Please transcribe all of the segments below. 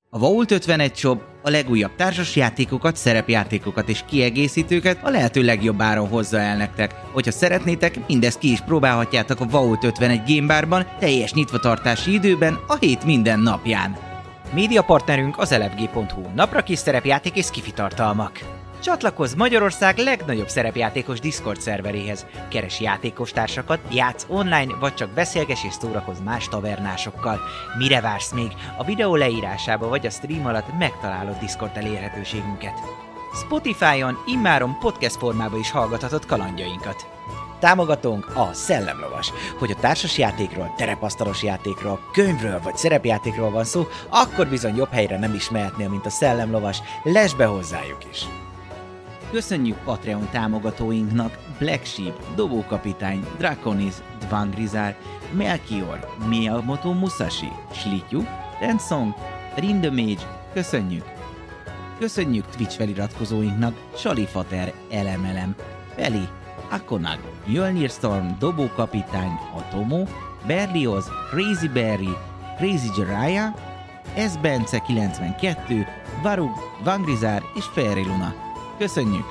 A Vault 51 Shop a legújabb társasjátékokat, szerepjátékokat és kiegészítőket a lehető legjobb áron hozza el nektek. Hogyha szeretnétek, mindezt ki is próbálhatjátok a Vault 51 Gamebarban teljes nyitvatartási időben a hét minden napján. Média partnerünk az elefg.hu, napra kis szerepjáték és skifi tartalmak. Csatlakozz Magyarország legnagyobb szerepjátékos Discord szerveréhez. Keres játékostársakat, játsz online, vagy csak beszélges és szórakozz más tavernásokkal. Mire vársz még? A videó leírásába vagy a stream alatt megtalálod Discord elérhetőségünket. Spotify-on immáron podcast formában is hallgathatod kalandjainkat. Támogatónk a Szellemlovas. Hogy a társasjátékról, terepasztalos játékról, könyvről vagy szerepjátékról van szó, akkor bizony jobb helyre nem is mehetnél, mint a Szellemlovas. Lesz be hozzájuk is! Köszönjük Patreon támogatóinknak Black Sheep, Dobókapitány, Draconis, Dvangrizár, Melchior, Miyamoto Musashi, Slityu, Tensong, Rindemage, köszönjük! Köszönjük Twitch feliratkozóinknak Salifater, Elemelem, Feli, Akonag, Jölnir Storm, Dobókapitány, Atomo, Berlioz, Crazy Berry, Crazy Jiraiya, S. Bence 92, Varug, Vangrizár és Fairy Luna. Köszönjük!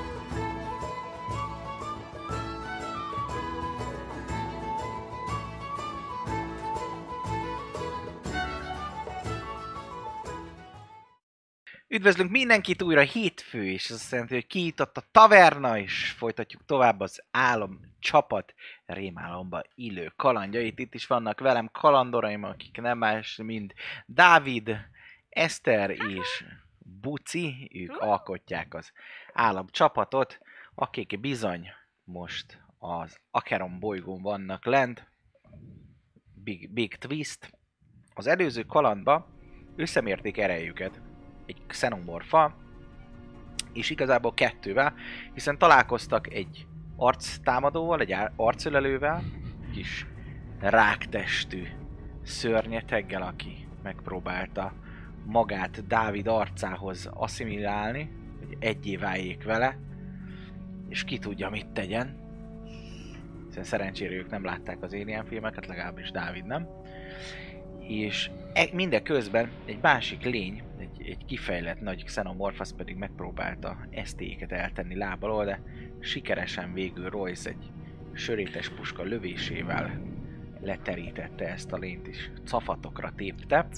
Üdvözlünk mindenkit újra hétfő, és ez azt jelenti, hogy kiított a taverna, és folytatjuk tovább az álom csapat rémálomba illő kalandjait. Itt is vannak velem kalandoraim, akik nem más, mint Dávid, Eszter és Buci, ők alkotják az államcsapatot, akik bizony most az Acheron bolygón vannak lent. Big twist. Az előző kalandba összemérték erejüket egy xenomorfa, és igazából kettővel, hiszen találkoztak egy arctámadóval, egy arcölelővel, kis ráktestű szörnyeteggel, aki megpróbálta magát Dávid arcához asszimilálni, hogy egyé váljék vele, és ki tudja, mit tegyen. Hiszen szerencsére ők nem látták az Alien filmeket, legalábbis Dávid nem. És mindeközben egy másik lény, egy kifejlett nagy xenomorph pedig megpróbálta ST-ket eltenni láb alól, de sikeresen végül Royce egy sörétes puska lövésével leterítette ezt a lényt, és cafatokra tépte.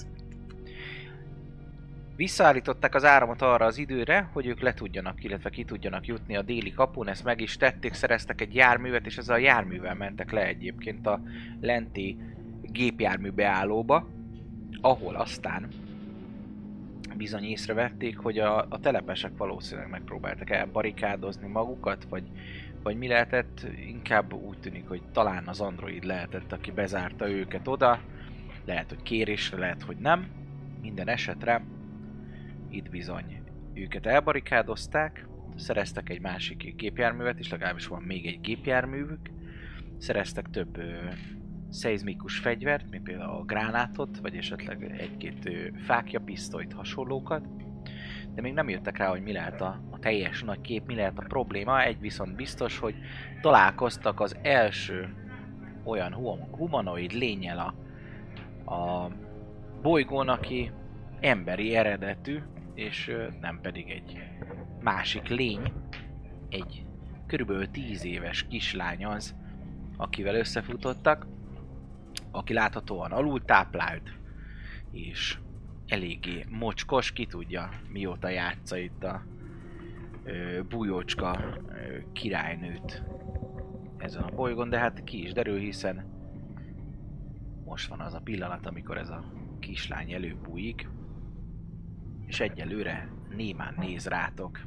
Visszaállították az áramot arra az időre, hogy ők le tudjanak, illetve ki tudjanak jutni a déli kapun, ezt meg is tették, szereztek egy járművet, és ezzel a járművel mentek le egyébként a lenti gépjármű beállóba, ahol aztán bizony észrevették, hogy a telepesek valószínűleg megpróbáltak elbarikádozni magukat, vagy mi lehetett, inkább úgy tűnik, hogy talán az android lehetett, aki bezárta őket oda, lehet, hogy kérésre, lehet, hogy nem, minden esetre itt bizony őket elbarikádozták, szereztek egy másik gépjárművet, és legalábbis van még egy gépjárművük, szereztek több szeizmikus fegyvert, mint például a gránátot, vagy esetleg egy-két fákjapisztolyt, hasonlókat, de még nem jöttek rá, hogy mi lehet a teljes nagy kép, mi lehet a probléma. Egy viszont biztos, hogy találkoztak az első olyan humanoid lénnyel a bolygón, aki emberi eredetű, és nem pedig egy másik lény, egy körülbelül 10 éves kislány az, akivel összefutottak, aki láthatóan alultáplált, és eléggé mocskos, ki tudja mióta játsza itt a bujócska királynőt ezen a bolygón, de hát ki is derül, hiszen most van az a pillanat, amikor ez a kislány előbújik, és egyelőre némán néz rátok.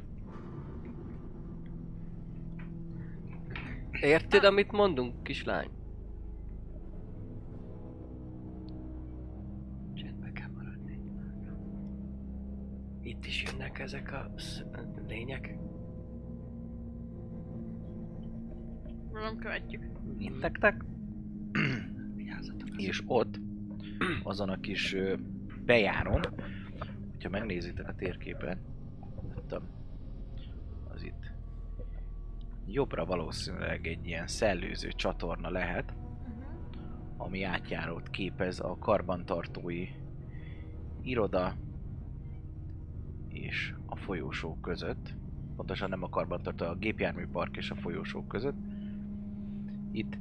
Érted, amit mondunk, kislány? Csendben kell maradni. Itt is jönnek ezek a lények. Nem követjük. Intektek. És ott, azon a kis bejáron, hogyha megnézitek a térképen, az itt jobbra valószínűleg egy ilyen szellőző csatorna lehet, ami átjárót képez a karbantartói iroda és a folyósó között, pontosan nem a karbantartó, a gépjárműpark és a folyósó között. Itt,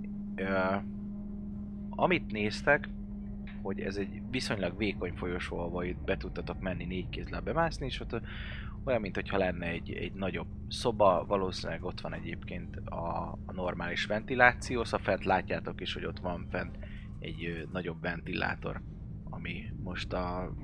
amit néztek, hogy ez egy viszonylag vékony folyosó, ahol itt be tudtatok menni 4 kézzel bemászni, és ott olyan, mintha lenne egy nagyobb szoba, valószínűleg ott van egyébként a normális ventiláció, szóval fent látjátok is, hogy ott van fent egy nagyobb ventilátor, ami most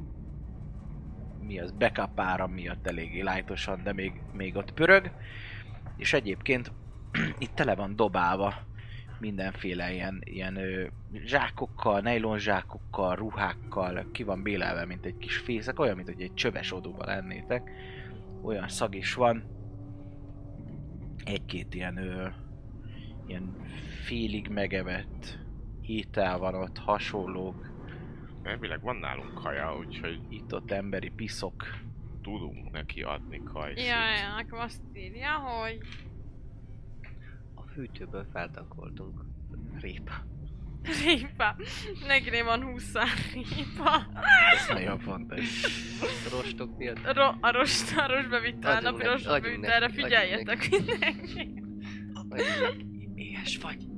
backup áram miatt eléggé lájtosan, de még ott pörög, és egyébként itt tele van dobálva mindenféle ilyen zsákokkal, nejlonzsákokkal, ruhákkal, ki van bélelve, mint egy kis fészek, olyan, mint hogy egy csöves odúba lennétek. Olyan szag is van. Egy-két ilyen félig megevett étel van ott, hasonlók. Elvileg van nálunk kaja, úgyhogy Itt-ott emberi piszok. tudunk neki adni kajszit. Ja, nekem azt írja, hogy A fűtőből feltankoltunk répa. répa. Neki van 20 répa. Ez nagyon fontos. Rostok miatt. A rostba vitte, a Adjunk napi neki, rostba adjunk vitte, neki, erre adjunk figyeljetek mindenki. Éhes vagy.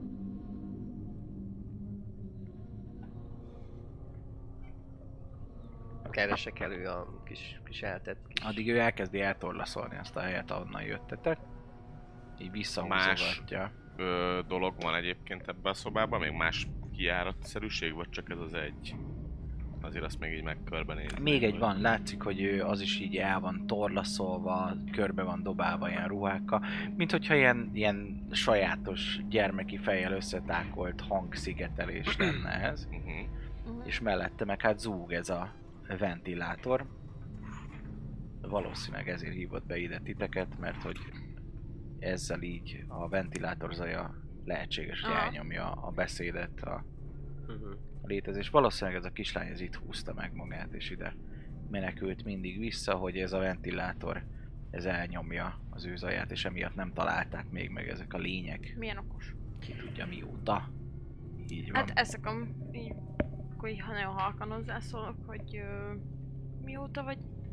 Keresek elő a kis eltett kis... Addig ő elkezdi eltorlaszolni azt a helyet, ahonnan jöttetek. Így visszahúzogatja. Dolog van egyébként ebben a szobában? Még más kijáratszerűség, vagy csak ez az egy? Azért azt még így megkörbenézni. Még egy van, látszik, hogy az is így el van torlaszolva, körbe van dobálva ilyen ruhákkal, mint hogyha ilyen sajátos gyermeki fejjel összetákolt hangszigetelés lenne ez. És mellette meg hát zúg ez a ventilátor. Valószínűleg ezért hívott be ide titeket, mert hogy ezzel így a ventilátor zaja lehetséges, hogy elnyomja a beszédet, a létezés. Valószínűleg ez a kislány ez itt húzta meg magát, és ide menekült mindig vissza, hogy ez a ventilátor ez elnyomja az ő zaját, és emiatt nem találták még meg ezek a lények. Milyen okos. Ki tudja mióta. Így van. Hát ezek a... Így, akkor így, ha nagyon halkan hozzászólok, hogy mióta vagy itt?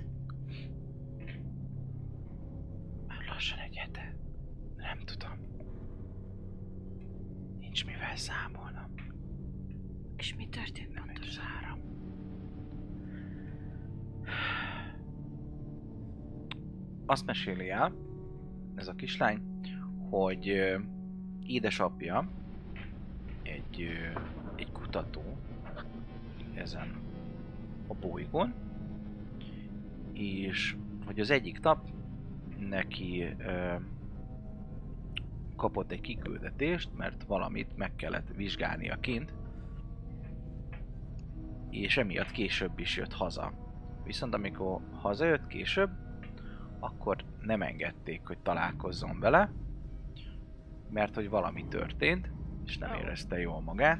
Már lassan egy hete. Nem tudom. Nincs mivel számolnom. És mi történt Nem megy az áram. Azt meséli el, ez a kislány, hogy édesapja egy kutató ezen a bolygón, és hogy az egyik nap neki kapott egy kiküldetést, mert valamit meg kellett vizsgálnia kint, és emiatt később is jött haza. Viszont amikor hazajött később, akkor nem engedték, hogy találkozzon vele, mert hogy valami történt, és nem érezte jól magát.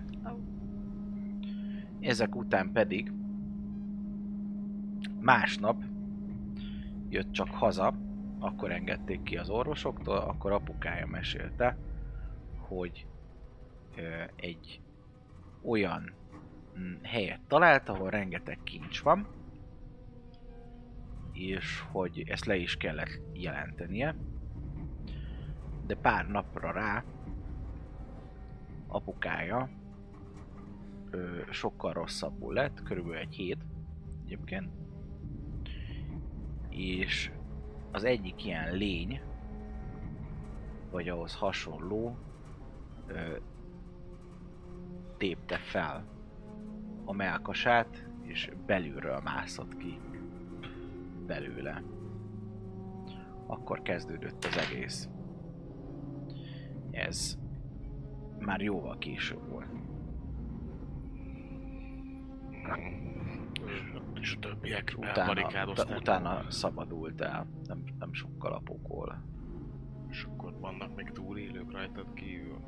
Ezek után pedig másnap jött csak haza, akkor engedték ki az orvosoktól, akkor apukája mesélte, hogy egy olyan helyet talált, ahol rengeteg kincs van, és hogy ezt le is kellett jelentenie, de pár napra rá apukája sokkal rosszabbul lett, körülbelül egy hét egyébként, és az egyik ilyen lény, vagy ahhoz hasonló, tépte fel a mellkasát, és belülről mászott ki belőle. Akkor kezdődött az egész. Ez már jóval később volt. És a többiek elbarikádozták. Utána szabadult el, nem sokkal a pokol. És akkor vannak még túlélők rajtad kívül?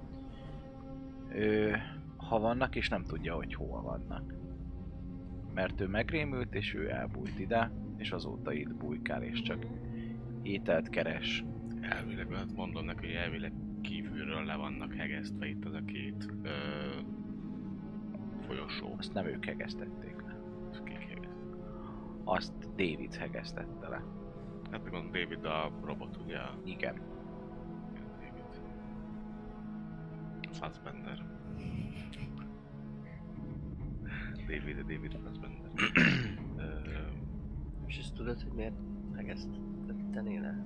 Ha vannak, és nem tudja, hogy hol vannak. Mert ő megrémült, és ő elbújt ide, és azóta itt bujkál, és csak ételt keres. Elvileg, azt mondom neki, hogy elvileg kívülről le vannak hegesztve itt az a két folyosó. Azt nem ők hegesztették le. azt David hegesztette le. Hát gondolom David a robot, ugye? Igen. David. Fassbender. David Fassbender. És ezt tudod, hogy miért hegesztettenél le?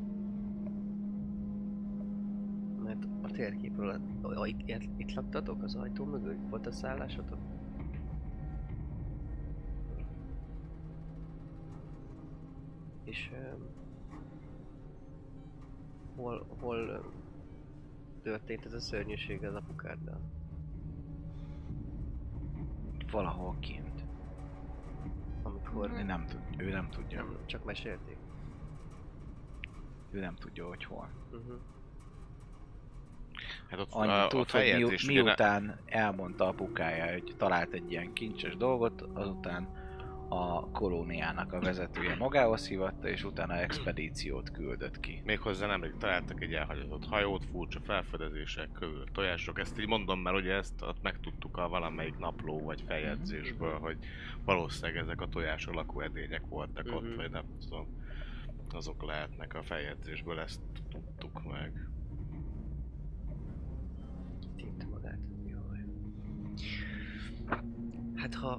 Mert a térképről, itt laktatok az ajtó mögött? Volt a szállásotok? És hol történt ez a szörnyűség az apukáddal? Valahol kint. Amikor Ő nem tudja. nem, csak mesélték. Ő nem tudja, hogy hol. Hát ott Annyit tud, hogy feljegyzés, ugye miután elmondta apukája, hogy talált egy ilyen kincses dolgot, azután a kolóniának a vezetője magához hívatta, és utána expedíciót küldött ki. Méghozzá nemrég találtak egy elhagyatott hajót, furcsa felfedezések, kövül, tojások. Ezt így mondom, mert ugye ezt ott megtudtuk a valamelyik napló vagy feljegyzésből, hogy valószínűleg ezek a tojások lakóedények voltak ott, vagy nem tudom. Azok lehetnek a feljegyzésből, ezt tudtuk meg. Tinte magát. Jaj. Hát ha...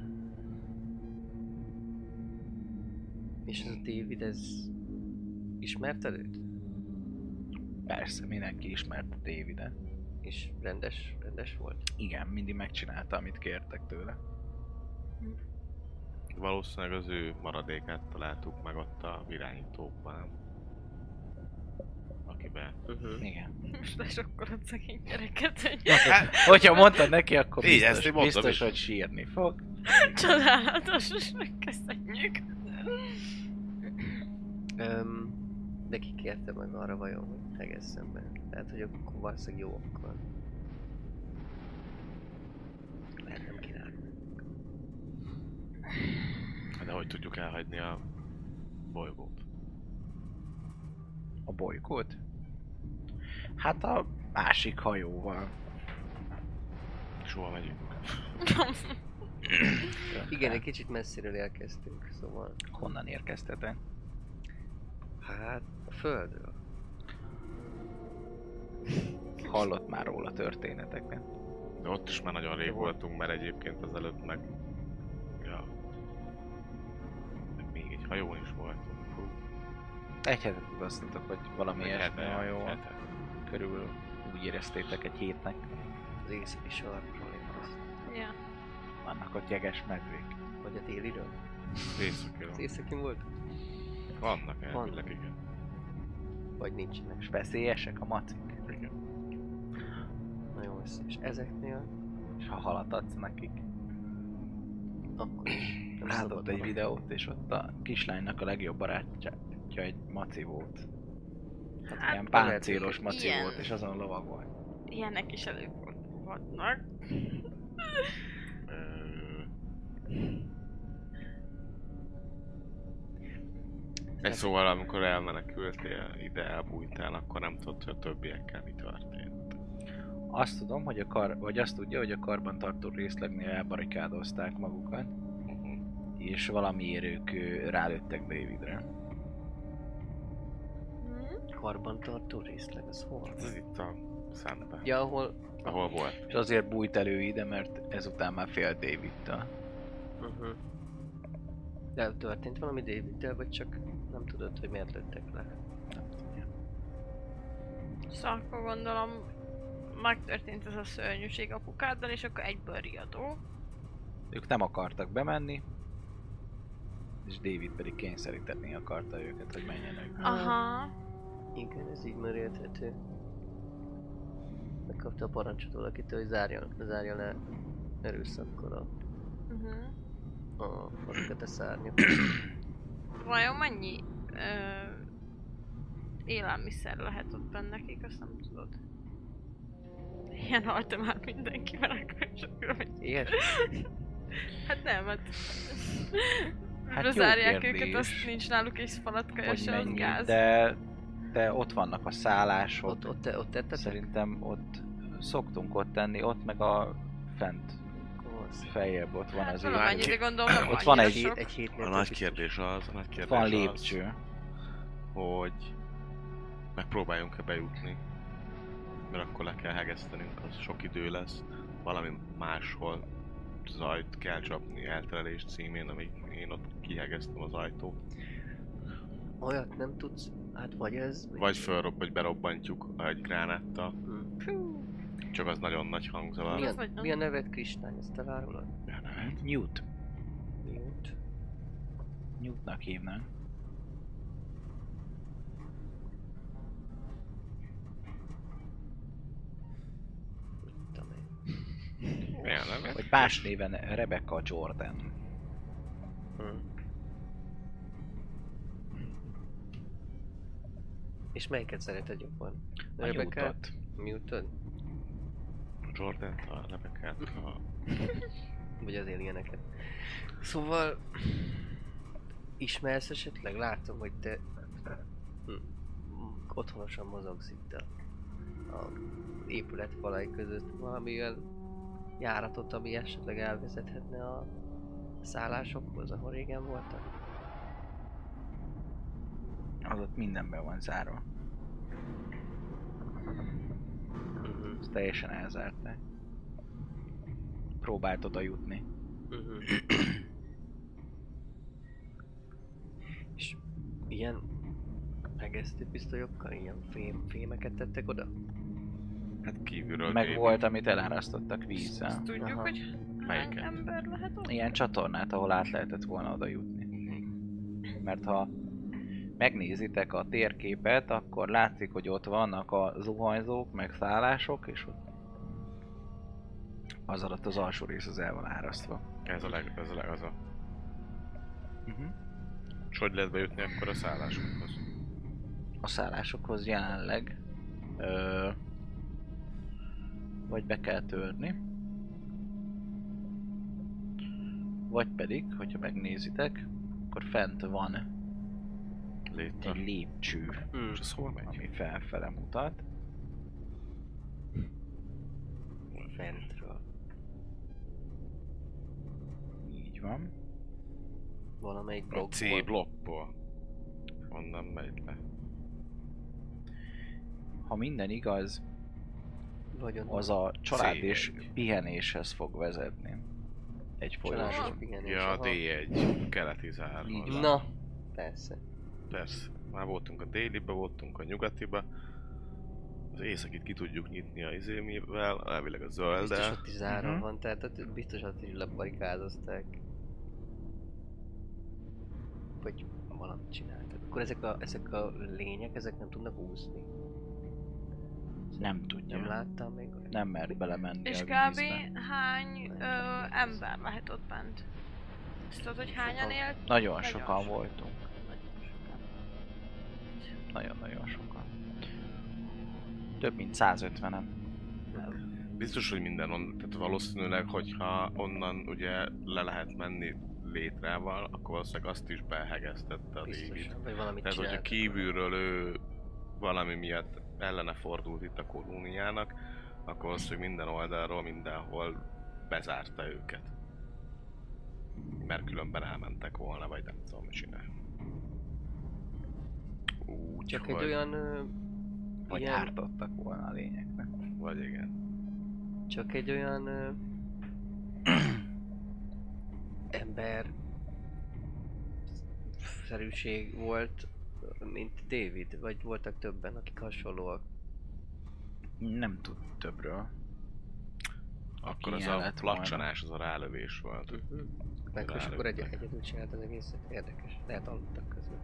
És ez a David, ez... Ismerted őt? Persze, mindenki ismerte Davidet. És rendes volt? Igen, mindig megcsinálta, amit kértek tőle. Valószínűleg az ő maradékát találtuk meg ott a irányítókban. Akiben... Igen. Most lesokkolod szegény gyereket, hogy Hogyha mondtad neki, akkor Így, ezt biztos, én mondtam biztos is. hogy sírni fog. csodálatos, és megköszönjük. De ki kérte meg arra vajon, hogy hegesszem be? Tehát, hogy akkor valószínűleg jó akkor. Lehet nem kínál. De hogy tudjuk elhagyni a bolygót? A bolygót? Hát a másik hajóval. Soha megyünk. Igen, egy kicsit messziről érkeztünk, szóval... Honnan érkeztetek? Hát, a Földről. Hallott már róla történeteket. De ott is már nagyon rég voltunk, mert egyébként azelőtt meg... Ja... Meg még egy hajón is voltunk. Fú. Egy hetet utaztatok, hogy valami Meg ilyesmi hete, hajóval. hete. Körülbelül úgy éreztétek egy hétnek. Az északi sarkról érkeztünk. Ja. Vannak ott jeges medvék. Vagy a déliről? Északiról. Az északin volt? Vannak elvileg, igen. Vagy nincsenek. És veszélyesek a macik. Igen. Na jó, és ezeknél És ha halat adsz nekik. akkor is. nem Látott szabad egy haladni. videót, és ott a kislánynak a legjobb barátja egy maci volt. Hát, Ilyen páncélos lehet, maci ilyen. volt, és azon lovag volt. Ilyenek is előfordulhatnak. Egy szóval, amikor elmenekültél, ide elbújtál, akkor nem tudod, hogy a többiekkel mi történt. Azt tudom, hogy vagy azt tudja, hogy a karbantartó részlegnél elbarikádozták magukat, és valamiért ők rálőttek Davidre. Karbantartó részleg, az hol? Hát ez itt a szembe. Ja, ahol... Ahol volt. És azért bújt elő ide, mert ezután már fél Davidtől. De történt valami Daviddel, vagy csak nem tudod, hogy miért lőttek le? Nem tudja. Szóval akkor gondolom megtörtént ez a szörnyűség apukáddal, és akkor egyből riadó. Ők nem akartak bemenni, és David pedig kényszeríteni akarta őket, hogy menjenek. Aha. Igen, ez így már érthető. Megkapta a parancsot valakitől, hogy zárja le erőszakkal azokat a szárnyakat. Vajon mennyi élelmiszer lehet ott benne nekik, azt nem tudod. Ilyen halt már mindenki, mert akkor csak hogy... Ilyes? Hát nem, hát... Hát bezárják jó kérdés, őket, azt nincs náluk és falatkaja hogy se, az mennyi, gáz. de ott vannak a szállások. Ott tettetek? Szerintem ott szoktunk ott tenni, ott meg a fent van. Feljebb ott van Hát az valamennyit, de gondolom nem Ott van annyira egy- sok. Egy hétnél A több nagy biztos. kérdés az, Van lépcső. hogy megpróbáljunk-e bejutni, mert akkor le kell hegesztenünk, az sok idő lesz, valami máshol zajt kell csapni elterelés címén, amíg én ott kihegeztem az ajtót. Olyat nem tudsz, hát vagy ez... Vagy berobbantjuk egy gránáttal, csak az nagyon nagy hangzavar. Az vagy nem. Mi a neved, Kristány? Ezt te várolod? Newt. Newt. Newtnak hívnánk. Tudom én. Milyen neve? Vagy más néven Rebecca Jordan. És melyiket szereted jobban? A Newtot. Newton? Jordan, a Rebecca-t, Vagy az ilyeneket. Szóval... Ismersz esetleg? Látom, hogy te... otthonosan mozogsz itt a épület falai között. Valami olyan járatot, ami esetleg elvezethetne a szállásokhoz, ahol régen voltak? Az ott mindenben van zárva. Ez teljesen elzárták. Próbált oda jutni. És ilyen megesztő pisztolyokkal, ilyen fémeket tettek oda? hát kívülről Meg David. volt, amit elárasztottak vízzel. Azt tudjuk, Aha. hogy hány Melyiket? ember lehet ott? Ilyen csatornát, ahol át lehetett volna oda jutni. Mert ha megnézitek a térképet, akkor látszik, hogy ott vannak a zuhanyzók, meg szállások, és ott az alatt az alsó rész az el van árasztva. Ez a leg, az a... És hogy lehet bejutni akkor a szállásokhoz? A szállásokhoz jelenleg vagy be kell törni, vagy pedig, hogyha megnézitek, akkor fent van Létre. egy lépcső, És az hol megy? ami felfele mutat. Fentről. Így van. Valamelyik A blokkból. C blokkból. Onnan megy le. Ha minden igaz, Vagyon. az a család C1. és pihenéshez fog vezetni. Egy Családos folyosón. pihenés, Ja, aha. D1. Keleti zár. Így van. Na, persze. Persze. Már voltunk a délibe, voltunk a nyugatiba. Az északit ki tudjuk nyitni a izémivel, elvileg a Biztos zölddel. ott is zárva Mhm. van, tehát ott biztos ott is lebarikázozták. Vagy valamit csináltak. Akkor ezek a lények, ezek nem tudnak úszni. Nem tudja. Nem láttam még olyat. Nem mert belemenni És a kb. vízbe. Hány ember lehet ott bent? És tudod, hogy hányan élt? Nagyon Nagyon sokan sok. voltunk. Nagyon-nagyon sokan. Több mint 150-en. Biztos, hogy minden tehát valószínűleg, hogyha onnan ugye le lehet menni létrával, akkor valószínűleg azt is behegeztette a Biztos, David. vagy valamit Tehát, hogyha csináltak. kívülről ő valami miatt ellene fordult itt a kolóniának, akkor valószínűleg minden oldalról, mindenhol bezárta őket. Mert különben elmentek volna, vagy nem tudom, mit csinál. Csak egy olyan... Vagy ilyen, ártottak volna a lényeknek. Vagy igen. csak egy olyan... ember... szerűség volt, mint David, vagy voltak többen, akik hasonlóak. Nem tud többről. Akkor az ilyen a lett volna. plakcsanás, az a rálövés volt. Meg és akkor Rálőttek. egyedül csinált az egészet. Érdekes. Lehet aludtak közben.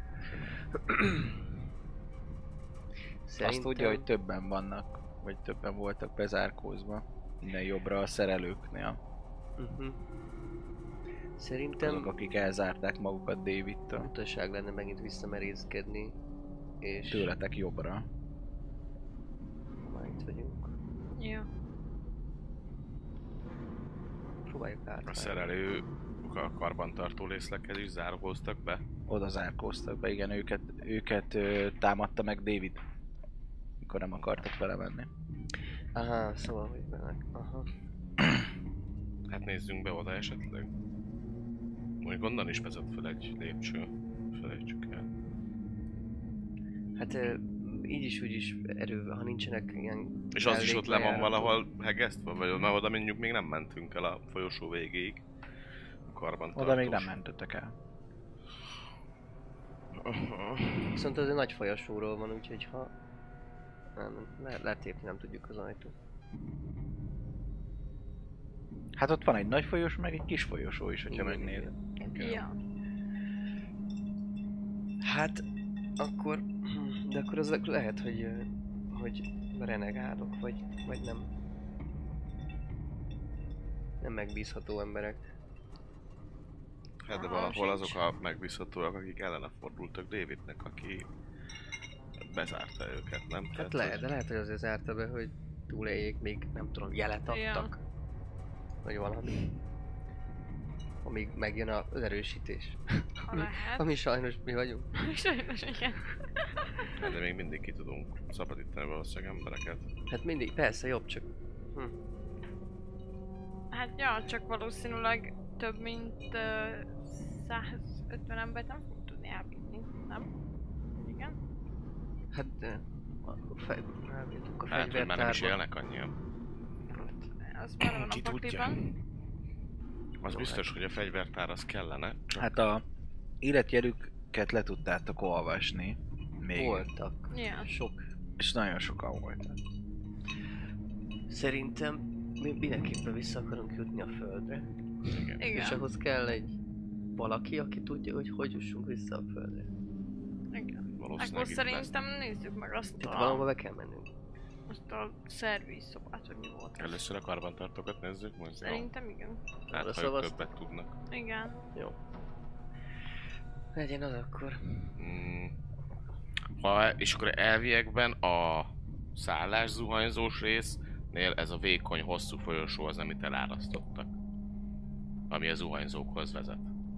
Azt tudja, hogy többen vannak, vagy többen voltak bezárkózva. Minden jobbra a szerelőknél. Szerintem Azok, akik elzárták magukat Davidtől. utasság lenne megint visszamerészkedni, és Tőletek jobbra. már itt vagyunk. Jó. Próbáljuk át. A szerelő a karbantartó lészlekhez is zárkóztak be. Oda zárkóztak be, igen, őket támadta meg David. Mikor nem akartak vele menni. Aha, szóval hogy mennek. Aha. Hát nézzünk be oda esetleg. Mondjuk onnan is vezet fel egy lépcső. Felejtsük el. Hát így is úgy is ha nincsenek ilyen... És az is ott le van mellékbejáratok. valahol hegesztve? Vagy mert oda mondjuk még nem mentünk el a folyosó végéig. A karbantartós. Oda még nem mentetek el. Viszont az egy nagy folyosóról van, úgyhogy ha... letépni nem tudjuk az ajtót. Hát ott van egy nagy folyosó, meg egy kis folyosó is, hogyha Igen, megnézed. Okay. Ja. Hát, akkor... De akkor az lehet, hogy renegálok, vagy nem. Nem megbízható emberek. Hát de valahol azok a megbízhatóak, akik ellene fordultak Davidnek, aki bezárta őket, nem? Hát lehet, de lehet, hogy azért zárta be, hogy túléljék, még nem tudom, jelet adtak. Vagy valami. Amíg megjön az erősítés. Ha lehet. Ami sajnos mi vagyunk. Sajnos igen. Hát de még mindig ki tudunk szabadítani valószínűleg embereket. Hát mindig, persze jobb, csak... Hát ja, csak valószínűleg több mint 150 embert nem fogunk tudni elvinni, nem? Igen? Hát akkor elvittük a Hát, hogy már nem is fegyvertárba. élnek annyian. Az már van a Ki tudja? pakliban. Az biztos, hogy a fegyvertár az kellene. Csak Hát a életjelüket le tudtátok olvasni. Még. Voltak. Ja. Sok. És nagyon sokan voltak. Szerintem mi mindenképpen vissza akarunk jutni a földre. igen. És Igen. ahhoz kell egy valaki, aki tudja, hogy jussunk vissza a földre. Igen. Valószínűleg Akkor itt szerintem nézzük meg azt Tehát a... valahova be kell mennünk. Azt a szervízszobát, hogy mi volt az. Először a karbantartókat nézzük, most jó. Szerintem igen. Hát, ha Szóval ők azt- többet tudnak. Igen. Jó. Legyen az akkor. Mm. És akkor elviekben a szállás zuhanyzós résznél ez a vékony, hosszú folyosó az, amit elárasztottak. Ami a zuhanyzókhoz vezet.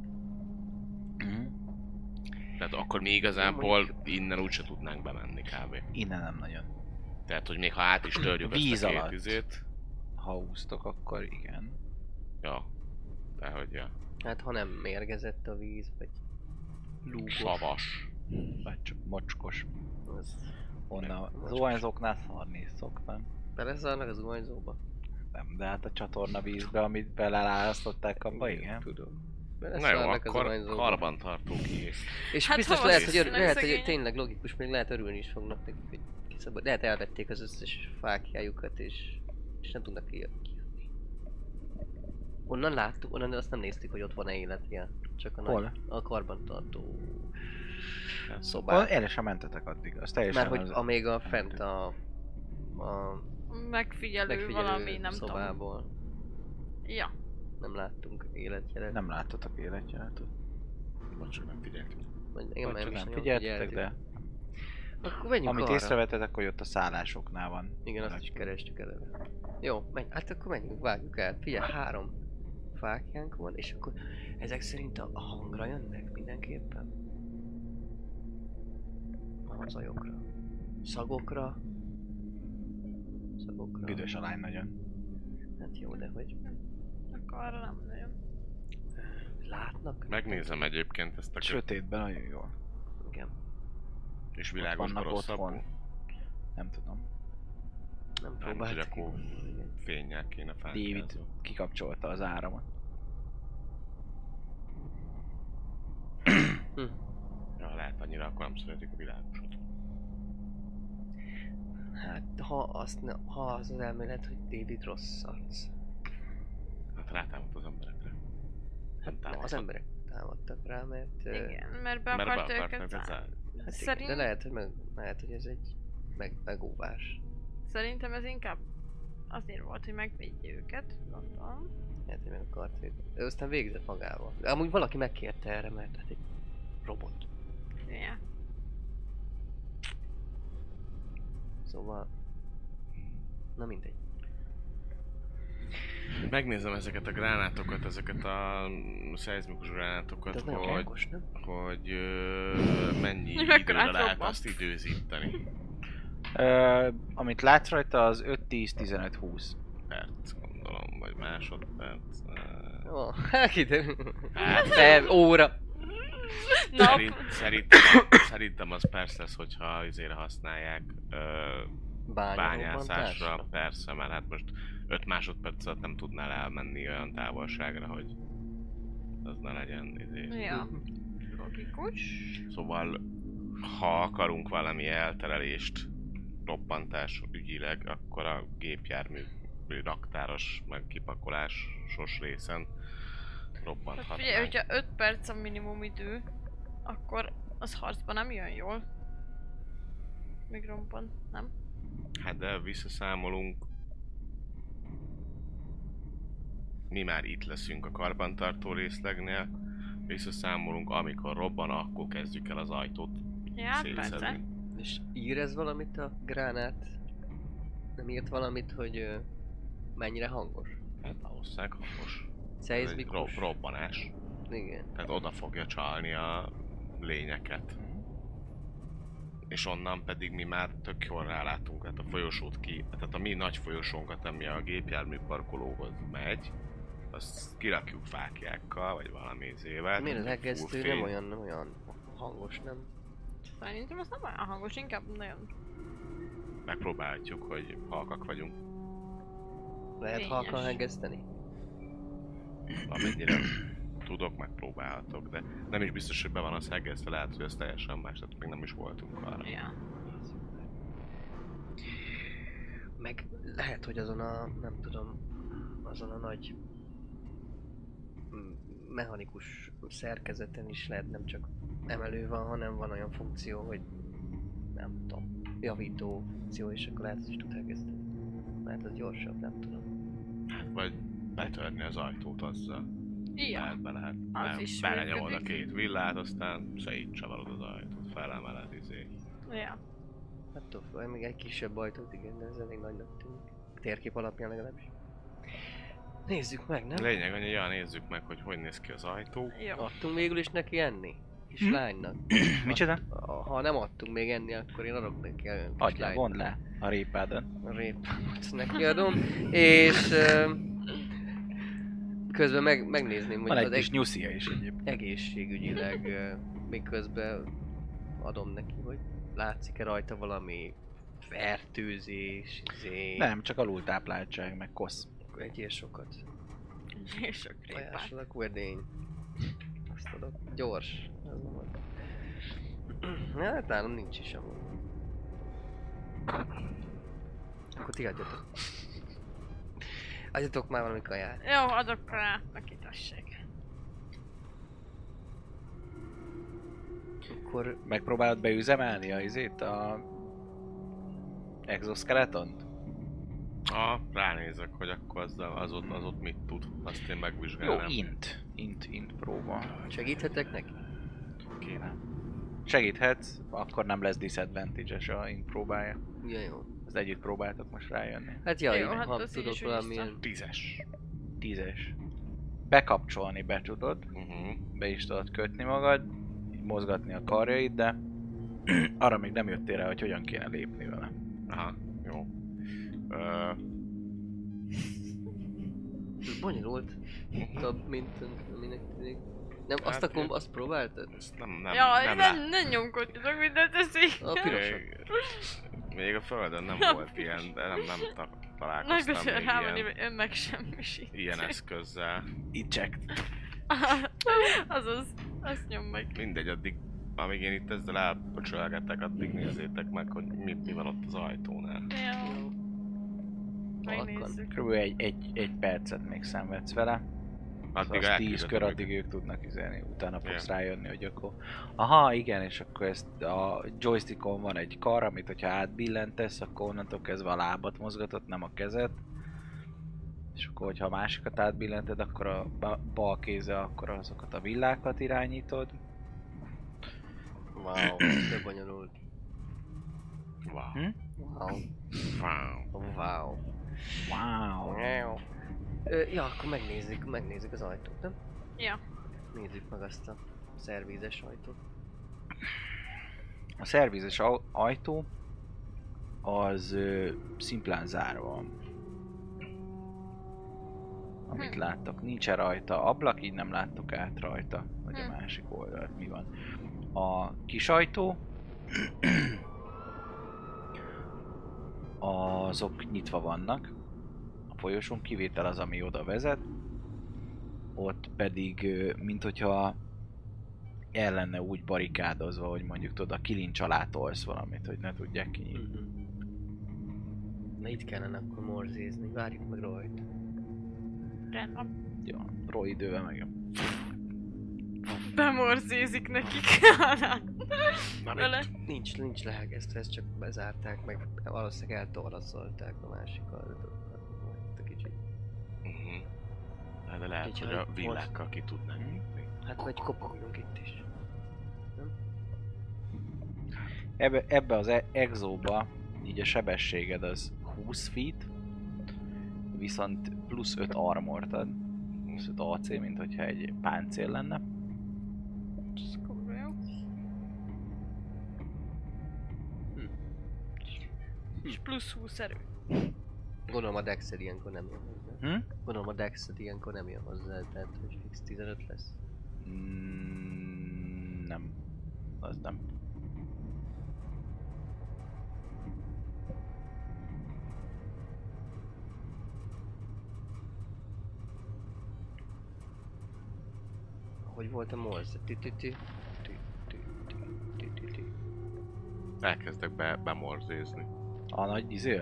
Tehát akkor mi igazából innen úgyse tudnánk bemenni kb. Innen nem nagyon. Tehát, hogy még ha át is törjük Víz ezt a két alatt. izét. Ha úsztok, akkor igen. Ja. Tehát, ja. Hát ha nem mérgezett a víz, vagy lúgos. Savas. Vagy csak mocskos. Az Onnan Mocskos. az zuhanyzóknál szarni szoktam. beleszarnak az zuhanyzóba. Nem, de hát a csatorna vízbe, amit beleárasztották abba, igen. Tudom. Na jó, Beleszarnak az akkor zuhanyzóba. karbantartó kiész. És Hát biztos hova lehet, visznek hogy szegények? tényleg logikus, még lehet örülni is fognak nekik, hogy kiszabad. Lehet elvették az összes fákjájukat, és nem tudnak kijönni. Onnan láttuk, onnan azt nem néztük, hogy ott van-e életjel. Csak a, Hol? a karbantartó Szóval szobát. el sem mentetek addig, az teljesen Mert hogy az... amíg a fent a Megfigyelő valami, nem tudom. szobából Ja. nem láttunk életjelet. Nem láttatok életjelet. Vagy csak nem figyeltünk. Vagy én Vagy csak is nem nagyon figyeltetek, figyeltük. de Akkor menjünk amit arra. észrevettetek, hogy ott a szállásoknál van. Igen, azt is kerestük előre. Jó, hát akkor menjünk, vágjuk el. Figyelj, 3 fákjánk van, és akkor ezek szerint a hangra jönnek mindenképpen? A zajokra. Szagokra. Büdös a lány nagyon. Hát jó, de hogy Akkor arra nem nagyon. látnak? Megnézem egyébként ezt a Sötétben nagyon jól. Igen, és Ott világos vannak rosszabbul. otthon. Nem tudom. nem Nem, hogy próbáltuk. akkor Igen. fénnyel kéne David felkelzni. kikapcsolta az áramot. Ja, lehet annyira, akkor nem szeretik a világosat. Hát ha az az elmélet, hogy David rossz arc. Hát rátámadt az emberekre. Nem Az támadhat. emberek támadtak rá, mert... Igen, mert be Mert be akart őket akarták zárni. zárni. Hát igen, Szerint- de lehet, hogy ez egy megóvás. Szerintem ez inkább azért volt, hogy megvédje őket, gondolom. Lehet, hogy meg akart őket. Ő aztán végzett magával. Amúgy valaki megkérte erre, mert hát egy robot. Ja. Szóval... Na mindegy. Megnézem ezeket a gránátokat, ezeket a szeizmikus De gránátokat, ez nagyon hogy, hangos, nem? hogy mennyi Mekkora időre lehet átrobban. azt időzíteni. Amit látsz rajta az 5-10-15-20 Perc, gondolom. gondolom, vagy másodperc. Ó, hát ide. Hát, Óra. Szerintem az persze lesz, hogyha izére használják bányászásra, persze, mert hát most 5 másodperc alatt nem tudnál elmenni olyan távolságra, hogy az ne legyen izé. Ja. Logikus. Szóval, ha akarunk valami elterelést robbantás ügyileg, akkor a gépjármű raktáros, meg kipakolásos részen robbanthatnánk. Figyelj, hogyha 5 perc a minimum idő, akkor az harcban nem jön jól. Még rompant, nem? Hát de visszaszámolunk. Mi már itt leszünk a karbantartó részlegnél. Visszaszámolunk, amikor robban, akkor kezdjük el az ajtót Ja, hát persze. szétszedni. És ír ez valamit a gránát? Nem írt valamit, hogy mennyire hangos? Hát valószínűleg hangos. Ez egy Szeizmikus? robbanás. Igen. Tehát oda fogja csalni a lényeket. És onnan pedig mi már tök jól rálátunk, tehát a folyosót tehát a mi nagy folyosónkat, ami a gépjármű parkolóhoz megy, azt kirakjuk fáklyákkal, vagy valami izével. Miért az hegesztő Full nem fény. olyan hangos, nem? Szerintem ez nem olyan hangos, inkább nagyon Megpróbálhatjuk, hogy halkak vagyunk, Lehet Fényes. halkan hegeszteni? amennyire tudok, megpróbálhatok, de nem is biztos, hogy be van az hegesztve, lehet, hogy ez teljesen más, tehát még nem is voltunk arra. Ja. Meg lehet, hogy azon a, nem tudom, azon a nagy mechanikus szerkezeten is lehet nem csak emelő van, hanem van olyan funkció, hogy nem tudom, javító funkció, és akkor lehet, az is tud hegeszteni. Lehet, az gyorsabb, nem tudom. Hát vagy betörni az ajtót azzal. Ja. Be lehet. Az Nem, is belenyomod a működik. 2 villát, aztán szétcsavarod az ajtót, felemeled izé. Ja. Hát tudom, még egy kisebb ajtót, igen, de ez elég nagynak tűnik. Térkép alapján legalábbis. Nézzük meg, nem? Lényeg annyi, ja, nézzük meg, hogy néz ki az ajtó. Jó. Adtunk végül is neki enni? Kislánynak. Micsoda? Ha nem adtunk még enni, akkor én adok neki olyan Adjál, kislánynak. vond le a répádon. A répámat neki adom. És közben megnézném, hogy Van egy az kis nyuszia is egyébként. egészségügyileg miközben adom neki, hogy látszik-e rajta valami fertőzés, Nem, csak alultápláltság, meg kosz. Akkor egyél sokat. És sok répát. Tojásolak, verdény. Azt adok. Gyors. Ez nem ad. Hát nálam nincs is amúgy. Akkor ti adjatok. Adjatok már valami kaját. Jó, adok rá, neki tessék. Akkor Megpróbálod beüzemelni a izét, a exoskeletont? Ránézek, hogy akkor az ott mit tud. Azt én Jó, megvizsgálnám. int próba. segíthetek neki? Kéne. Segíthetsz, akkor nem lesz disadvantage-es a int próbája. Ja, jó. Az együtt próbáltok most rájönni. Hát ja, Jó, én, hát ha az így tudok is úgy valamilyen... 10-es. 10-es. Bekapcsolni be tudod, be is tudod kötni magad, így mozgatni a karjaid, de arra még nem jöttél rá, hogy hogyan kéne lépni vele. Aha, jó. Ez bonyolult. Mint aminek tűnik. Nem, azt Hát, azt próbáltad? Ezt nem Jaj, lát- ne nyomkodjatok mindent, ez így. A pirosat. Még a földön nem volt ilyen, de nem Nagy találkoztam beszél még rámenni, ilyen, hogy önnek semmisít. ilyen eszközzel. Eject. Azaz, azt nyom meg. Mindegy, addig, amíg én itt ezzel elpöcsölgetek, addig nézzétek meg, hogy mi van ott az ajtónál. Jó. Megnézzük. Körülbelül egy percet még szenvedsz vele. Addig Az 10 kör, elküldöm addig őket. ők tudnak üzenni, utána fogsz Ja. rájönni, hogy akkor... Aha, igen, és akkor ezt a joystickon van egy kar, amit hogyha átbillentesz, akkor onnantól kezdve a lábat mozgatod, nem a kezed. És akkor, hogyha a másikat átbillented, akkor a bal kézzel akkor azokat a villákat irányítod. Wow, de bonyolult. Wow. Hm? Wow. Wow. Wow. Wow! Ja, akkor megnézzük az ajtót, nem? Ja. Nézzük meg azt a szervízes ajtót. A szervízes ajtó az szimplán zárva van. amit láttok. Nincsen rajta ablak, így nem láttok át rajta, vagy a másik oldalt mi van. A kis ajtó, azok nyitva vannak. A folyosón kivétel az, ami oda vezet. Ott pedig, mint hogyha el lenne úgy barikádozva, hogy mondjuk tudod, a kilincs alá tolsz valamit, hogy ne tudják kinyitni. Na itt kellene akkor morzézni, várjuk meg Royt. Rendben. Jó, Roy idővel meg... Bemorzézik nekik. Vele. Nincs lehegesztve, ezt csak bezárták, meg valószínűleg eltorlaszolták a másikkal. Kicsit. De lehet, Kicsit, hogy a hogy villákkal ki tudnánk nyitni. Hát vagy kopogjunk itt is. Ebbe az exóba így a sebességed az 20 feet, viszont plusz 5 armort ad. Plusz 5 AC, mint hogyha egy páncél lenne. Ez kurva jó. És plusz 20 erő. Gondolom a Dexed ilyenkor nem jön hozzá. Hm? Gondolom a Dexed ilyenkor nem jön hozzá, tehát hogy fix 15 lesz. Nem. Az nem. Hogy volt a Morse? Elkezdek bemorzézni. A nagy izé?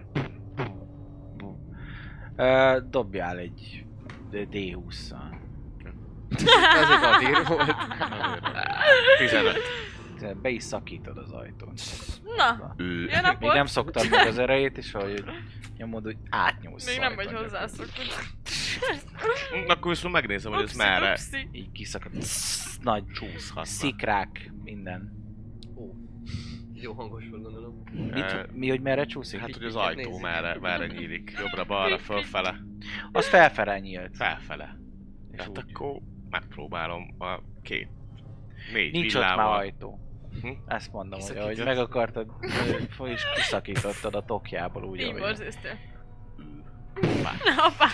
Dobjál egy D20-szal. Ez egy adír volt. 15. Be is szakítod az ajtót. Na, jó Még napot! nem szoktad meg az erejét, és ahogy nyomod, hogy átnyúlsz. Még nem vagy ajtón hozzászokott. Akkor viszont megnézem, hogy ez merre Upsi. így kiszakad. Nagy csúszhatna. szikrák, minden. Ó. Jó hangos volt gondolom. Mi, hogy merre csúszik? Hát, hogy az ajtó merre nyílik. Jobbra, balra, fölfele. Az felfele nyílt. Felfele. És Tehát úgy. akkor megpróbálom a 4 Nincs ott villával. már ajtó. Ezt mondom, hogy ahogy meg akartad, és kiszakítottad a tokjából úgy, Így ahogy. borzésztél. Hoppá!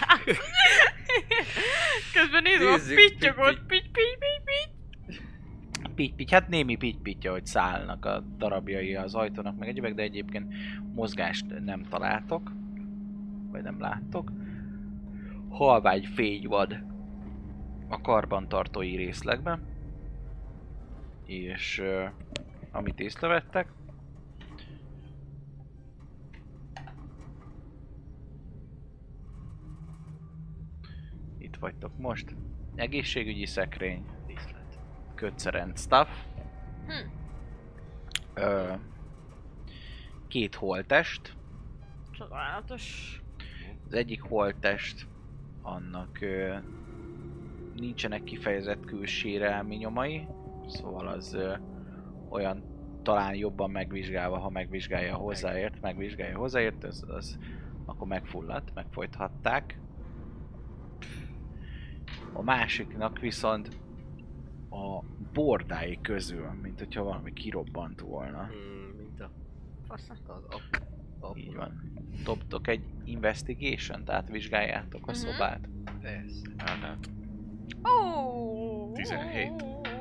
Közben nézem a Nézzük, pittyogot, pitty. Pitty, hát némi pitty, hogy szállnak a darabjai az ajtónak, meg egyébek, de egyébként mozgást nem találtok, vagy nem láttok. Halvány fény van a karbantartói részlegben, és amit észrevettek, itt vagytok most, egészségügyi szekrény, kötszerent stuff, két holttest. Csodálatos. Az egyik holttest, annak nincsenek kifejezett külsérelmi nyomai, szóval az olyan talán jobban megvizsgálva, ha megvizsgálja hozzáért, az akkor megfulladt, megfojthatták. A másiknak viszont a bordái közül, mint hogyha valami kirobbant volna. Mint a... Fasza. Így van. Dobtok egy investigation, tehát vizsgáljátok a szobát. Persze. Hát, Ó! 17.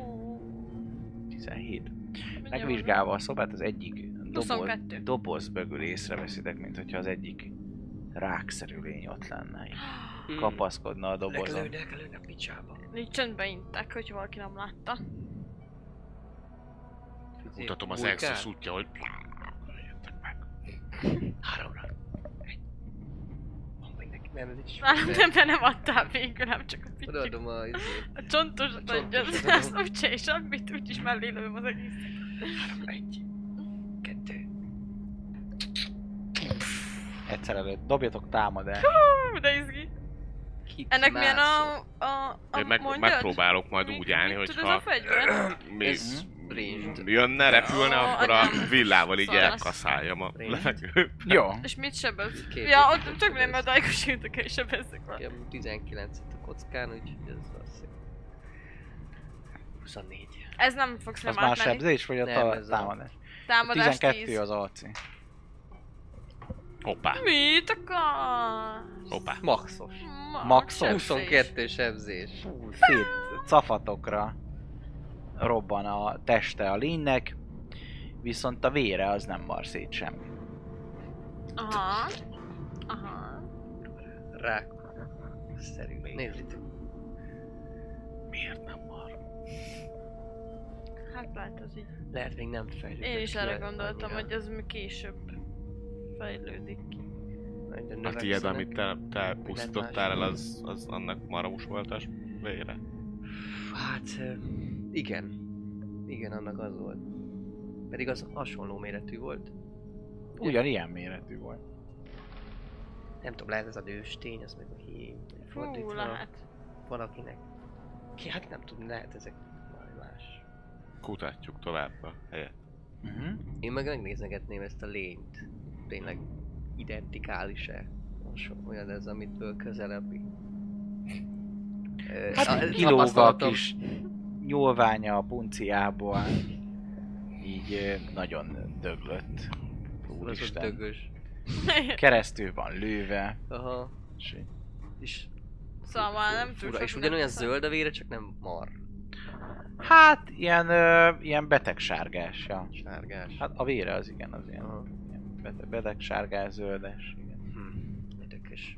17. Megvizsgálva a szobát, az egyik 22. doboz mögül észreveszitek, mint hogyha az egyik rákszerű lény ott lenne. Így kapaszkodna a dobozon. Lekelődnek a picsába. Így csöndbe intek, hogy valaki nem látta. mutatom az Vulkán? Exos útja, hogy... Jöttek meg. 3-ra. 1. Van még neki, nem, ez is. De nem adtál végül, nem csak a pittyik. Odaadom a A csontos adja, azt úgy se is amit, úgyis mellé lövöm az egész. 3, 1. 2. Egyszer előtt. Dobjatok támadást. Hú, de izgi. Ennek milyen a Én mondjad? megpróbálok majd úgy állni, Tudod, ez hogyha a fegyver? Ez ranged. jönne, repülne, akkor a villával így Szóval elkaszáljam a levegőbe. Jó. És mit sebez? Két Ja, lépés ott tök nem, sebez. mert Daikosítok és sebezzek van. Nekem 19 a kockán, úgyhogy ez az szép. 24. Ez nem fogsz Az nem már átmenni. sebzés, vagy a Nem, ez a- támadás? Támadás 12 10. az AC. Hoppá. Mit akarsz? Hoppá. Maxos. Maxos. 22 sebzés. Fú, szét cafatokra robban a teste a lénynek, viszont a vére az nem mar szét semmi. Aha. Aha. Rák. Szerű. Nézzük. Miért nem mar? Hát lehet az így. Lehet még nem fejlődik. Én is ki erre gondoltam, annyira. hogy az mi később fejlődik ki. Majd a A növekszenek. tiéd, amit te Vagy pusztítottál el, más. az annak maravus voltás vére? Hát, igen. Igen, annak az volt. Pedig az hasonló méretű volt. Ugyanilyen méretű volt. Nem tudom, lehet ez a nőstény, az meg a hiény. Fú, Fordítva lehet. valakinek. Ki, hát nem tudom, lehet ezek valami más. Kutatjuk tovább a helyet. Én meg megnéznegetném ezt a lényt. Tényleg identikális-e? Olyan ez, amitől közelebbi. Hát kilóg a kis nyúlványa a punciából. Így nagyon döglött. Az ott Úristen. dögös. Keresztül van lőve. Aha. És És Szóval nem túl fura. sok És ugyanolyan nem zöld a vére, csak nem mar. hát ilyen betegsárgás, ja. Sárgás. Hát a vére az igen, az ilyen, Aha. ilyen betegsárgás, zöldes. Igen. Érdekes.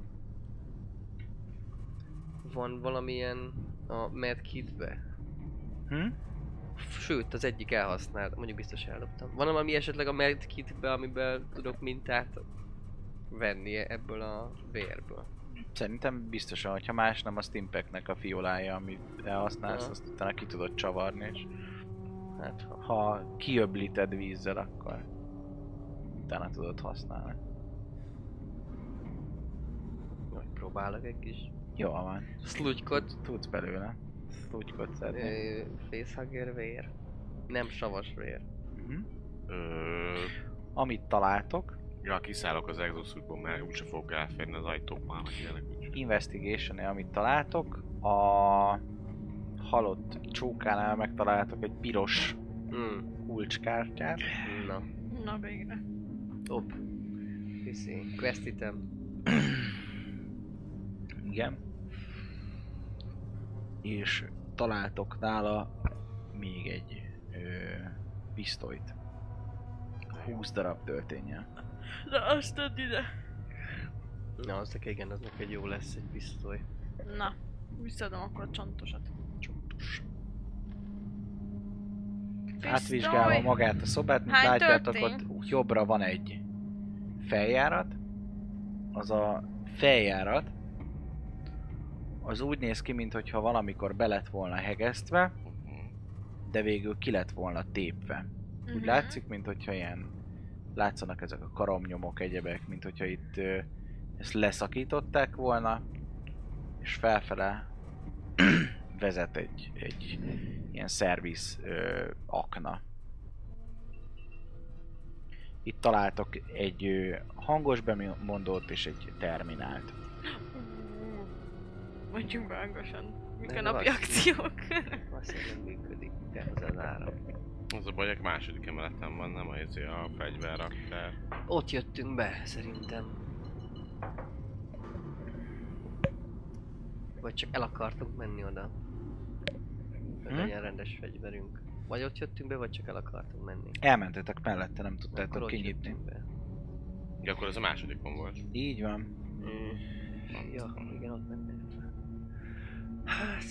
Van valamilyen a medkitbe? Hm? Sőt, az egyik elhasznált, mondjuk biztos elloptam. Van valami esetleg a medkitbe, amiben tudok mintát venni ebből a vérből? Szerintem biztosan, hogyha más nem a Stimpeknek a fiolája, amit elhasználsz, Aha. azt utána ki tudod csavarni, és Hát ha. ha kiöblíted vízzel, akkor utána tudod használni. Majd próbálok egy kis Jól van. szlutykot. Tudsz belőle. Szlutykot szedni. Facehugger vér. Nem savas vér. Mhm. Ö, Amit találtok, ja, kiszállok az exosuitból, mert úgyse fogok elférni az ajtók már, meg ilyenek, úgyhogy. investigation amit találtok, a halott csókánál megtaláltok egy piros kulcskártyát. Na. Na végre. Hopp. Quest item. Igen. És találtok nála még egy pisztolyt. 20 darab tölténnyel. Na azt add ide. Na, az neki igen, az neked jó lesz egy pisztoly. Na, visszaadom akkor a csontosat. Csontos. Pisztoly. Átvizsgálva magát a szobát, mint Hány látjátok, töltény? ott jobbra van egy feljárat. Az a feljárat az úgy néz ki, mintha valamikor be lett volna hegesztve, de végül ki lett volna tépve. Úgy Mhm. látszik, mintha ilyen látszanak ezek a karamnyomok, egyebek, mintha itt ezt leszakították volna, és felfele vezet egy ilyen szerviz akna. Itt találtok egy hangos bemondót és egy terminált. Mondjuk be hangosan. Mik a Nem napi az. akciók? Azt nem működik, de az az ára. Az a baj, hogy második emeleten van, nem a fegyverraktár. Ott jöttünk be, szerintem. Vagy csak el akartunk menni oda. Hogy legyen rendes fegyverünk. Vagy ott jöttünk be, vagy csak el akartunk menni. Elmentetek mellette, nem Akkor tudtátok ott kinyitni. jöttünk be. Ja, akkor ez a másodikon volt. Így van. Ja, igen, ott mentünk. Hát...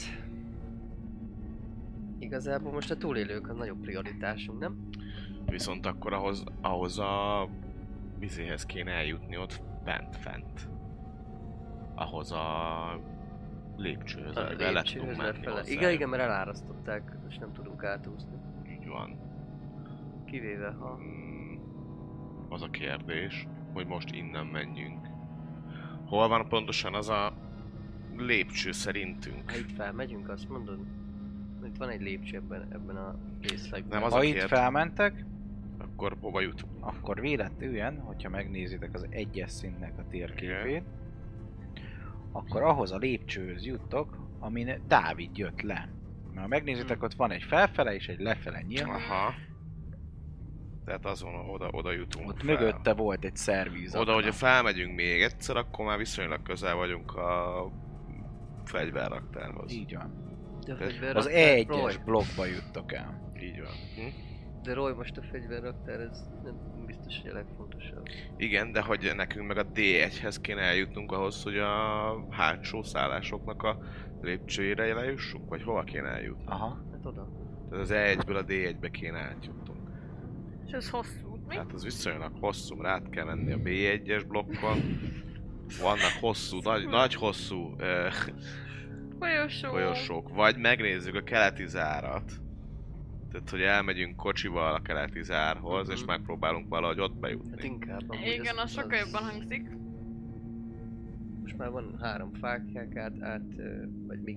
Igazából most a túlélők a nagyobb prioritásunk, nem? Viszont akkor ahhoz a vizéhez kéne eljutni ott fent. Ahhoz a lépcsőhöz, amivel le tudunk menni hozzá. Igen, mert elárasztották, és nem tudunk átúszni. Így van. Kivéve, ha... Az a kérdés, hogy most innen menjünk. Hol van pontosan az a lépcső szerintünk? Ha itt felmegyünk, azt mondod? Itt van egy lépcső ebben a részlegben. Nem, az Ha a itt kérdés. felmentek, Akkor hova jutunk? akkor véletlenül, hogyha megnézitek az egyes szintnek a térképét, akkor ahhoz a lépcsőhöz juttok, amin Dávid jött le. Mert ha megnézitek, ott van egy felfele és egy lefele nyílt. Aha. Tehát azon oda jutunk Ott fel. mögötte volt egy szervíz. Oda, hogyha felmegyünk még egyszer, akkor már viszonylag közel vagyunk a fegyverraktárhoz. Így van. De a Az fegyverraktár, E1-es Roy. blokkba juttok el. Így van. De Roy, most a fegyverraktár, ez nem biztos, hogy a legfontosabb. Igen, de hogy nekünk meg a D1-hez kéne eljutnunk ahhoz, hogy a hátsó szállásoknak a lépcsőjére lejussunk? Vagy hova kéne eljutni? Aha. Hát oda. Tehát az E1-ből a D1-be kéne átjutnunk. És ez hosszú út, mi? Hát az viszonylag hosszú, mert át kell menni a B1-es blokkon. Vannak hosszú, nagy hosszú folyosók. Vagy megnézzük a keleti zárat. Tehát, hogy elmegyünk kocsival a keleti zárhoz, és megpróbálunk valahogy ott Hát bejutni. inkább. amúgy Igen, az sokkal jobban hangzik. Most már van 3 fákják vagy mi?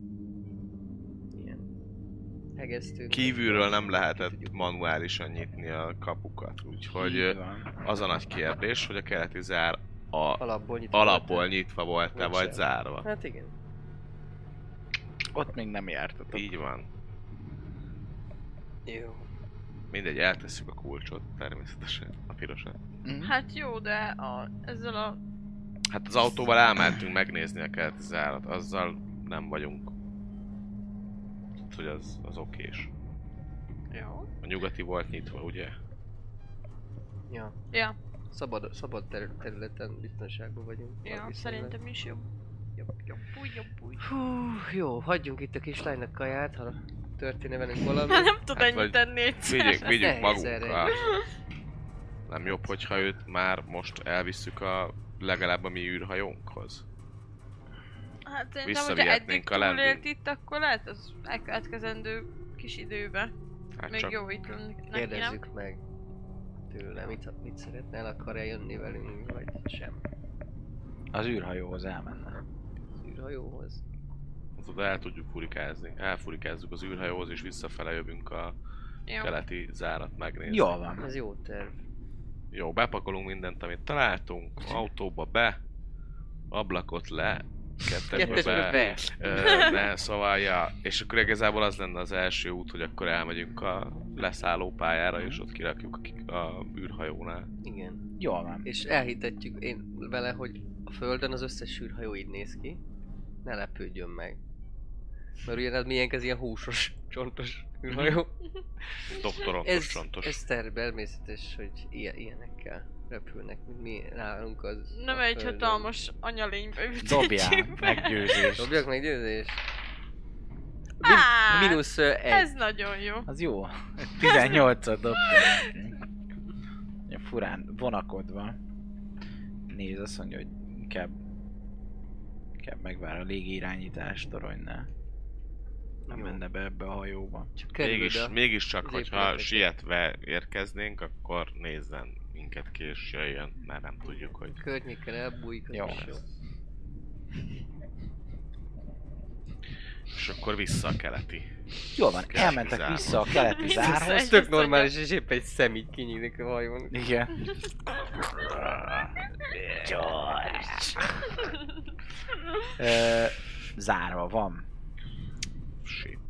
Ilyen hegesztők. Kívülről nem lehetett manuálisan nyitni a kapukat, úgyhogy Így van. az a nagy kérdés, hogy a keleti zár Alapból nyitva nyitva volt-e, Vagy vagy sem. zárva. Hát igen. Ott még nem jártatok. Így van. Jó. Mindegy, eltesszük a kulcsot, természetesen, a pirosat. Mhm. Hát jó, de ezzel a... Hát az autóval elmentünk megnézni a keleti zárat, azzal nem vagyunk. Tehát, hogy az okés. Jó. A nyugati volt nyitva, ugye? Ja. Ja, Szabad területen biztonságban vagyunk. ja, Viszonylag. szerintem is jobb. Jobb úgy. Hú, jó, hagyjunk itt a kislánynak kaját, ha történne velünk valami. Már nem tud Hát ennyit vagy tenni egyszer. Vigyük nehéz magunkkal. erre. Nem jobb, hogyha őt már most elvisszük legalább a mi űrhajónkhoz? Hát szerintem, hogyha Visszavihetnénk eddig a túlélt landing. itt, akkor lehet az elkövetkezendő kis időbe. Hát Még csak jó itt lenni neki, nem? Kérdezzük meg tőle, mit szeretne, el akar-e jönni velünk, vagy sem. Az űrhajóhoz elmenne. Az űrhajóhoz. az oda el tudjuk furikázni. Elfurikázzuk az űrhajóhoz és visszafele jövünk a Jó. keleti zárat megnézni. Jól van. Ez jó terv. Jó, bepakolunk mindent, amit találtunk, autóba be, ablakot le, kettesbe be, ne, szóval, ja, és akkor igazából az lenne az első út, hogy akkor elmegyünk a leszállópályára, és ott kirakjuk a űrhajónál. Igen. Jól van. És elhitetjük én vele, hogy a Földön az összes űrhajó így néz ki. Ne lepődjön meg. Mert ugye ez milyen ez ilyen húsos, csontos űrhajó. Doktorontos csontos. Ez természetes, hogy ilyenekkel repülnek, mint mi nálunk az. Nem a egy Földön. hatalmas anyalénybe Dobjál, ütetjük be. meggyőzés. Dobjak meggyőzés? Á, Mínusz egy. Ez nagyon jó. Az jó. 18-at dobtam. Ja, furán vonakodva. Néz, azt mondja, hogy inkább megvár a légirányítás toronynál. Nem Jó. menne be ebbe a hajóba. Csak kerülj oda. Mégiscsak, az hogyha épületekre. sietve érkeznénk, akkor nézzen minket ki és jöjjön, mert nem tudjuk, hogy... Környéken elbújik az Jó. is jó. És akkor vissza a keleti. Jól van, Keleti elmentek zárba. vissza a keleti zárhoz. Ez tök normális, és épp egy szem így kinyílik a hajón. Igen. Zárva van. Shit.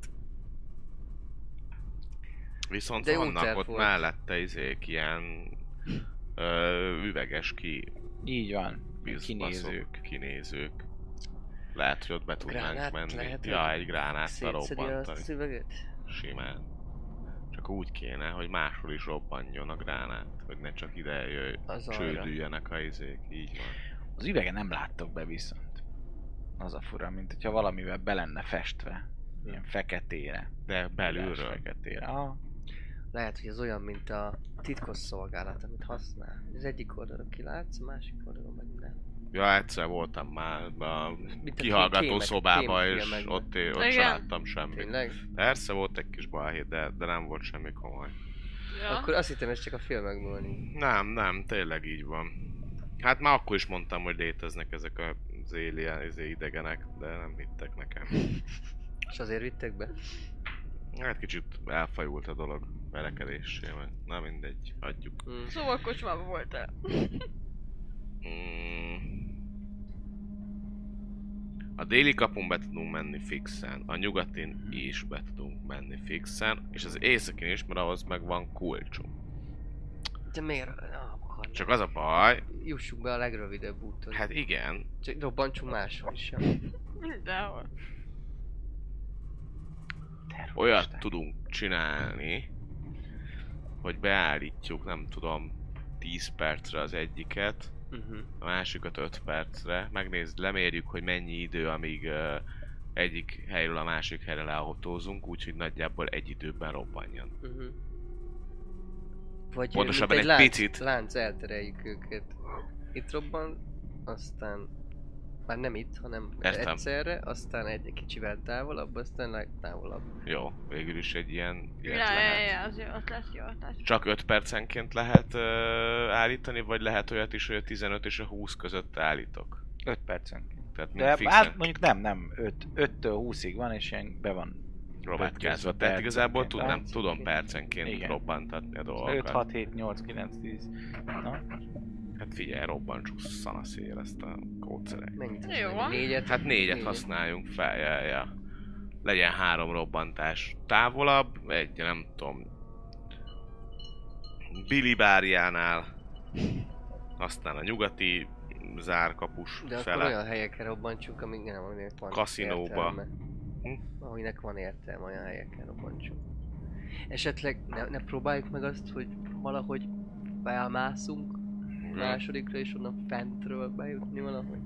Viszont De jó vannak terv ott volt. mellette izék, üveges Így van. kinézők. Kinézők. Lehet, hogy ott be tudnánk Gránát menni. lehet, Ja, hogy egy gránáttal Szétszedi a robbantani. szüveget? Simán. Csak úgy kéne, hogy máshol is robbanjon a gránát. Hogy ne csak ide Az arra. csődüljenek a izék. Így van. Az üvegen nem láttok be viszont. Az a fura, mint hogyha valamivel be lenne festve. Ilyen feketére. De belülről. Feketére. Ah. Lehet, hogy ez olyan, mint a titkos szolgálat, amit használ. Az egyik oldalon kilátsz, a másik oldalon meg nem. Ja, egyszer voltam már a Mint a kihallgató kémek- szobába, és kémfilmekben. ott Igen. sem láttam semmit. Tényleg? Persze volt egy kis balhé, de nem volt semmi komoly. Ja. Akkor azt hittem, ez csak a filmekből nincs. Nem, tényleg így van. Hát már akkor is mondtam, hogy léteznek ezek az alien idegenek, de nem hittek nekem. És azért vittek be? Hát kicsit elfajult a dolog verekedéssel, vagy na mindegy, adjuk. Szóval kocsmában voltál. A déli kapun be tudunk menni fixen, a nyugatin is be tudunk menni fixen, és az északin is, mert ahhoz meg van kulcsunk. De miért? Nem akarnám. Csak az a baj, Jussunk be a legrövidebb úton. hát igen, Csak robbantsunk máshol is. Ja. Mindenhol. olyat tudunk csinálni, hogy beállítjuk, nem tudom, 10 percre az egyiket, a másikat 5 percre, lemérjük, hogy mennyi idő, amíg egyik helyről a másik helyre leautózunk, úgyhogy nagyjából egy időben robbanjon. Vagy Pontosabban mint egy lánc, picit. lánc eltereljük őket. Itt robban, aztán már nem itt, hanem Értem. egyszerre, aztán egy kicsivel távolabb, aztán legtávolabb. Jó, végül is egy ilyen Ja, lehet. az jó ötlet, jó ötlet. Csak 5 percenként lehet állítani, vagy lehet olyat is, hogy a 15 és a 20 között állítok? 5 percenként. Tehát De mind fixen hát mondjuk nem, 5-től 20-ig van, és ilyen be van robotkázva. öt Tehát igazából percenként. tudom percenként Igen. robbantatni a 5, dolgokat. 6, 7, 8, 9, 10. Na, Hát figyelj, robbantsuk szanaszél ezt a kódszerek. Mennyit Jó használjuk? van. 4-et? Hát 4-et használjunk fel, ja. Legyen 3 robbantás távolabb, egy nem tudom, Billy bárjánál, aztán a nyugati zárkapus De akkor fele. olyan helyekre robbantsuk, amik nem, aminek van Kaszinóba. értelme. Hm? Aminek van értelme, olyan helyeken robbantsuk. Esetleg ne próbáljuk meg azt, hogy valahogy felmászunk másodikra, és onnan fentről bejutni valahogy.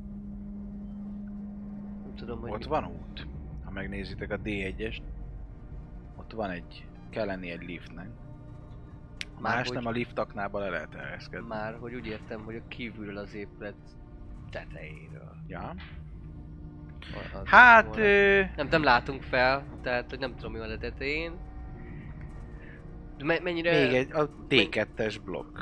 Nem tudom, hogy ott mi- van út. Ha megnézitek a D1-est, ott van kell lenni egy liftnek. Már Más hogy- nem a lift aknába le lehet ereszkedni. Már, hogy úgy értem, hogy a kívülről az épület tetejéről. Ja. Az Hát... volna. Nem látunk fel, tehát hogy nem tudom mi van a tetején. De mennyire... Még egy, a D2-es blokk.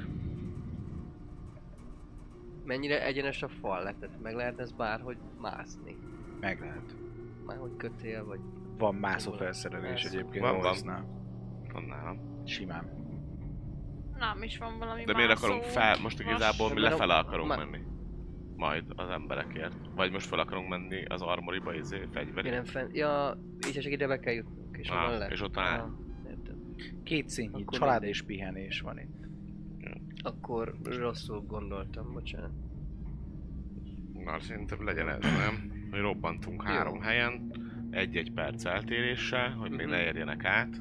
Mennyire egyenes a fal lett, tehát meg lehetne ezt bárhogy mászni. Meg lehet. Már hogy kötél, vagy... Van mászó felszerelés Mászó. egyébként. Van. Norrisnál. Van nálam. Simán. Nem is van valami De miért mászó, akarunk fel? Most igazából mi Mert lefele akarunk ma- menni. Majd az emberekért. Vagy most fel akarunk menni az armoriba, fegyveré. Ja, nem fenn... Ja, így csak ide be kell jutnunk, és onnan le. És ott áll. Értem. 2 szintnyi Akkor család mindegy. és pihenés van itt. Akkor rosszul gondoltam, bocsánat. Na, szerintem legyen ez, nem? Hogy robbantunk 3 Jó. helyen, 1-1 perc eltéréssel, hogy még ne érjenek át.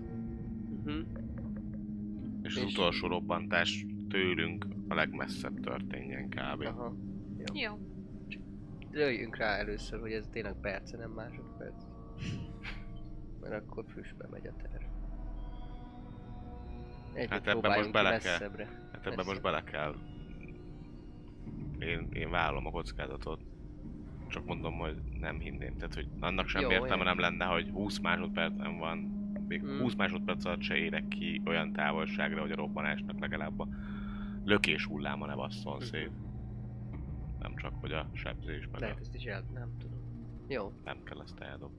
És az És- utolsó robbantás tőlünk a legmesszebb történjen kb. Aha. Jó. Lőjünk rá először, hogy ez tényleg perce, nem másodperc. Mert akkor füstbe megy a terv. Egyet Hát ebben próbáljunk most bele ki kell. messzebbre. Hát ebben most bele kell. Én vállalom a kockázatot. Csak mondom, hogy nem hinném. Tehát, hogy annak sem Jó, értelme olyan. nem lenne, hogy 20 másodpercen van. Még 20 másodperc alatt se érek ki olyan távolságra, hogy a robbanásnak legalább a lökés hulláma ne basszon szét. Nem csak, hogy a sebzés meg Lehet ezt is nem tudom. Jó, nem kell ezt eldobni.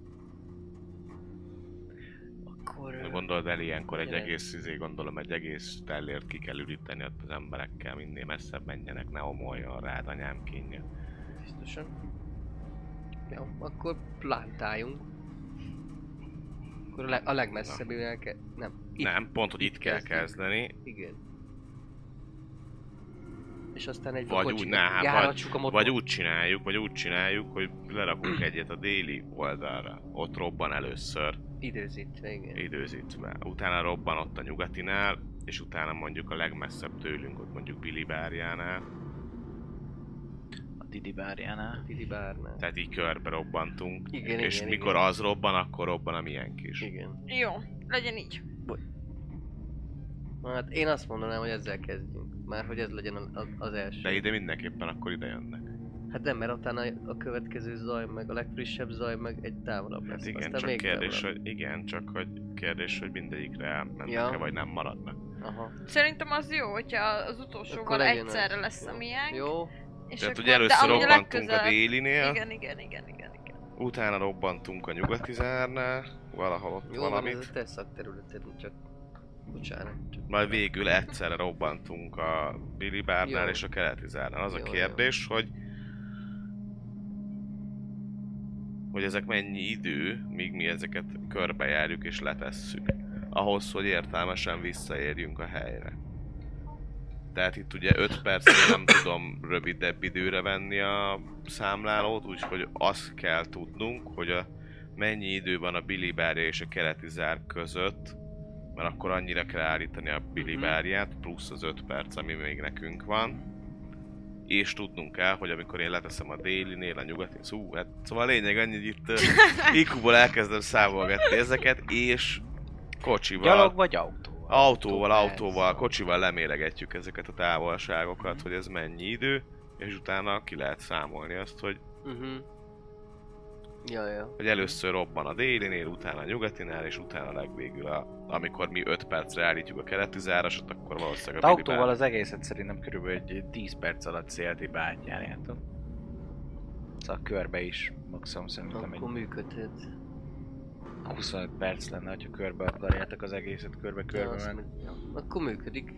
akkor... Gondold el, ilyenkor egy Gyere. gondolom egy egész tellért ki kell üríteni ott az emberekkel, minél messzebb menjenek, ne omoljon rád anyám kínja. Biztosan. Jó, akkor plantáljunk. Akkor a legmesszebb kell... Nem. Nem, pont, hogy itt kell kezdjük. kezdeni. Igen. És aztán egy Vagy kocsiba úgy, hát járatsuk a motor. vagy úgy csináljuk, hogy lerakunk egyet a déli oldalra. Ott robban először, Időzítve, igen. időzítve. Utána robban ott a nyugatinál, és utána mondjuk a legmesszebb tőlünk, ott mondjuk Billy bárjánál. A Didi bárjánál. Didi bárnál. Tehát így körbe robbantunk. Igen, és igen, mikor igen. az robban, akkor robban a miénk is. Igen. Jó, legyen így. Hát én azt mondanám, hogy ezzel kezdjünk. Már hogy ez legyen az első. De ide mindenképpen akkor ide jönnek. Hát nem, mert utána a következő zaj, meg a legfrissebb zaj, meg egy távolabb lesz. Hát igen, Aztán csak még kérdés, távolabb. hogy kérdés, hogy mindegyikre elmennek-e, Ja. vagy nem maradnak. Aha. Szerintem az jó, hogyha az utolsóval Akkor legyen egyszerre az. lesz a Jó. miénk. Jó. És Tehát akkor, ugye először de amúgy robbantunk a legközelebb- délinél, Igen. utána robbantunk a nyugati zárnál, valahol ott Jó, van, ez valamit. a te szakterületed, csak... Bocsánat. Csak... Majd végül egyszerre robbantunk a Billy bárnál Jó. és a keleti zárnál. Az a Jó, kérdés, hogy ezek mennyi idő, míg mi ezeket körbejárjuk és letesszük. Ahhoz, hogy értelmesen visszaérjünk a helyre. Tehát itt ugye 5 percre nem tudom rövidebb időre venni a számlálót, úgyhogy azt kell tudnunk, hogy mennyi idő van a Billy Bárja és a keleti zár között, mert akkor annyira kell állítani a Billy Bárját, plusz az 5 perc, ami még nekünk van. És tudnunk kell, hogy amikor én leteszem a délinél, a nyugatin, szóval a lényeg annyi, hogy itt IQ-ból elkezdem számolgatni ezeket, és kocsival... Gyalog vagy autóval? Autóval, kocsival lemélegetjük ezeket a távolságokat, hogy ez mennyi idő, és utána ki lehet számolni azt, hogy hogy először robban a délinél, utána a nyugatinál, és utána legvégül, amikor mi 5 percre állítjuk a keleti zárasot, akkor valószínűleg a autóval az egészet szerintem körülbelül egy 10 perc alatt széltibe átjárjátok. Szóval körbe is maximum szerintem akkor működhet. 25 perc lenne, hogyha körbe akarjátok az egészet, körbe-körbe menni. Akkor működik.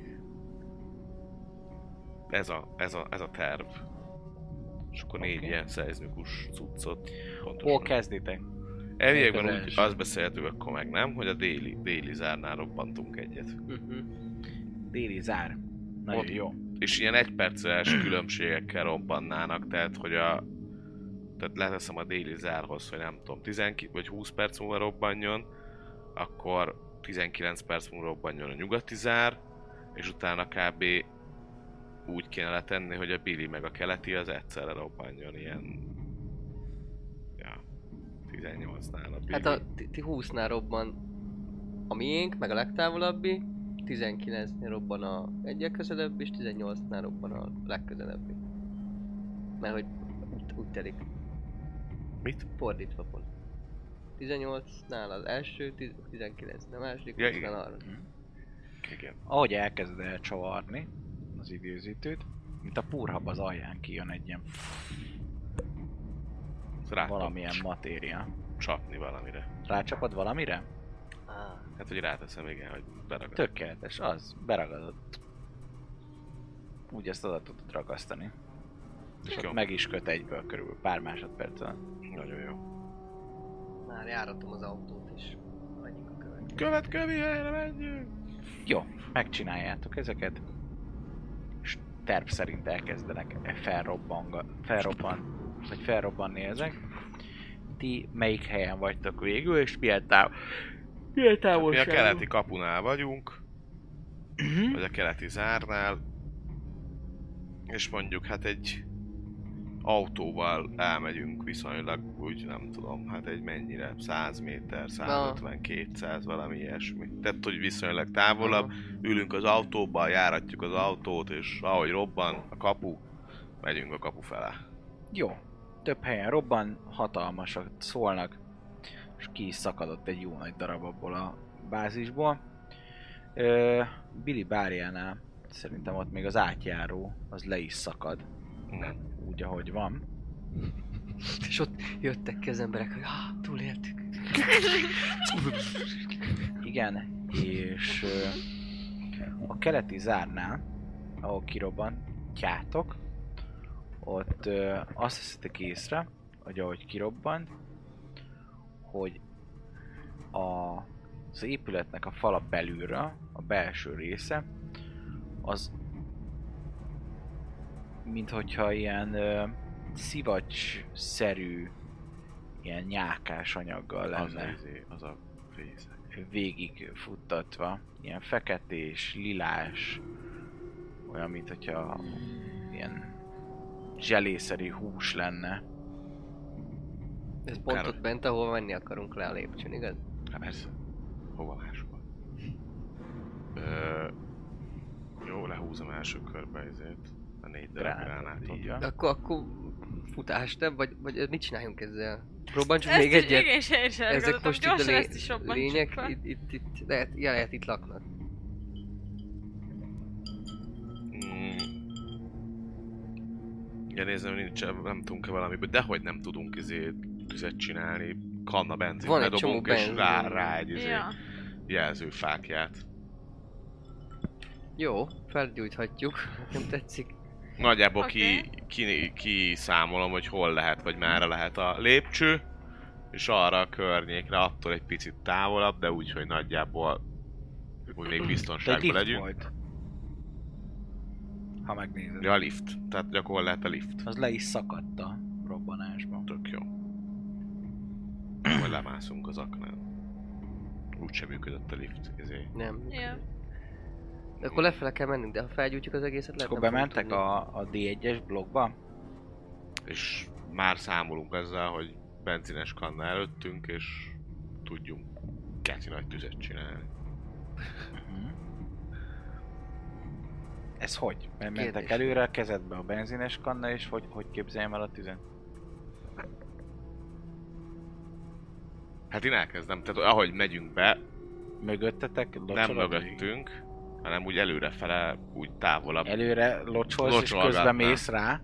Ez a terv. És akkor 4 ilyen szeizmikus cuccot. Hol kezditek? Elviekben úgy azt beszéltük akkor meg nem, hogy a déli zárnál robbantunk egyet. Déli zár. Nagyon ott, jó. És ilyen 1 perces különbségekkel robbannának, tehát hogy tehát leteszem a déli zárhoz, hogy nem tudom, 19 vagy 20 perc múlva robbanjon, akkor 19 perc múlva robbanjon a nyugati zár, és utána kb. Úgy kéne letenni, hogy a Billy meg a keleti az egyszerre robbanjon ilyen... Ja, 18-nál a Billy. Hát ti 20-nál robban a miénk, meg a legtávolabbi, 19-nél robban a egyek közelebbi, és 18-nál robban a legközelebbi. Mert hogy úgy telik. Mit? Fordítva pont. 18-nál az első, 19-nál a második, ja, 20-nál arra. Igen. Ahogy elkezd el csavarni az időzítőt, mint a púrhab az alján kijön egy ilyen valamilyen matéria. Csapni valamire. Rácsapod valamire? Hát, hogy ráteszem, igen, hogy beragad. Tökéletes, az, beragadott. Úgy ezt oda tudod ragasztani. És ott meg is köt egyből körül, pár másodperccel. Nagyon jó. Már járatom az autót és menjünk a következő. Következő helyre menjünk! Jó, megcsináljátok ezeket. És terv szerint elkezdenek felrobbanni ezek. Ti melyik helyen vagytok végül, és milyen távolságban? Mi a keleti kapunál vagyunk, vagy a keleti zárnál, és mondjuk hát egy autóval elmegyünk viszonylag, úgy nem tudom, hát egy mennyire, 100 méter, 150, 200, valami ilyesmi. Tehát, hogy viszonylag távolabb, ülünk az autóba, járatjuk az autót, és ahogy robban a kapu, megyünk a kapu fele. Jó, több helyen robban, hatalmasat szólnak, és ki is szakadott egy jó nagy darab abból a bázisból. Billy Bárjánál szerintem ott még az átjáró, az le is szakad. Úgy, ahogy van. És ott jöttek ki az emberek, hogy túléltük. Igen, és a keleti zárnál, ahol kirobbantjátok, ott azt veszitek észre, hogy ahogy kirobbant, hogy az épületnek a fala belülről, a belső része, az minthogyha ilyen szivacs-szerű, ilyen nyákás anyaggal lenne. Az a része. Végig futtatva. Ilyen feketés, lilás, olyan, minthogyha ilyen zselészerű hús lenne. Ez pont ott bent, ahol menni akarunk le a lépcsőn, igaz? Hát persze. Hova máshol? Jó, lehúzom első körbe ezért. A 4 darab gránátot. Akkor futás, nem? Vagy mit csináljunk ezzel? Próbáljuk még egyet? Igen, ezek most itt a lények, itt lehet itt laknak. Ja, nézem, nincs, nem tudunk-e valamiből, dehogy nem tudunk tüzet csinálni. Kanna benzin, van egy csomó és rá egy ja. jelzőfákját. Jó, felgyújthatjuk, nem tetszik. Nagyjából ki számolom, hogy hol lehet, vagy merre lehet a lépcső, és arra a környékre, attól egy picit távolabb, de úgy, hogy nagyjából úgy még biztonságban legyünk. Volt. Ha megnézed. Ja, a lift. Tehát gyakorlatilag a lift. Az le is szakadt a robbanásban. Tök jó. Majd lemászunk az aknán. Úgysem működött a lift, ezért. Nem. Ja. De akkor lefele kell mennünk, de ha felgyújtjuk az egészet, lehet Akkor nem bementek fogunk a D1-es blokkba? És már számolunk ezzel, hogy benzines kanna előttünk, és tudjunk keci nagy tüzet csinálni. Ez hogy? Mert mentek Kérdés. előre a kezedbe a benzines kanna, és hogy képzeljem el a tüzet? Hát én elkezdem, tehát ahogy megyünk be, Mögöttetek? nem locsolod? mögöttünk, hanem úgy előrefele, úgy távolabb. Előre locsolsz, és Locsolgatnám. közben mész rá?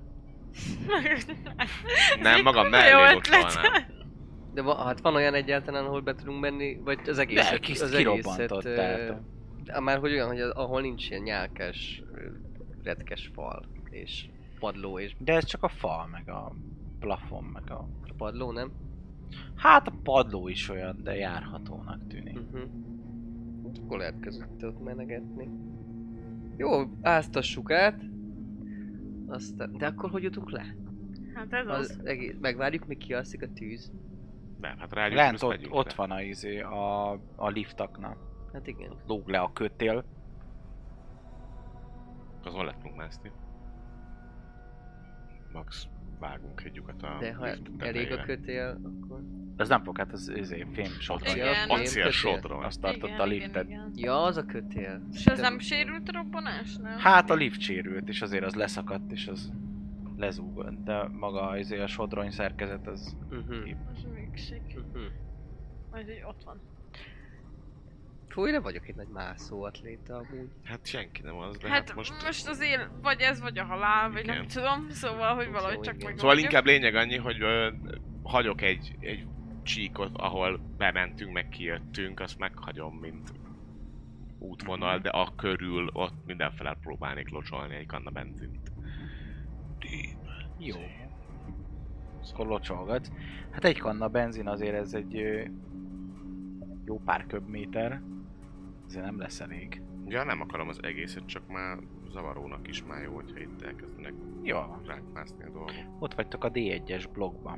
Nem, magam Jó mellé ötlet. locsolnám. De hát van olyan egyáltalán, ahol be tudunk menni, vagy az egészet? De, kis az kirobbantott, egészet, tehát. Már hogy olyan, hogy ahol nincs ilyen nyálkás, retkes fal, és padló, és De ez csak a fal, meg a plafon, meg a... padló, nem? Hát a padló is olyan, de járhatónak tűnik. Akkor lehet között ott menegetni. Jó, áztassuk át. Aztán, de akkor hogy jutunk le? Hát ez az. Az egész, megvárjuk, míg kialszik a tűz. Nem, hát rájuk Lent ott van a liftakna. Hát igen. Lóg le a kötél. Azon le tudunk mászni. Max vágunk egy lyukat a De ha lift elég a tetejére. kötél, akkor... Ez nem fog, hát az fém sodron. Igen. Acél Kötél. sodron. Azt tartott a liftet. Igen. Ja, az a kötél. És ez nem sérült a robbanásnál? Hát a lift sérült, és azért az leszakadt, és az lezúgott. De maga a sodrony szerkezet az... Az működik. Majd hogy ott van. Fú, én nem vagyok egy nagy mászó atléta amúgy. Hát senki nem az, de Hát hát most azért vagy ez, vagy a halál, vagy nem Igen. tudom. Szóval, hogy valahogy Jó, csak igen. meg. Szóval inkább lényeg annyi, hogy hagyok egy csíkot, ahol bementünk, meg kijöttünk, azt meghagyom, mint útvonal, de a körül ott mindenfele próbálnék locsolni egy kanna benzint. Jó. Akkor locsolgatsz. Hát egy kanna benzin azért ez egy jó pár köbméter. Ezért nem lesz elég. Ja, nem akarom az egészet, csak már zavarónak is már jó, hogyha itt elkezdenek Jó. ránk mászni a dolgok. Ott vagytok a D1-es blokkban.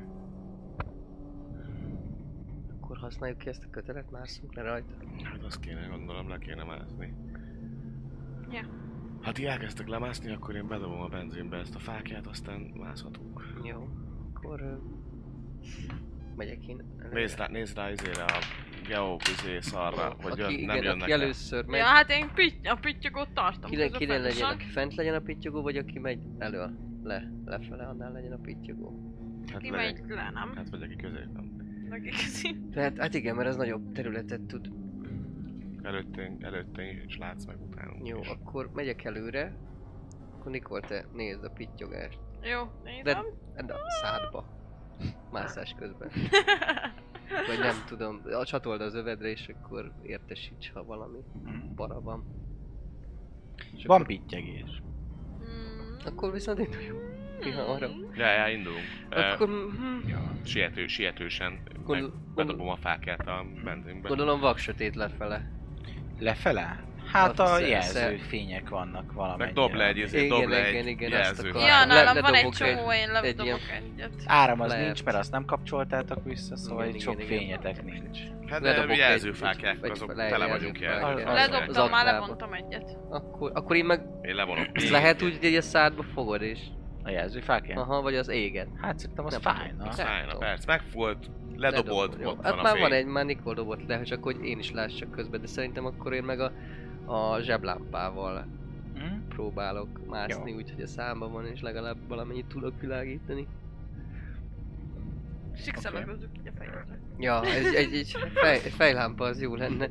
Akkor használjuk ki ezt a kötelet, mászunk le rajta. Hát azt kéne, gondolom, le kéne mászni. Ja. Ha ti elkezdtek lemászni, akkor én bedobom a benzinbe ezt a fákját, aztán mászhatunk. Jó, akkor... megyek én. Nézd rá izére a geóküzé szarra, hogy aki, nem igen, jönnek aki el. először megy. Ja, hát én a pittyogót tartom. Kinek legyen, közösen. aki fent legyen a pittyogó, vagy aki megy elől? Lefele, annál legyen a pittyogó. Hát Ki legyek. megy le, nem? Hát vagy aki középen. Aki közé. Tehát, hát igen, mert az nagyobb területet tud. Előtte is látsz meg utánunk Jó, is. akkor megyek előre. Akkor Nikol, te nézd a pittyogást. Jó, nézem. De a szádba. Mászás közben. Vagy nem tudom, csatold az övedre és akkor értesíts, ha valami para van. És Van akkor, pittyegés. akkor viszont induljunk. Mi hamarabb. Ja, indulunk. Akkor... Sietősen meg Gondol- bedobom a fákját a benzinbe. Gondolom vaksötét lefele. Lefele? Hát a Azt jelzőfények vannak Meg dob le egy, Igen, dob le igen, egy igen, azt jelző. akarom. Ja, nálam van egy ledobok csomó, én egy ledobok ilyen- egyet. Áram az Lehet. nincs, mert azt nem kapcsoltátok vissza, szóval Igen, itt sok igen, igen. fényetek nincs. Hát Ledobok de egy- jelzőfákják, egy- azok egy- tele vagyunk jelzőfákják. jelzőfákják. Ledobtam, már aktába. levontam egyet. Akkor én meg Én levonom. ezt lehet úgy, hogy a szádba fogod és... A jelzőfákján? Aha, vagy az égen. Hát szerintem az Nem fájna. Az Nem fájna, tudom. perc. Megfolt, ledobolt, Jó. ott Hát van a már fény. van egy, már Nikol dobott le, csak hogy én is lássak közben, de szerintem akkor én meg a zseblámpával próbálok mászni, úgyhogy a számban van és legalább valamennyit tudok világítani. Sikszelemezzük így a fejedre. Ja, egy fejlámpa az jó lenne.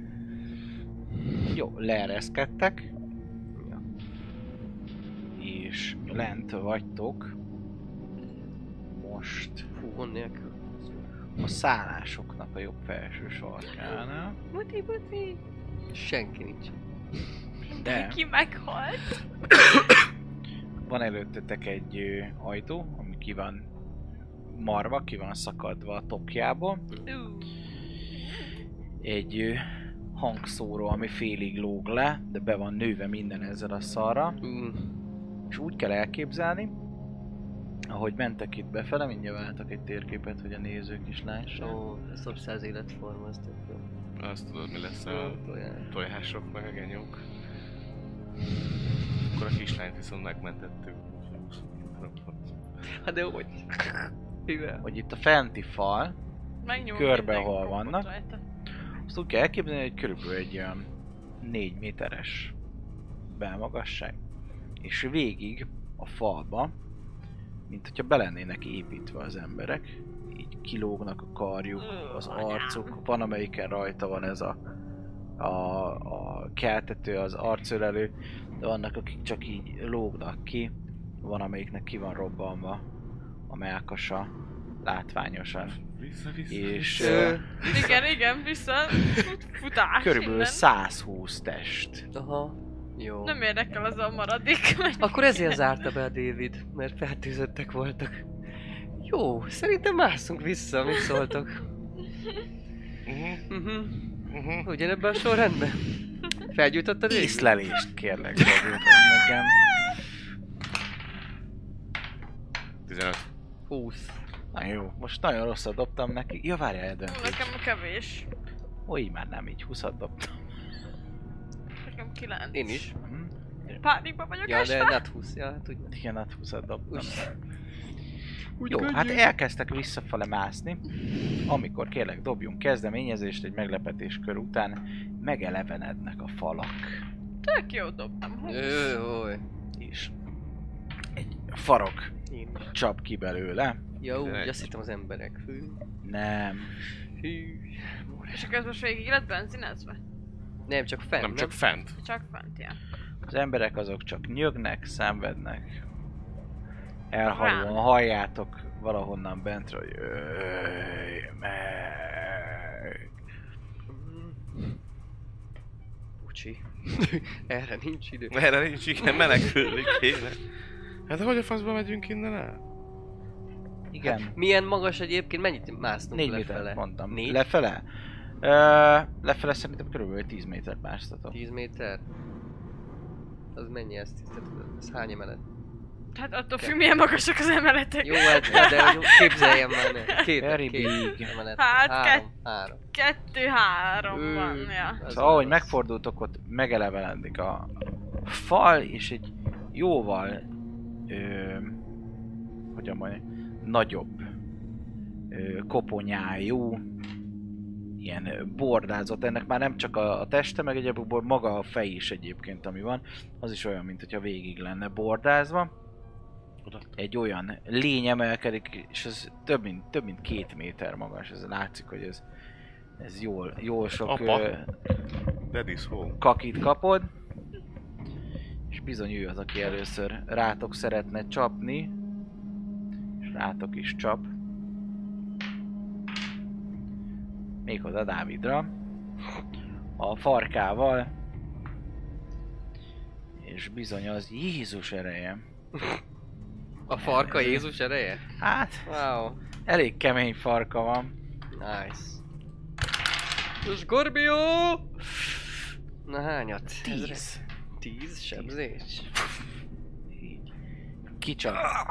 Jó, leereszkedtek. És lent vagytok. Most Fú, gond nélkül. a szállásoknak a jobb felső sarkánál. Buti. Senki nincs. De Ki meghalt. van előttetek egy ajtó, ami ki van marva, ki van szakadva a tokjából. Egy hangszóró, ami félig lóg le, de be van nőve minden ezzel a szarra. És úgy kell elképzelni, ahogy mentek itt befele, mindjárt váltak egy térképet, hogy a nézők is lássák. Ó, ez top 100 életforma, azt tök jó. Azt tudod, mi lesz a Tojás. tojások meg a genyók. Akkor a kislányt viszont megmentettük. Hát de hogy? Mivel? Hogy itt a fenti fal, Megnyom körbe mindenki hol kopott vannak. rajta. azt úgy kell elképzelni, hogy körülbelül egy olyan 4 méteres belmagasság. És végig a falba, mint hogyha be lennének építve az emberek, így kilógnak a karjuk, az arcuk, van amelyiken rajta van ez a keltető, az arcölelő, de vannak akik csak így lógnak ki, van amelyiknek ki van robbanva a mellkasa látványosan. Vissza. És Igen, vissza. Futás. körülbelül innen. 120 test. Aha. Jó. Nem érdekel az a maradék. Akkor ezért zárta be a David, mert fertőzöttek voltak. Jó, szerintem másszunk vissza, mit szóltok? Ugyanebben a sorrendben? Felgyújtottad végig? Észlelést kérlek, David, nekem. 15. 20. Na jó, most nagyon rosszat dobtam neki. Ja, várjál, eldöntés. Nekem kevés. Ó, így már nem, így 20-at dobtam. Nekem 9. Én is. Pánikba vagyok Ja, de este. nat 20, ja, tudja. Igen, hát 20-at dobtam. Úgy Jó, könnyű. hát elkezdtek visszafele mászni, amikor kérlek dobjunk kezdeményezést egy meglepetés kör után, megelevenednek a falak. Tök jó dobtam. Oly. És egy farok Én is. csap ki belőle. Ja, úgy, 11. azt hittem az emberek. Hű. Nem. Hű. És akkor ez most végig lett benzinezve? Nem, csak fenn, Nem, csak fent. Csak fent, ja. Az emberek azok csak nyögnek, szenvednek. Elhalóan Rám. halljátok valahonnan bentről, hogy jöjj meg. Ucsi. Erre nincs idő. Erre nincs igen, menekülni kéne. Hát hogy a faszba megyünk innen el? Igen. Milyen magas egyébként? Mennyit másztunk 4 lefele? métert mondtam. 4? Lefele? Lefele szerintem körülbelül 10 métert másztatok. 10 méter? Az mennyi ez? Ez hány emelet? Hát attól függ, milyen magasak az emeletek. Jó, hát, de hogy képzeljem már ne. Very Két big. emelet. Hát, Három. 2-3 van, ja. Az Szóval ahogy az. megfordultok, ott megelevenedik a fal, és egy jóval hogyan mondjam, nagyobb koponyájú ilyen bordázott, ennek már nem csak a teste, meg egyébként maga a fej is egyébként, ami van, az is olyan, mint hogyha végig lenne bordázva. Egy olyan lény emelkedik, és ez több mint 2 méter magas, ez látszik, hogy ez jól sok Apa. Daddy's home. kakit kapod. És bizony ő az, aki először rátok szeretne csapni. És rátok is csap. Méghozzá Dávidra. A farkával. És bizony az Jézus ereje. A farka Jézus ereje? Hát, Wow. elég kemény farka van. Nice. Scorpio! Na hányat? 10. 10 sebzés? Így. Kicsap.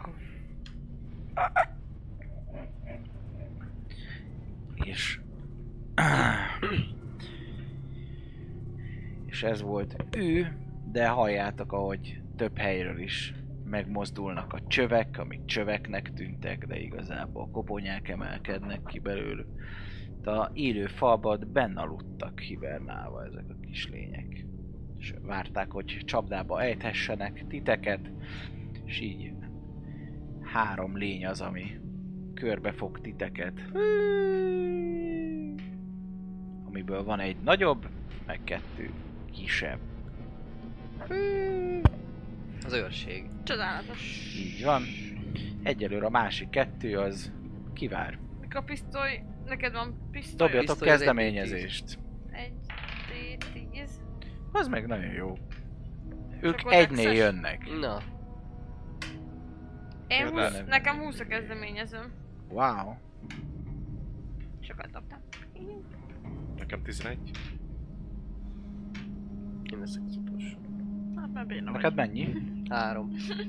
És... és ez volt ő, de halljátok, ahogy több helyről is megmozdulnak a csövek, amik csöveknek tűntek, de igazából koponyák emelkednek ki belőlük. De a élő falban benn aludtak hibernálva ezek a kis lények. És várták, hogy csapdába ejthessenek titeket, és így 3 lény az, ami körbefog titeket. Amiből van egy nagyobb, meg 2 kisebb. Az őrség. Csodálatos. Így van. Egyelőre a másik 2 az kivár. A pisztoly, neked van pisztoly? Dobjatok pisztoly az kezdeményezést. 1D10. Az meg nagyon jó. Ők akkor egynél Dexes? jönnek. Na, Én Például 20, nem. nekem 20 a kezdeményezőm. Wow. Sokat dobtam. Nekem 11. én leszek az utolsó. Hát Már béna vagy. Neked mennyi? 3.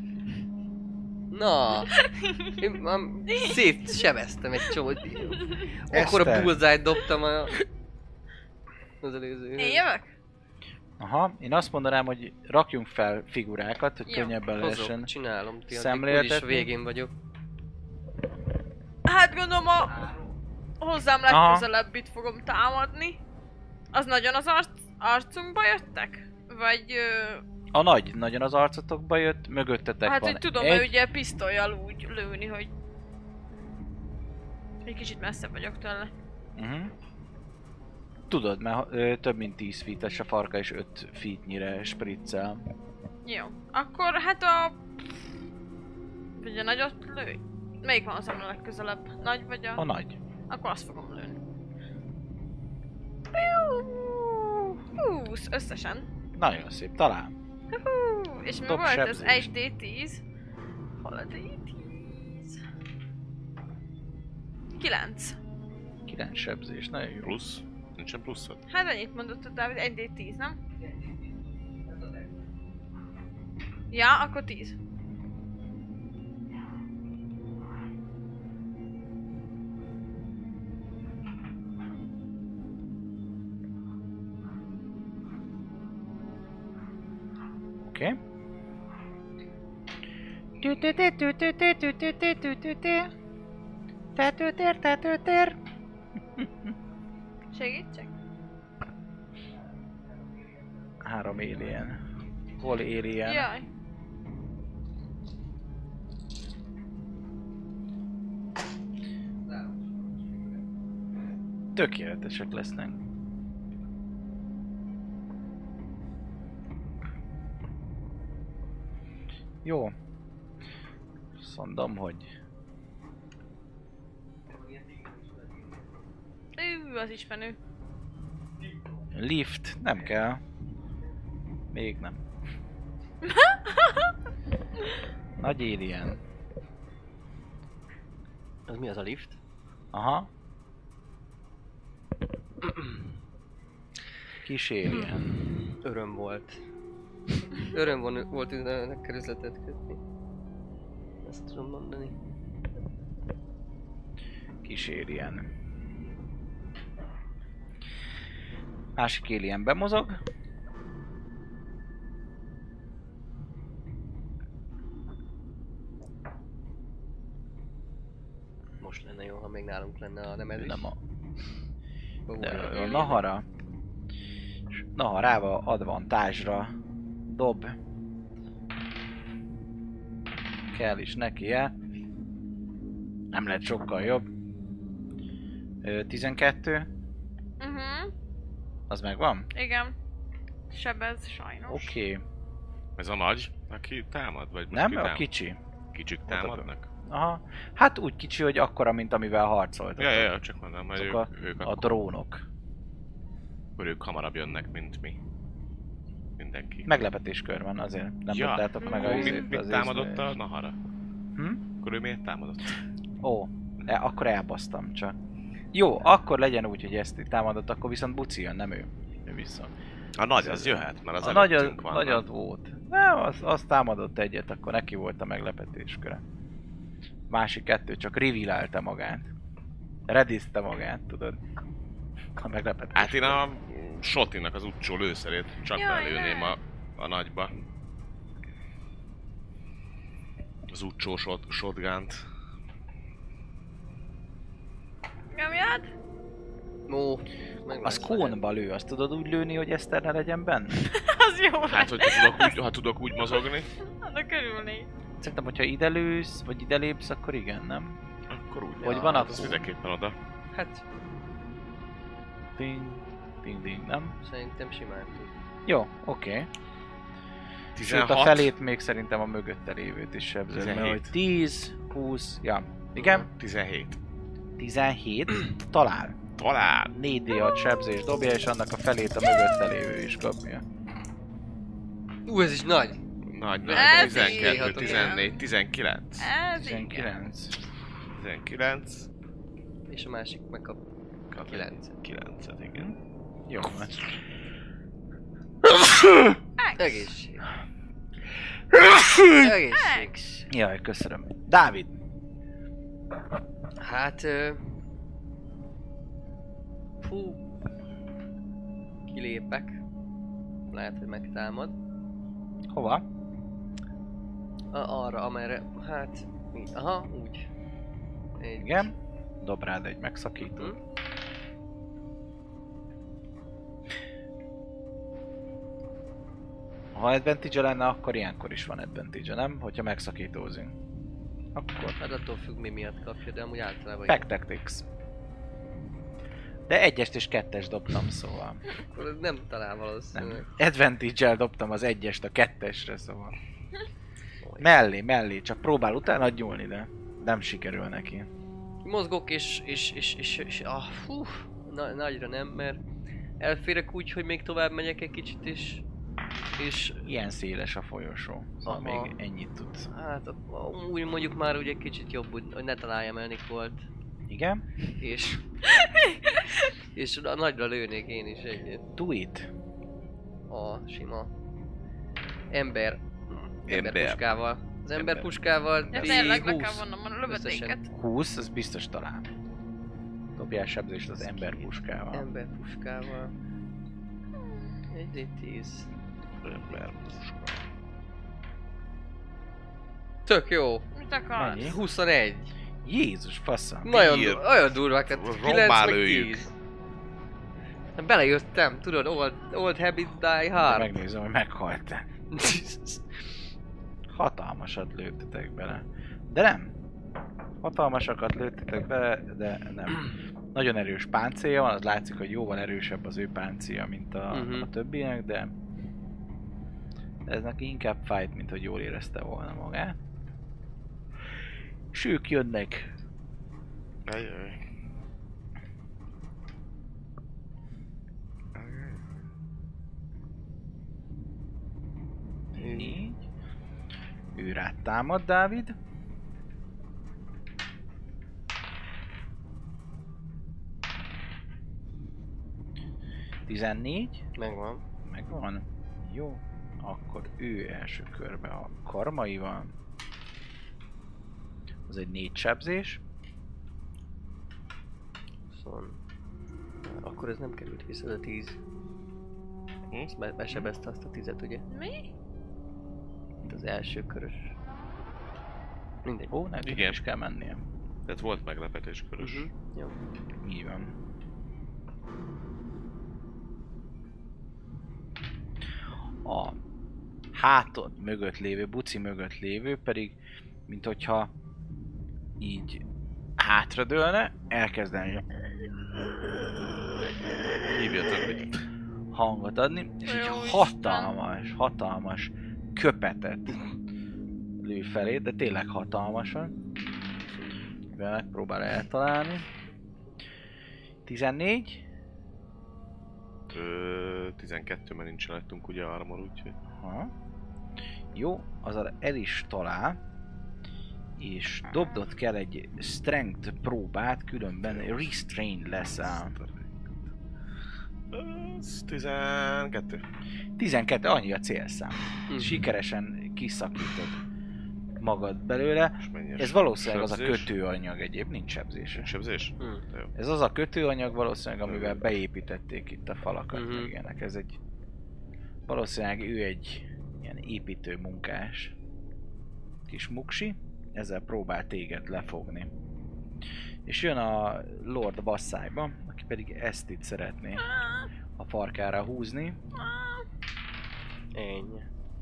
Na, én már szétsebeztem egy csomót. Akkor a bullseye dobtam az előző. Én jövök? Aha, én azt mondanám, hogy rakjunk fel figurákat, hogy Jó. könnyebben lehessen Csinálom, ti szemléltetni. úgyis végén vagyok. Hát gondolom a hozzám legközelebbit fogom támadni. Az nagyon az arcunkba jöttek? Vagy... A nagy, nagyon az arcotokba jött, mögöttetek hát van hogy tudom, egy. hogy ugye pisztollyal úgy lőni, hogy... Egy kicsit messzebb vagyok tőle. Tudod, mert több mint 10 feet-es a farka és 5 feet-nyire spriccel. Jó. Akkor hát a... Ugye nagyot lőj? Melyik van az a legközelebb? Nagy vagy a... A nagy. Akkor azt fogom lőni. 20 összesen. Nagyon szép, talán. És mi Dob volt ez? sebzést. 1d10. Hol a d10? 9. 9 sebzés, nagyon jó. Plusz? Nincsen pluszod? Hát ennyit mondott a Dávid, 1d10, nem? Ja, akkor 10. Oké. Tetőtér. Segítsek? 3 alien. Hol alien? Jaj. Tökéletesek lesznek. Jó. Azt mondom, hogy Az is menő. lift nem kell. Még nem. Nagy alien. Az mi az a lift? Aha. Kis alien. Öröm volt. Öröm volt önökkel üzletet kötni. Ezt tudom mondani. Kis alien. Másik alien bemozog. Most lenne jó, ha még nálunk lenne a nemezés. Nem a... Ó, De olyan. a Nahara. És Naharával advantage-ra dob. Kell is nekie. Nem lehet sokkal jobb. 12. Az megvan? Igen. Sebez sajnos. Oké. Ez a nagy, aki támad? Vagy most Nem, ki a támad? kicsi. Kicsik támadnak? Aha. Hát úgy kicsi, hogy akkora, mint amivel harcoltak. Ja, csak mondom, hogy Azok ők a drónok. akkor ők hamarabb jönnek, mint mi. Mindenki. Meglepetéskör van azért. Nem mondtátok meg a izét. Mit az támadott észlelést. a Nahara? Akkor ő miért támadott? Ó, akkor elbasztam csak. Jó, akkor legyen úgy, hogy ezt itt támadott, akkor viszont Buci jön, nem ő. Ő vissza. A nagy az jöhet, mert az A nagy előttünk van. nagy az volt. Nem, az támadott egyet, akkor neki volt a meglepetésköre. Másik kettő csak revealálta magát. Redizte magát, tudod. A meglepetés. Hát én a Shotinak az utcsó lőszerét csak Jaj, belőném ne. a nagyba. Az utcsó shotgunt. Nyomjad? Ó, Az kónba lő, azt tudod úgy lőni, hogy Eszter ne legyen benne? Az jó Hát, lesz. ha tudok úgy mozogni, Annak örülnék. Szerintem, hogyha ide lősz, vagy ide lépsz, akkor igen, nem? akkor úgy. Hogy Ja, van hát akkor? az mindenképpen oda. Hát, Ding, ding, ding, nem? szerintem simán tud. Jó, oké. Sőt, 16. a felét még szerintem a mögötte lévőt is sebzed, mert 17. hogy 10, 20, ja. Igen? 17. 17, talál. Talán. 4D6 sebzés dobja, és annak a felét a mögötte lévő is kapja. Ez is nagy! Nagy, Ez 12, igen. 14, 19. Ez igen. 19. 19. És a másik megkap 9. 9, igen. Jó. Egészség. Egészség. Ex! Jaj, köszönöm. Dávid! Hát... Fú... Kilépek. Lehet, hogy megtámad. Hova? Arra, amerre... Hát... Aha, úgy. Igen. Dob rád egy megszakítót. Hm? Ha advantage lenne, akkor ilyenkor is van advantage, nem? Hogyha megszakítózunk. Akkor... Hát attól függ, mi miatt kapja, de amúgy általában... Pack Tactics. De egyest és kettest dobtam, szóval... Akkor nem talál valószínűleg. Nem. Advantage-el dobtam az egyest a kettesre, szóval... Mellé, csak próbál utána nyúlni, de nem sikerül neki. Mozgok és fú, nagyra nem, mert elférek úgy, hogy még tovább megyek egy kicsit és Ilyen széles a folyosó, szóval Aha. még ennyit tudsz. hát úgy mondjuk már ugye kicsit jobb, hogy ne találjam el Nikolt, Igen? és nagyra lőnék én is egyet. Do it. A sima emberpuskával. Az emberpuskával Ja, tényleg le 20 kell vonnom a lövedéket. 20, az biztos talán. Dobjál sebzést az emberpuskával. Emberpuskával. 1d10. Emberpuska. Tök jó! Mit akarsz? Mennyi? 21. Jézus faszom. Nagyon, Ír. olyan durvák, hát 9 Rommá meg lőjük. 10. Belejöttem, tudod, old habit die hard. Megnézem, hogy meghalt-e. Hatalmasat lőttetek bele. De nem. Hatalmasakat lőttetek bele, de nem. Nagyon erős páncélja van, az látszik, hogy jóval erősebb az ő páncélja, mint a többiek, de ez neki inkább fájt, mint hogy jól érezte volna magát. És ők jönnek. Ajaj. 4. Ő rád támad, Dávid. Tizennégy. Megvan. Megvan. Jó. Akkor ő első körbe a karmaival. Az egy 4 sebzés. Szóval... Akkor ez nem került vissza, a 10. Besebezte azt a 10-et, ugye? Mi? Mint az első körös. Mindegy. Ó, neki Igen. is kell mennie. Tehát volt meglepetés körös. Jó. Így van. A hátad mögött lévő, buci mögött lévő pedig, mint hogyha így hátradőlne, elkezdene Hívjatok, hogy hangot adni, és egy Jó hatalmas köpetet lő felé, de tényleg hatalmasan. Mivel megpróbál eltalálni. 14. 12, mert nincs alattunk ugye armor, úgyhogy... Aha. Jó, az el is talál. És dobdot kell egy strength próbát, különben restrain leszel. Ez 12. 12, annyi a célszám. Sikeresen kiszakítod magad belőle. És mennyi Ez valószínűleg az a sebzés? kötőanyag, egyéb nincs sebzése. Sebzés? De jó. Ez az a kötőanyag valószínűleg, amivel beépítették itt a falakat, Mhm. meg ilyenek. Ez egy... Valószínűleg ő egy ilyen építő munkás kis muksi, ezzel próbál téged lefogni. És jön a Lord Vassályba, aki pedig ezt itt szeretné a farkára húzni. Ennyi.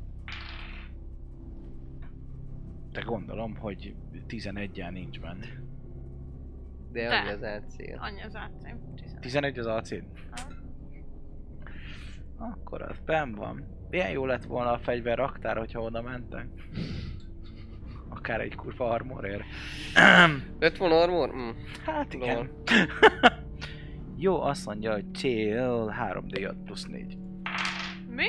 De gondolom, hogy 11-jel nincs benne. De De. annyi az elcél. Annyi az AC. 11 az AC? Akkor az benn van. Milyen jó lett volna a fegyverraktár, hogyha oda mentek. Akár egy kurva armorért. Lett volna armor? Hát igen. Jó, azt mondja, hogy chill 3D6 plusz 4. Mi?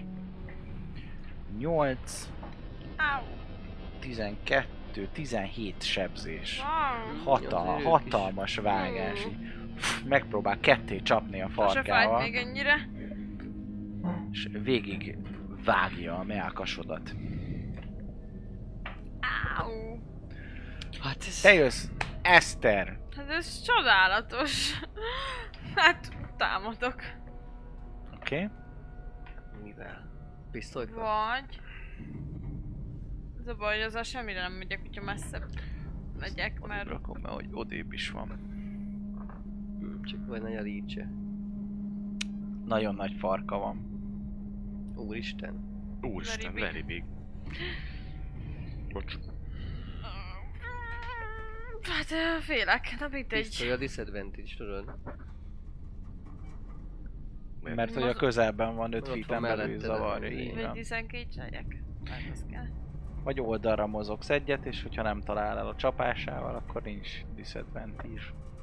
8, Au. 12, 17 sebzés. Wow. Hatalmas vágás. Így megpróbál ketté csapni a Sose fájt farkával. még ennyire. És végig vágja a melkasodat. Áú. Hát ez... Te jössz, Eszter! Hát ez csodálatos. Hát támadok. Oké. Mivel? Pisztolykkal? Vagy... Ez a baj, hogy azzal semmire nem megyek, hogyha messzebb megyek, mert... Rakom be, hogy odébb is van. Csak vagy nagy a reach-e. Nagyon nagy farka van. Úristen. Úristen, Very very big. Bocs. Hát félek, na mit egy... Pisztoly a disadvantage, tudod? Mert hogy a közelben van 5 Ott feet-en van belül melletted, zavarja, így így Vagy van. 12 sejek. Hát az kell. Vagy oldalra mozogsz egyet, és hogyha nem talál el a csapásával, akkor nincs disadvantage.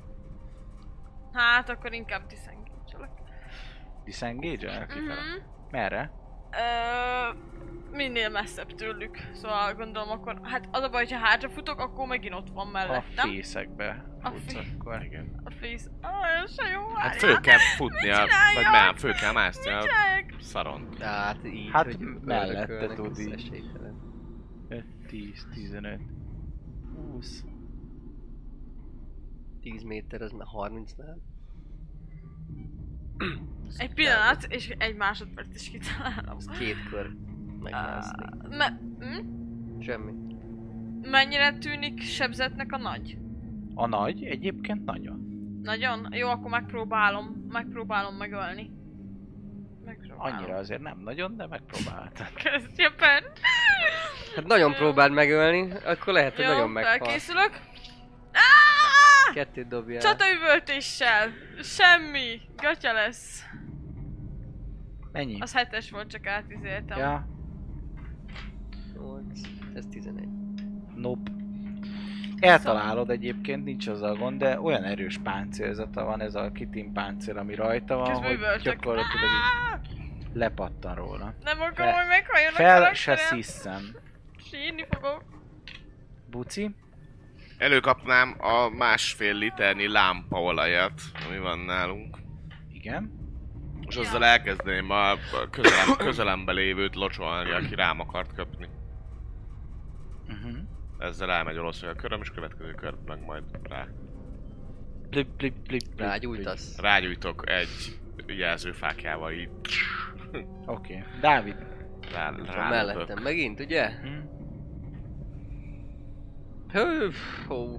Hát akkor inkább disengage-olok. Disengage-el kifele? Mhm. Merre? Minél messzebb tőlük. Szóval gondolom akkor... Hát az a baj, hogyha hátrafutok, akkor megint ott van A mellettem. fészekbe A futsz fé- akkor. Igen. A fész... ez se jó, Hát várjál. föl kell futnia, Mit vagy csináljak? nem, föl kell mászni a Csinálják. szaron. Hát így, Hát hogy mellette ördökölnek, tud ez így. esélytelen. 5, 10, 15, 20. 10 méter, az már 30-nál. Egy pillanat, és egy másodperc is kitalálom. Az 2 kör megmászni. Semmi. Mennyire tűnik sebzetnek a nagy? A nagy egyébként nagyon. Nagyon? Jó, akkor megpróbálom megölni. Megpróbálom. Annyira azért nem nagyon, de megpróbáltad. Kezdje pen! Hát nagyon próbáld megölni, akkor lehet, hogy Jó, nagyon meghal. felkészülök. 2 dobjál. Csataüvöltéssel! Semmi! Gatya lesz. Mennyi? Az 7-es volt, csak átizéltem. Ja, 8, ez 11. nope. Eltalálod egyébként, nincs azzal gond, de olyan erős páncélzata van ez a kitin páncél, ami rajta van, Közben hogy üvöltök. gyakorlatilag így lepattan róla. Nem akarom, Fel- hogy meghalljon a Fel se karakterem. sziszem. Sírni fogok. Buci? Előkapnám a 1,5 liternyi lámpaolajat, ami van nálunk. Igen. És azzal elkezdeném a közelembe lévőt locsolni, aki rám akart köpni. Ezzel elmegy valószínűleg a köröm, és következő kör meg majd rá. Blip, blip, blip, blip, Rágyújtasz. Rágyújtok egy jelzőfákjával így. Oké. Dávid. Van mellettem megint, ugye? Hm? Hő, hó.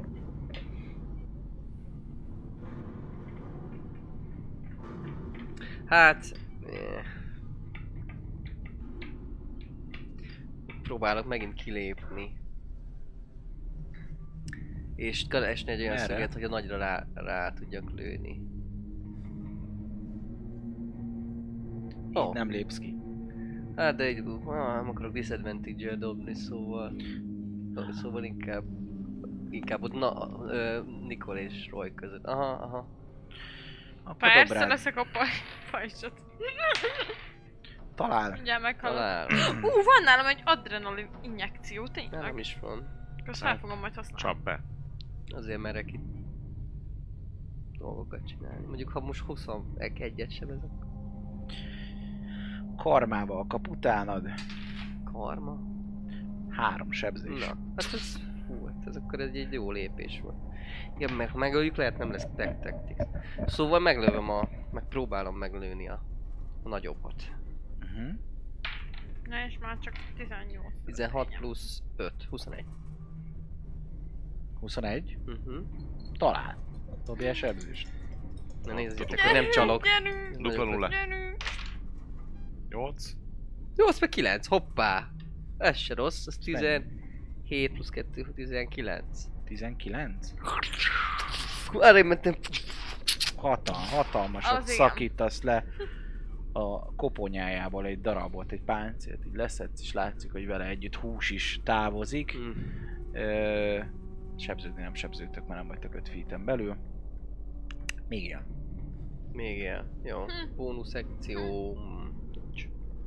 Hát... Próbálok megint kilépni. És keresni egy olyan Merre? szöget, hogy a nagyra rá tudjak lőni. Így nem lépsz ki. Hát de így nem akarok disadvantage-el dobni, szóval inkább ott Nikol és Roy között. Aha. Akkor Persze dob rád. leszek a pajcsot. Talál. Mindjárt meghalok. Talál. Van nálam egy adrenalin injekció, Nem tényleg. is van. Azt fel fogom majd használni. Csap be. Azért merek itt dolgokat csinálni. Mondjuk ha most 21-et sebezek. Karmával kap utánad. Karma? 3 sebzés. Na, hát ez akkor egy jó lépés volt. Igen, mert ha megöljük, lehet nem lesz tactics. Szóval megpróbálom meglőni a nagyobbat. Na és már csak 18. 16 plusz 5, 21. 21. Talál. Dobjál sebzést. Na nézzétek, hogy nem csalok. Gyerünk! Dupla nulla. Gyerünk! 8. 8 meg 9, hoppá! Ez se rossz, az 17 plusz 2, 19. 19? Arra mentem. Hatalmasat Az igen. szakítasz le a koponyájából egy darabot, egy páncélt, így leszedsz, és látszik, hogy vele együtt hús is távozik. Sebződni nem sebződtök, mert nem vagytok 5 feet-en belül. Még él. Még él. Jó. Bónusz akció. Nincs.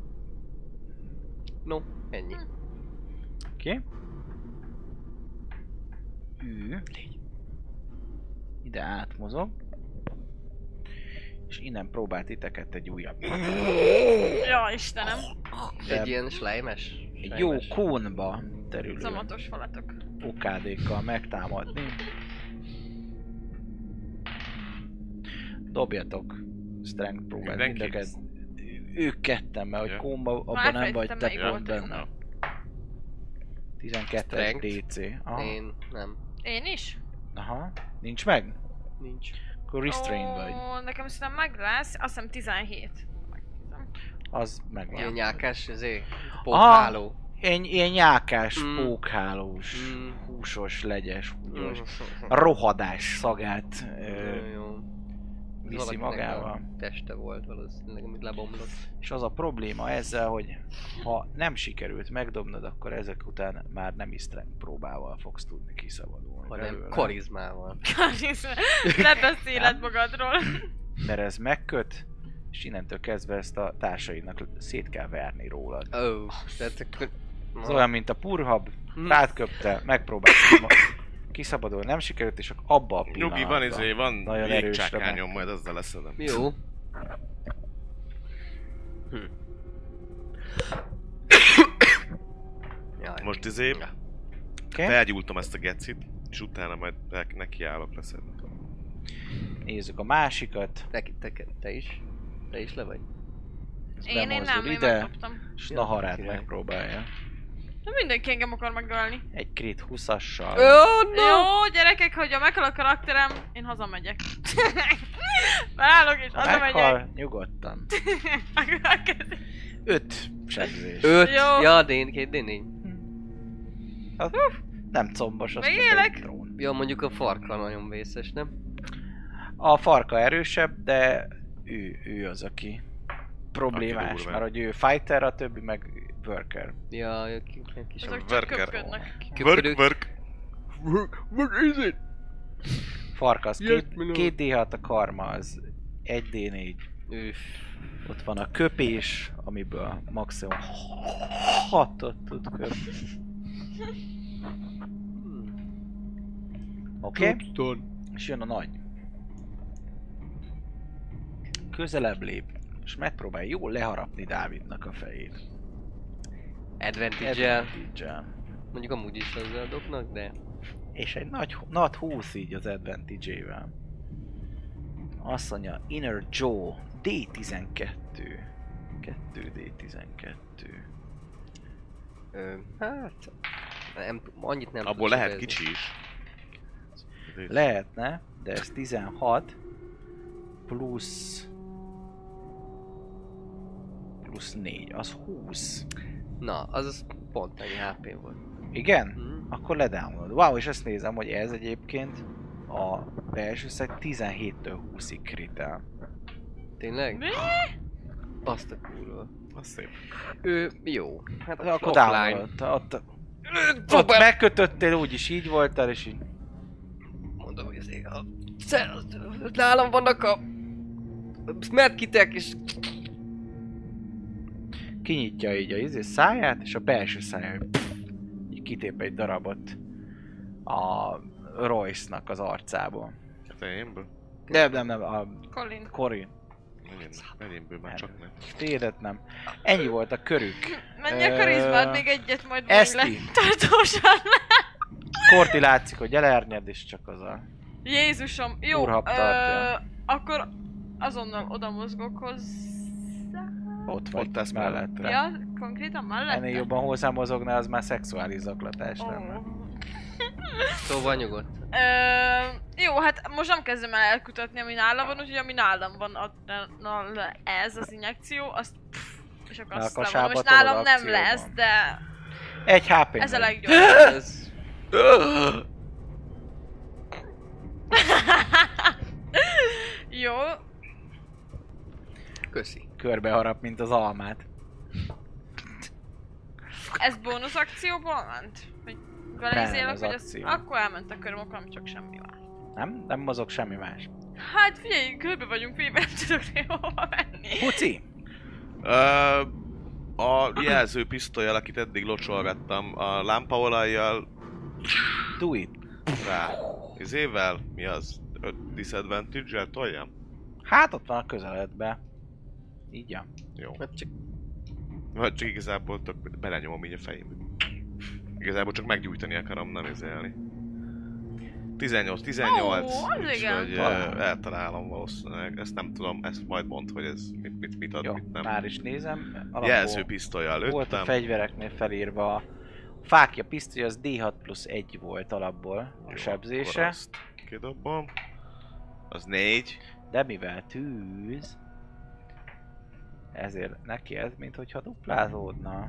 No, ennyi. Oké. Ide átmozog. És innen próbál titeket egy újabb. Ja, Istenem. Egy ilyen slime-es? Egy jó kónba terülő Szamatos falatok. okádékkal megtámadni. Dobjatok strength próbát, Mindenki? mindeket. Ők ketten, mert hogy Ja. kónba abban Már nem vagy felejtettem, te melyik pont volt az. benne. 12-es Strength? DC. Aha. Én nem. Én is? Aha. Nincs meg? Nincs. Akkor restrained vagy. Nekem szerintem meg lesz, azt hiszem 17. Megnézem. Az megvan. Ilyen nyákás, pókháló. Ilyen nyákás, Mm. pókhálós, Mm. húsos, legyes, húgyos, rohadás szagát Jó. viszi Valakinek magával. a teste volt valószínűleg, amit lebomlott. És az a probléma ezzel, hogy ha nem sikerült megdobnod, akkor ezek után már nem is strength próbával fogsz tudni kiszabadulni Hanem belőle. karizmával. Ne beszéled magadról. Mert ez megköt, és innentől kezdve ezt a társaidnak szét kell verni rólad. Ó, tehát akkor... Ez olyan, mint a purhab, Hm. rád köpte, megpróbált kiszabadulni, nem sikerült, és akkor abba a pillanatban. Nyugi, van nagyon erősre légcsákányom, majd azzal leszedem. Jó. Jaj. Most Okay? felgyúltam ezt a gecit, és utána majd nekiállok leszedni. Nézzük a másikat. Te is? Te is le vagy? Ez Én bemozdul nem, én ide, megkaptam. és Ja, Naharát király. megpróbálja. De mindenki engem akar megölni. Egy crit 20-assal. Jó, gyerekek, hogyha meghal a karakterem, én hazamegyek. Beállok és Ha hazamegyek. meghal, nyugodtan. Akkor kezdjük. 5 sebzés. 5? Jó. Ja, D4. Az nem combos, az Még csak élek? egy drón. Ja, mondjuk a farka nagyon vészes, nem? A farka erősebb, de ő az, aki problémás, durva. mert hogy ő fighter, a többi meg worker. Ja, ők kis Azok csak Worker. köpködnek. Work. Farka az Yes, 2D6, a karma az 1D4. Üff. Ott van a köpés, amiből maximum 6-ot tud köpni. Oké? És jön a nagy. Közelebb lép, és megpróbálja jól leharapni Dávidnak a fejét. Advantage-el. Advantage-el. Mondjuk amúgy is hozzáadoknak, de... És egy nagy 20 így az advantage-ével. Azt mondja, Inner Joe, D12. 2D12. Hát... Nem, annyit nem Abból tudsz lehet bezni. kicsi is. Lehetne, de ez 16 plusz 4, az 20. Na, az pont ennyi HP volt. Igen? Mhm. Akkor ledownload. Wow, és ezt nézem, hogy ez egyébként a belső szeg 17-től 20-ig kritel. Tényleg? Mi? Azt a kurva. Az szép. Jó. Hát Akkor offline. download. Ott megkötöttél, úgyis így voltál, és így... Mondom, hogy azért nálam vannak a medkitek, és Kinyitja így a száját, és a belső szája így kitép egy darabot a Royce-nak az arcából. Hát enyémből? Nem, a Colin. Corin. Enyémből már csak nem. Tédet nem. Ennyi volt a körük. Menj a karizmád, még egyet majd Eszti. mondj le. Tartósan. Korti látszik, hogy elernyed, és csak az a... Jézusom, jó. Urhab tartja. Akkor azonnal oda mozgok hozzá. Ott vagy, Ott tesz mellette. Ja, konkrétan mellette? Ennél jobban hozzámozognál, az már szexuális zaklatás lenne. szóval nyugodt. Jó, hát most nem kezdem el elkutatni, ami nálam van, úgyhogy ami nálam van, ez az injekció, azt és akkor A azt kasába levonom, és tolod nálam nem akcióban. lesz, de Egy HP-n ez a vagy. legjobb. Ez... Jó, Köszi. Körbeharap, mint az almát. ez bónusz akcióból ment? Hogy Nem, belenézélek, ez hogy az... akció. Akkor elment a köröm, akkor nem csak semmi más. Nem mozog semmi más. Hát figyelj, körbe vagyunk véve, nem tudok hova menni. Puci! A jelzőpisztolyjal, akit eddig locsolgattam, a lámpaolajjal Do it! rá. Izével? Mi az? Disadvantage-el toljam? Hát ott van a közeledbe. Így ja. Jó. Hát csak... Vagy csak igazából belenyomom így a fejébe. Igazából csak meggyújtani akarom, nem izélni. 18, úgyhogy eltalálom valószínűleg. Ezt nem tudom, ezt majd mondd, hogy ez mit ad, Jó, mit nem. már is nézem. Jelzőpisztollyal lőttem. Volt a fegyvereknél felírva a fákja pisztoly, az D6+1 volt alapból a Jó, sebzése. akkor azt kidobom. Az 4. De mivel tűz, ezért neki ez, minthogyha duplázódna.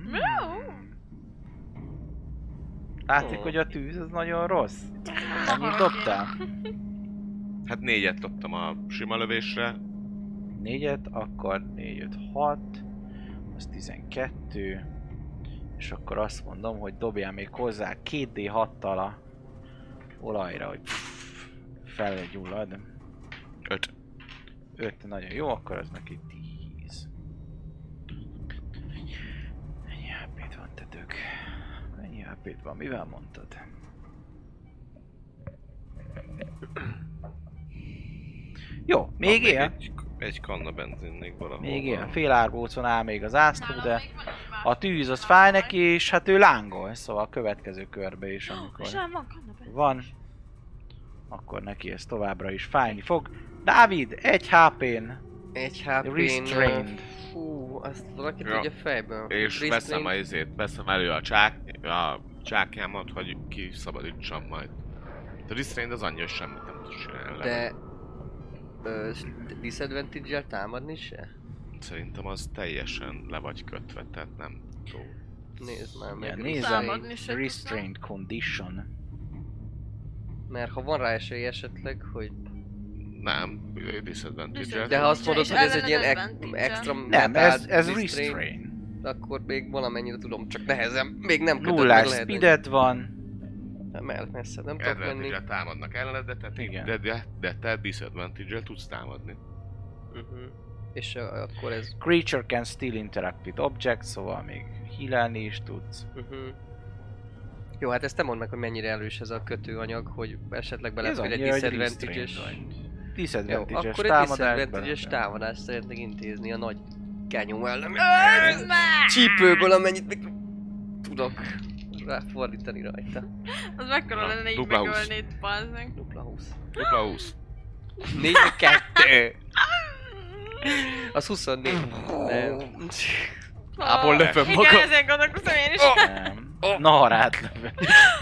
Látszik, hogy a tűz az nagyon rossz. Mennyit dobtál? Hát 4-et dobtam a sima lövésre. 4-et, akkor 4, 5, 6, az 12, és akkor azt mondom, hogy dobjál még hozzá 2D6-tal a olajra, hogy felgyullad. 5. 5, nagyon jó, akkor az neki 10. Mennyi HP-t van, tetők? Mennyi HP-t van? Mivel mondtad? Jó, még él? Egy kanna benzin még valahol. Még él. Fél árbócon áll még az ászló, de a tűz az fáj neki, és hát ő lángol, szóval a következő körbe is, amikor van, akkor neki ez továbbra is fájni fog. Dávid, 1 HP-n. 1 HP-n... Restrained. Fú, azt valaki Ja. tudja fejből. És veszem elő a csákjámat, hogy kiszabadítsam majd. A restrained az annyi, hogy semmit nem tudsz csinálni. De... disadvantage-el támadni se? Szerintem az teljesen le vagy kötve, tehát nem tudom. Nézd már Ja, meg. nézem, Támadni se restrained condition. Mert ha van rá esély esetleg, hogy... Nem, disadvantage-el. De ha azt mondod, És hogy ez egy ilyen ellened advantage-el. extra Nem, metal ez restrain. akkor még valamennyire tudom, csak nehezen. Még nem kötött, Nullás meg lehet, speedet van. messze nem tudok menni. Advantage-el támadnak ellened, de Igen. de te disadvantage-el tudsz támadni. És akkor ez... Creature can still interact with objects, szóval még healelni is tudsz. Jó, hát ezt nem mondd meg, hogy mennyire erős ez a kötőanyag, hogy esetleg belefér egy annyira, hogy disadvantage-es... restrained vagy. Jó, Disadvantage-es akkor egy támadás. disadvantage-es támadást szeretnék intézni a nagy kenyó ellen. Öld meg! Csípőből, amennyit még tudok ráfordítani rajta. Az mekkora lenne így dupla 20. megölnéd, bazd meg. Dupla 20. Dupla 20. 4-2. Az 24. Nem. Ából löpöm magam. Igen, ezen gondolkoztam én is. Nem. Na, rád lövöm.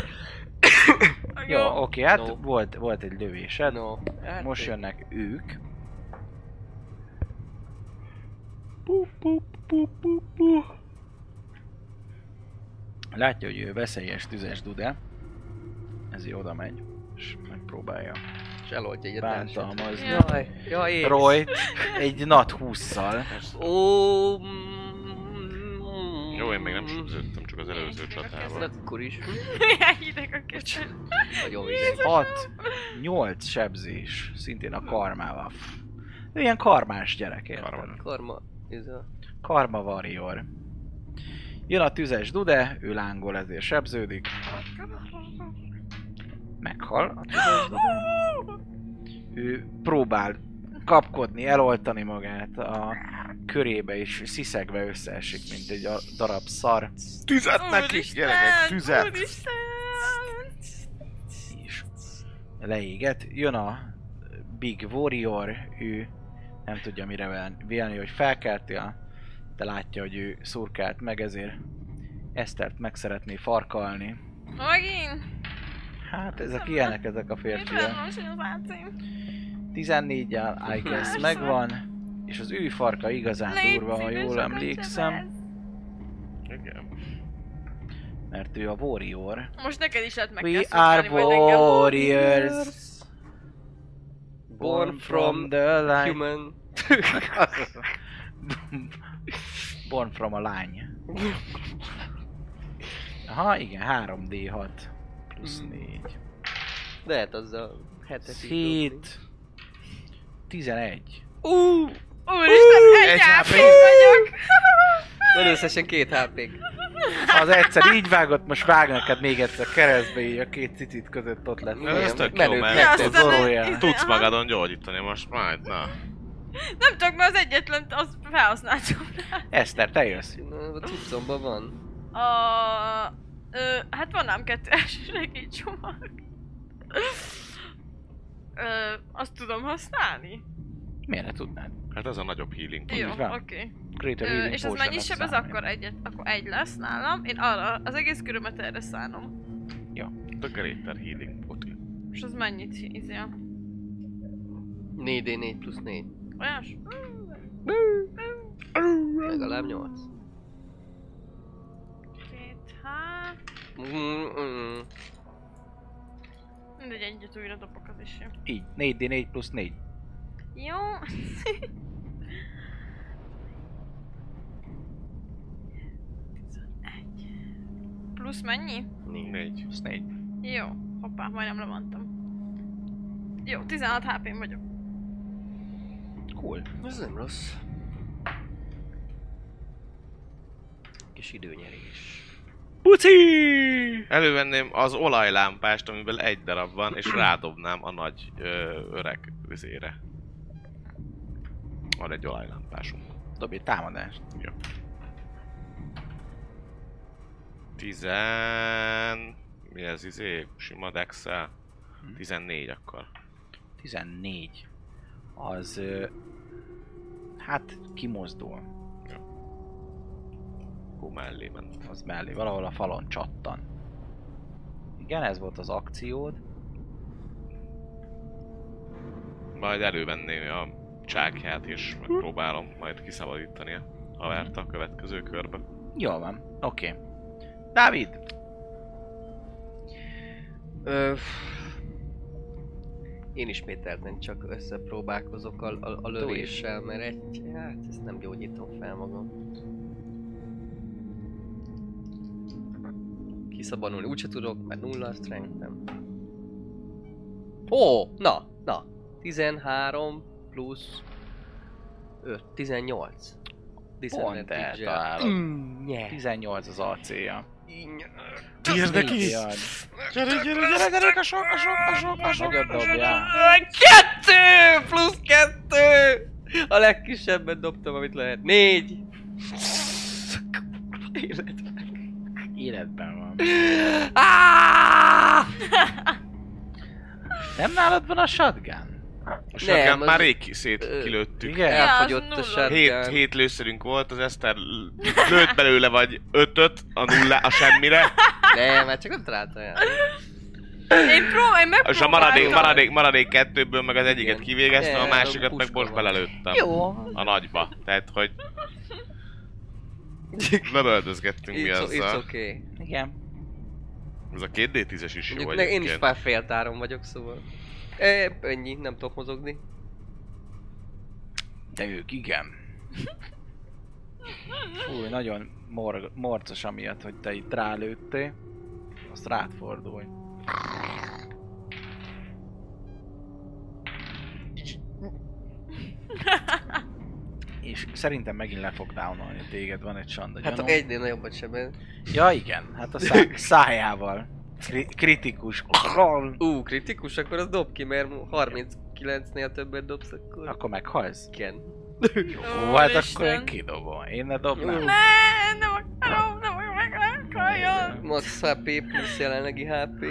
Jó, oké, hát No. volt egy lövésed. No. Hát Most még- jönnek ők. Látja, hogy ő veszélyes tüzes dude. Ezért oda megy, és megpróbálja És eloldja egyet. bántalmazni. Jaj, én. Royt egy nat 20-szal. Ó, Jó, én még nem sebződtem, csak az előző csatával. Akkor is. Milyen hideg a kezed. Nagyon hideg. 6-8 sebzés, szintén a karmával. Ő ilyen karmás gyerek, érted? Karma. Ez a... Karma warrior. Jön a tüzes dude, ő lángol, ezért sebződik. Meghal a tüzes dude. Ő próbál kapkodni, eloltani magát a körébe, és sziszegve összeesik, mint egy darab szar. Tüzet neki! Gyerekek, tüzet! Úristen! És leéget. Jön a Big Warrior, ő nem tudja mire vélni, hogy felkeltél, de látja, hogy ő szurkált meg, ezért Esztert meg szeretné farkalni. Megint? Hát ezek ilyenek, ezek a Mit férfiak. lenne most, hogy az átszém? 14-jel I guess megvan, és az ő farka igazán durva, ha jól emlékszem, Igen. mert ő a Warrior. Most neked is lehet meg We kell are szokni, majd engem. warriors. Born from the line. human. Born from a lány. Aha, igen, 3D6 plusz 4. Lehet az a 7. 11. Úristen, egy Egy HP HP. vagyok! Van összesen 2 HP-k. Az egyszer így vágott, most vág neked még egyszer keresztbe, így a két cicit között ott lett. Ez tök jó, Menő. mert Ja, Ott aztán zorolja. izé, tudsz aha. magadon gyógyítani most majd, na. Nem csak, mert az egyetlen, az felhasználtam rá. Eszter, te jössz. A cuccomban van. Hát van ám 2 elsősegélycsomag. Azt tudom használni? Miért ne tudnád? Hát ez a nagyobb healing. Jó, így van. oké. Greater Healing És az Potion mennyi seb, az számít. akkor egy lesz nálam. Én arra, az egész körömet erre szánom. The Greater Healing Potion. És az mennyit izél? 4D4 plusz 4. Olyas? Legalább 8. 2H... Mindegy, egyet újra dobok, az is jó. Így, 4D4 plusz 4. Jó. Plusz mennyi? 4. Plusz 4. Jó. Hoppá, majdnem lemondtam. Jó, 16 HP-n vagyok. Cool. Ez nem rossz. Kis időnyerés. Puci! Elővenném az olajlámpást, amiben egy darab van, és rádobnám a nagy öreg üzére. Van egy olajlámpásunk. Dobj egy támadást. Jó. 10... Mi ez sima Dex-el? 14 akkor. 14. Az... hát kimozdul. Akkor mellé ment. Az mellé, valahol a falon csattan. Igen, ez volt az akciód. Majd elővenném a csákját, és megpróbálom majd kiszabadítani a havert a következő körbe. Jól van, oké. Dávid! Én ismételten csak összepróbálkozok a lövéssel, mert hát ezt nem gyógyítom fel magam. Kiszabadulni úgyse tudok, mert 0 a strength-em. Ó, na. 13 plusz 5, 18. Pont eltalálod. 18 az AC-ja. Térd neki! Gyere, a sok! Nagyot dobjál. 2 plusz 2! A legkisebbet dobtam, amit lehet. 4! Életben van. Ah! Nem nálad van a shotgun? A shotgun az- már rég kilőttük. Igen? Elfogyott az a nulla. shotgun. 7 lőszerünk volt, az Eszter lőtt belőle vagy 5-öt a nulla, a semmire, Nem, hát csak nem találta el. Én és a megpróbáltam. maradék kettőből meg az egyiket Igen. kivégeztem, a Nem, másikat meg puska most van. belelőttem. Jó. A nagyba. Tehát, hogy lövöldözgettünk mi It's azzal. okay. Igen. Ez a 2D10-es is jó Mondjuk én is egyébként. már féltáron vagyok, szóval. Ennyi, nem tudok mozogni. De ők igen. Fúj, nagyon morcos amiatt, hogy te itt rálőttél. Azt rád fordulj. És szerintem megint le fog downolni téged, van egy sanda Hát gyanúm. egynél nagyobbat sebben. Ja igen, hát a szájával. Kritikus. Kritikus, akkor az dob ki, mert 39-nél többet dobsz, akkor... Akkor meghalsz? Igen. Ó, hát akkor én kidobom. Én ne dobnám. Nem akarom, nem akarom meghaljon. Max HP plusz jelenlegi HP.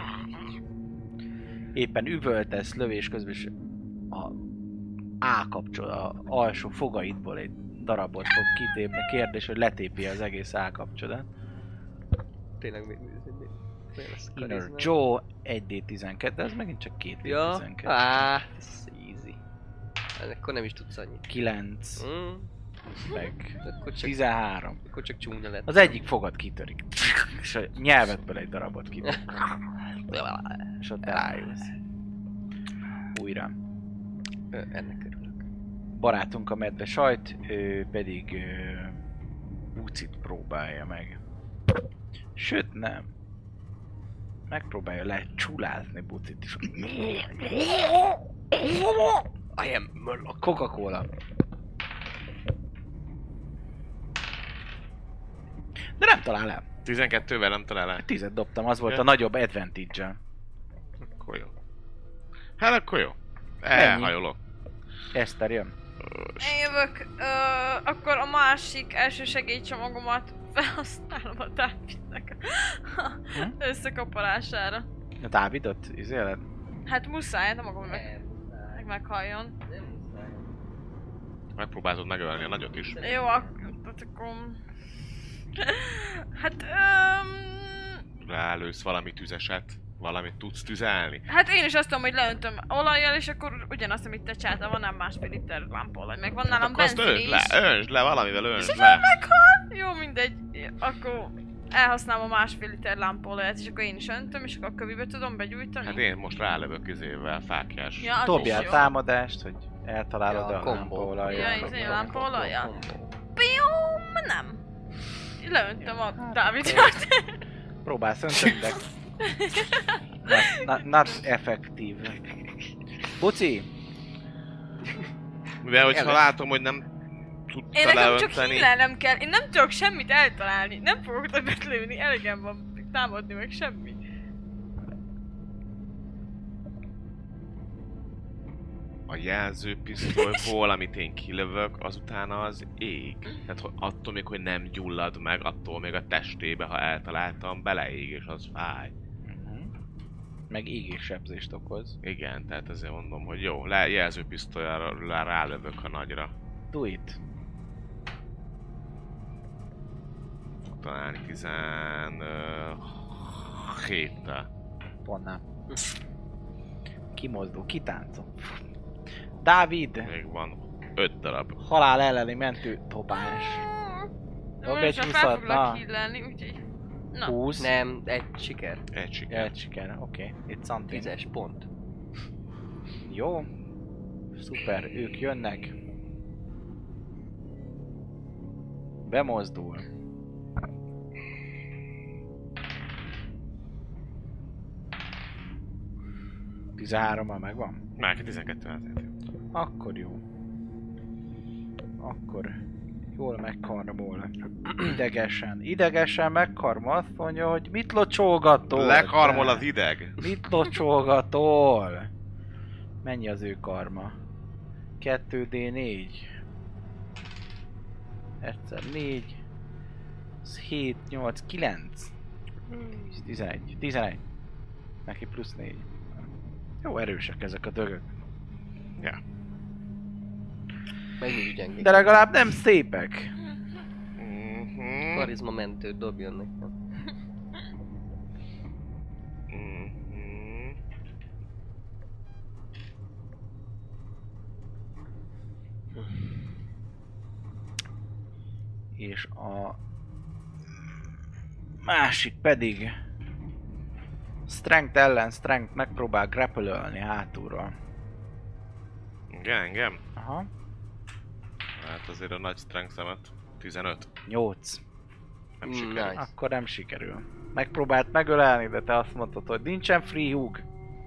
Éppen üvöltesz lövés közben, és a A kapcsol, a alsó fogaidból egy darabot fog kitépni. Kérdés, hogy letépi az egész A kapcsolat. Tényleg mi lesz a Inner karizma? Joe 1D12, de ez megint csak 2D12. Ja, ez easy. Akkor nem is tudsz annyit. 9, meg Akkor csak, 13. akkor csak csúnya lett. Az egyik fogad kitörik. És a nyelvedből egy darabot kitörik. És ott elájulsz. Újra. Ennek örülök. Barátunk a medve sajt, ő pedig Bucit próbálja meg. Sőt nem. Megpróbálja lecsulázni Bucit is. I am Murloc. Coca-Cola. De nem talál el. 12-vel nem talál el. 10-et dobtam, az volt Ja. a nagyobb advantage-el. Akkor jó. Hát akkor jó. Ennyi. Elhajolok. Eszter jön. Én jövök, akkor a másik első segélycsomagomat felhasználom a Dávidnek a összekaparására. A Dávidot izéled? Hát muszáj, nem akarom, hogy meghalljon. Megpróbálod megölni a nagyot is. Jó, akkor... Hát, Rálősz valami tüzeset, valamit tudsz tüzelni. hát én is azt tudom, hogy leöntöm olajjal, és akkor ugyanazt, amit te csináltál, van nálam 1,5 liter lámpaolaj, meg van nálam Akkor azt benzin önsd is. le, önsd le, valamivel önsd És le. meghal? Jó, mindegy. Akkor elhasználom a 1,5 liter lámpaolajat, és akkor én is öntöm, és akkor a kövibe tudom begyújtani. Hát én most rálövök izével, fákjás. Ja, az Dobjál is jó. támadást, hogy eltalálod Ja, a kombó. lámpaolajjal. Ja, izé, lámpaolajjal? Kombó. Pium, nem. Leöntem a Hát Dávidot. Próbálsz önteni, de... Not effective. Buci! Mivel hogyha Elő. látom, hogy nem Én tudta nekem csak leönteni. hílelnem kell, én nem tudok semmit eltalálni, nem fogok többet lőni, elegem van támadni meg semmi. A jelzőpisztolyból, amit én kilövök, azután az ég. Tehát attól még, hogy nem gyullad meg, attól még a testébe, ha eltaláltam, beleég, és az fáj. Meg égéssebzést okoz. Igen, tehát ezért mondom, hogy jó, jelzőpisztolyra rálövök a nagyra. Do it. Fog találni 17-tel. Pont nem. Kimozdul, kitáncol. Dávid! Még van 5 darab. Halál elleni mentő dobás. Dobj egy Most már 20-at, fel na. foglak hílelni, úgyhogy... Na. 20. Nem, egy siker. Egy siker. Egy siker, oké. Itt something. 10-es pont. Jó. Szuper, ők jönnek. Bemozdul. Tizenhárommal megvan? Már 12 azért. Akkor jó. Akkor jól megkarmol. Idegesen megkarmol. Azt mondja, hogy mit locsolgatol? Lekarmol te? az ideg. Mit locsolgatol? Mennyi az ő karma? 2D4. Egyszer 4. 7, 8, 9. 11. 11. Neki plusz 4. Jó erősek ezek a dögök. Ja. Meg mi gyengék. De legalább nem szépek. Mhm. Karizma mentőt dobjon nekem. Mhm. És a másik pedig Strength ellen Strength megpróbál grapple-ölni hátulról. Igen, engem? Aha. Hát azért a nagy strength-emet. 15. 8. Nem sikerül. Nice. Akkor nem sikerül. Megpróbált megölelni, de te azt mondtad, hogy nincsen free hug.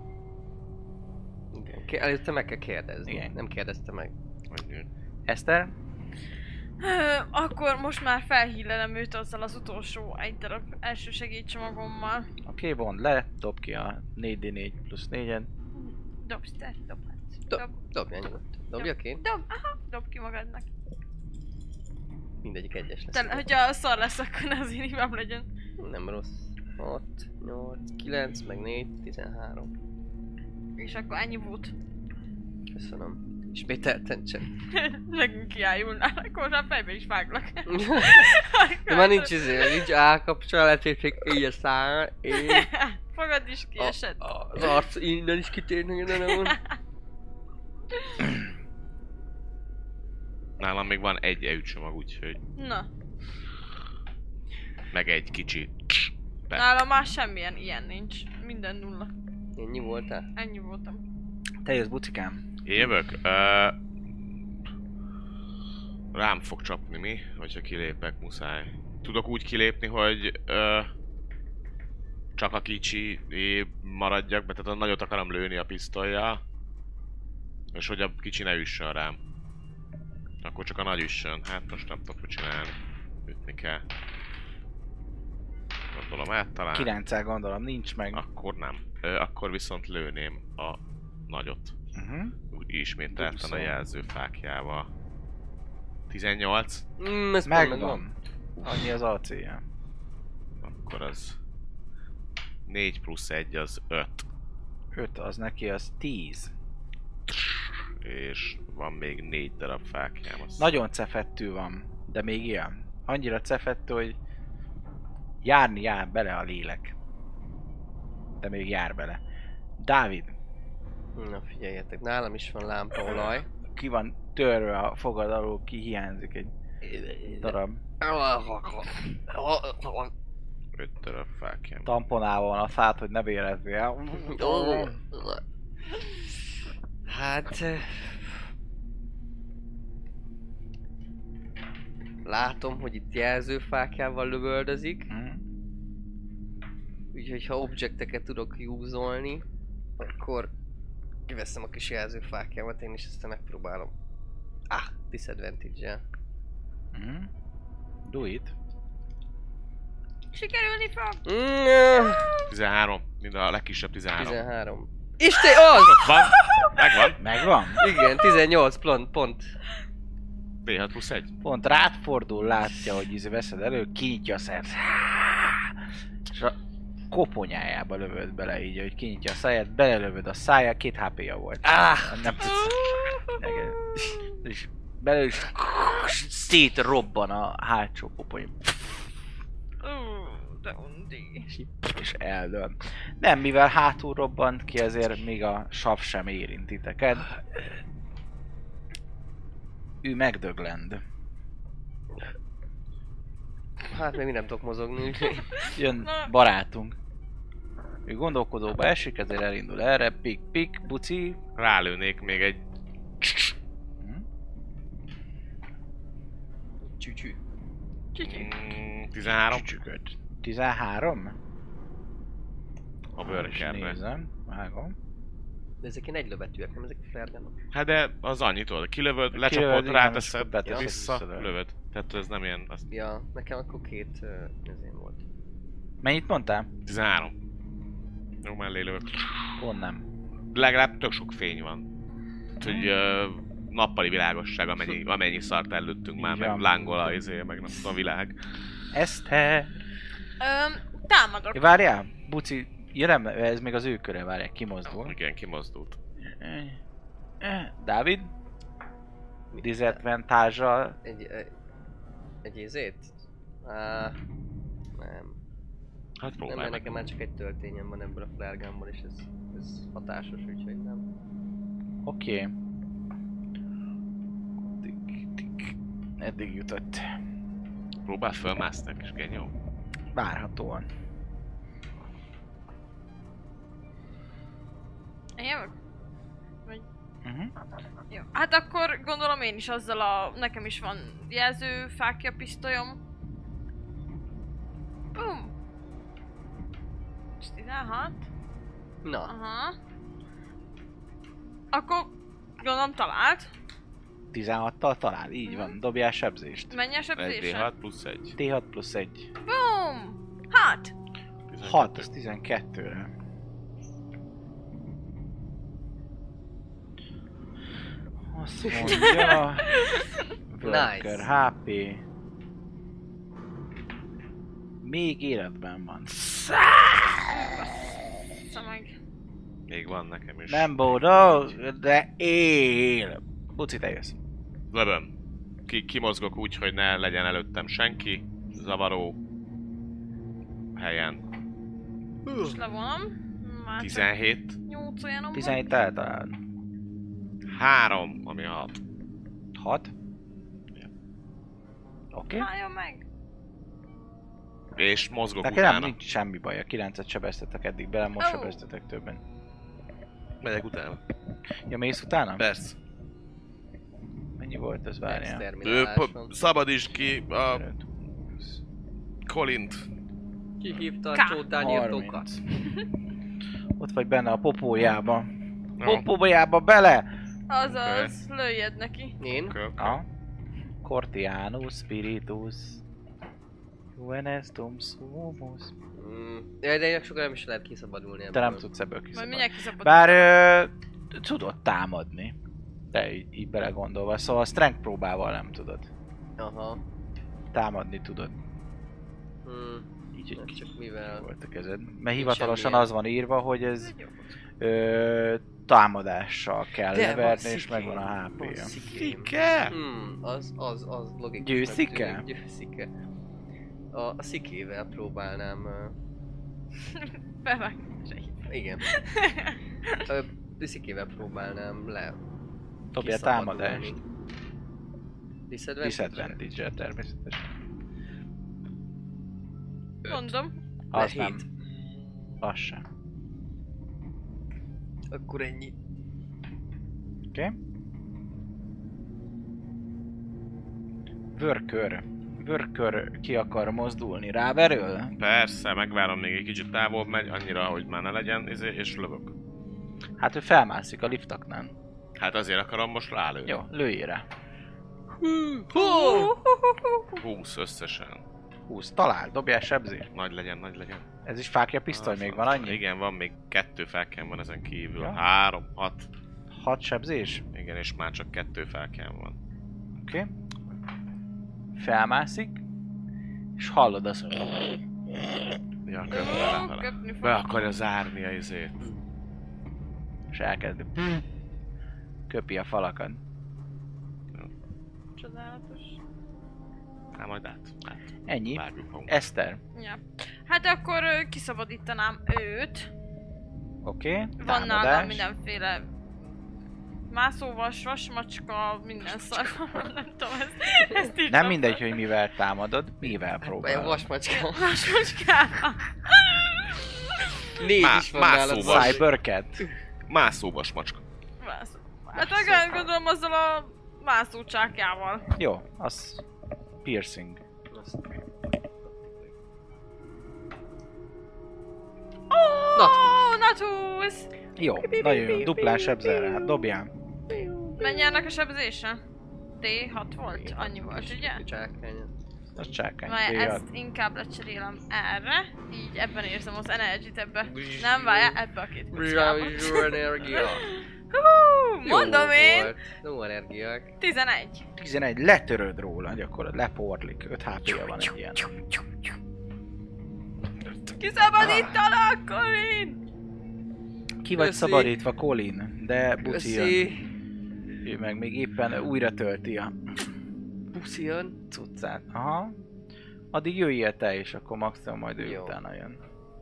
Igen. Előtte meg kell kérdezni. Igen. Nem kérdezte meg. Mondjuk. Eszter? Akkor most már felhílelem őt azzal az utolsó egy darab első segélycsomagommal. Oké, vond le, dob ki a 4D4 plusz 4-en. Dobsz te, dobhatsz. Dobja nyugodt. Dobja ki. Dob ki magadnak. Mindegyik egyes lesz. Te, hogyha szar lesz, akkor ne azért hibám legyen. Nem rossz. 6, 8, 9, meg 4, 13. És akkor ennyi volt. Köszönöm. Ismételten csak. Nekünk kiállulnál, akkor már fejbe is váglak. De már nincs nincs állkapcsolat, és csak így a szár, és Fogad is kiesett. az arc innen is kitérnek, de nem van. Nálam még van egy EU-csomag, úgyhogy... Na, Meg egy kicsi... nálam már semmilyen ilyen nincs. Minden nulla. Ennyi voltál? Ennyi voltam. Te jössz, bucikám. Én jövök? Rám fog csapni, mi? Hogyha kilépek, muszáj. Tudok úgy kilépni, hogy csak a kicsi maradjak be, tehát a nagyot akarom lőni a pisztollyal. És hogy a kicsi ne üssön rám. Akkor csak a nagy üssön. Hát most nem tudok mit csinálni. Ütni kell. Gondolom talán. 9-el gondolom, nincs meg. Akkor nem. Akkor viszont lőném a nagyot. Uh-huh. Úgy ismételten a jelzőfákjával. 18. Ez Megvan. Annyi az AC-je. Akkor az 4 plusz 1 az 5. 5 az neki, az 10. És van még 4 darab fákjám. Nagyon cefettű van, de még ilyen. Annyira cefettű, hogy jár bele a lélek. De még jár bele. Dávid, Na figyeljetek, nálam is van lámpaolaj. ki van törve a fogad alól, ki hiányzik egy darab. 5 darab fákjám. Tamponával van a fát, hogy ne vérezzél. Hát... Látom, hogy itt jelzőfákjával lövöldözik. Úgyhogy ha objekteket tudok júzolni, akkor kiveszem a kis jelzőfákjámat én is, aztán megpróbálom. Disadvantage-el. Do it. Sikerülni fog! 13. Mind a legkisebb 13. 13. És te az! Van? Megvan? Megvan? Igen, 18 pont. D6 plusz 1. Pont rád fordul, látja, hogy íze veszed elő, kinyitja a szert. És a koponyájába lövöd bele így, hogy kinyitja a száját, belelövöd a száját, 2 HP-ja volt. Nem tudsz... És belül is szétrobban a hátsó kopony. De undi. És eldől. Nem, mivel hátul robbant ki, ezért még a sav sem érint titeket. Ő megdöglend. Hát még nem tudok mozogni, úgyhogy... Jön barátunk. Ő gondolkodóba esik, ezért elindul erre. Pik, buci. Rálőnék még egy... Csücsű. 13. 13? A bőrkerbe. Nézem, vágom. De ezek ilyen egylövetűek, nem ezek flare-gunok? Hát de az annyit tudod, kilövöd, Kilövöd, lecsapod, igen, ráteszed, és beteszed, vissza, visszalövöd. lövöd. Tehát ez nem ilyen... Az Ja, nekem akkor 2 ezén volt. Mennyit mondtál? 13. Jó, mellé lövök. Pont nem. Legalább tök sok fény van. Úgyhogy nappali világosság, amennyi szart előttünk már, Így meg van. lángol a meg nem tudom, a világ. Eszter! Támadok. Ja, várjál, buci, jelen, ez még az ő köre, várjál, kimozdul. Igen, kimozdult. Dávid? Disadvantage-ral. Egy izét? Nem. Hát Nem, próbálj mert meg. nekem már csak egy töltényem van ebből a flare gunból, és ez hatásos, úgyhogy nem. Oké. Eddig jutott. Próbál fölmászni, kis genyó. Várhatóan. Én jövök? Uh-huh. Jó. Hát akkor gondolom én is azzal nekem is van jelzőfákja pisztolyom. Bum! És 16. Na, Aha. Akkor gondolom talált. 16-tal talál, így van. Dobjál sebzést. Mennyi a 1 sebzése? D6 plusz 1. T6 plusz 1. Bum! Hát! 6, az 12-re. Azt mondja... Worker, Nice. HP... Még életben van. Vissza meg. Még van nekem is. Nem boldog, de él. Buci, te jössz. Lövöm. Kimozgok úgy, hogy ne legyen előttem senki. Zavaró helyen. És levonom. Már 17. 8 olyanom van. 17 eltalálod. 3, ami 6. 6. Oké. Álljon meg! És mozgok Tehát nem, utána. nincs semmi baj, a 9-et sebeztetek eddig bele, most Ó. sebeztetek többen. Megyek utána. Ja, mész utána? Persze. Mennyi volt ez, várjál? exterminálás van. Szabadítsd ki a 5, Colint. Kihívta a K. csótányírtókat. 30. Ott vagy benne a popójába. No. Popójába bele! Azaz, lőjed neki. Én? A Cortianus Spiritus Juvenestum Sumus. Ja, de sokan nem is lehet kiszabadulni Te ebből. nem tudsz ebből Majd kiszabadulni. mindjárt kiszabadul. Bár tudod támadni. Te így belegondolva. Szóval a strength próbával nem tudod. Aha. Támadni tudod. Így, hogy csak mivel... Volt a kezed. Mert hivatalosan semmilyen. az van írva, hogy ez támadással kell leverni, és megvan a HP-ja. Szike! Az logikus. Győzike? Győzike. A szikével próbálnám... Bevágni. Igen. A szikével próbálnám le... Dobja a kiszabadulni. támadást. Disadvantage? Természetesen. Mondom. Az Ne, nem. 7. Az sem. Akkor ennyi. Oké. Vörkör ki akar mozdulni. Ráverül? Persze, megvárom még egy kicsit távol megy, annyira, hogy már ne legyen, és lövök. Hát ő felmászik a liftaknál. Hát azért akarom most rálőni. Jó, lőjé rá. 20 összesen. 20. Talál, dobjál sebzést. Nagy legyen, nagy legyen. Ez is fákja pisztoly, még van annyi? Igen, van még 2 felkem van ezen kívül. Ja. 3, 6. 6 sebzés? Igen, és már csak 2 felkem van. Oké. Felmászik. És hallod azt, hogy Ja, köpni Köpni fog. Be akarja zárni a izét. és elkezdi. Köpi a falakat. Csodálatos. Hát majd át. Ennyi. Vágjuk magunkat. Eszter. Ja. Hát akkor kiszabadítanám őt. Oké. Van nálam mindenféle mászóvas, vasmacska, minden szar van, nem tudom, ezt így Nem mindegy, hogy mivel támadod, mivel Vagy a próbálod. vasmacska. Vasmacskával. 4 is van mászó nálad. vas. Cybercat. Mászóvas macska. Mászó. Hát akkor gondolom azzal a mászó csákjával. Jó, az piercing. Natus! Jó, nagyon jó. Duplán sebzel rá. Dobjál. Mennyi ennek a sebzése? T6 volt? Annyi volt, ugye? Csákány. Az csákány. Majd Bélyad. ezt inkább lecserélem erre, így ebben érzem az energit ebbe. Nem, várjál, ebbe a két kockába. Jó energia. Hú, mondom én! Volt. Jó energiák. 11. 11, letöröd róla gyakorlatilag, leporlik. 5 HP-ja van egy ilyen. Kiszabadítalak, Colin! Ki vagy Köszi. szabadítva, Colin, de Buci jön. Köszi. Ő meg még éppen újra tölti a Puszi jön. cuccát. Aha. Addig jöjjél te, és akkor maximum majd ő Jó. utána jön.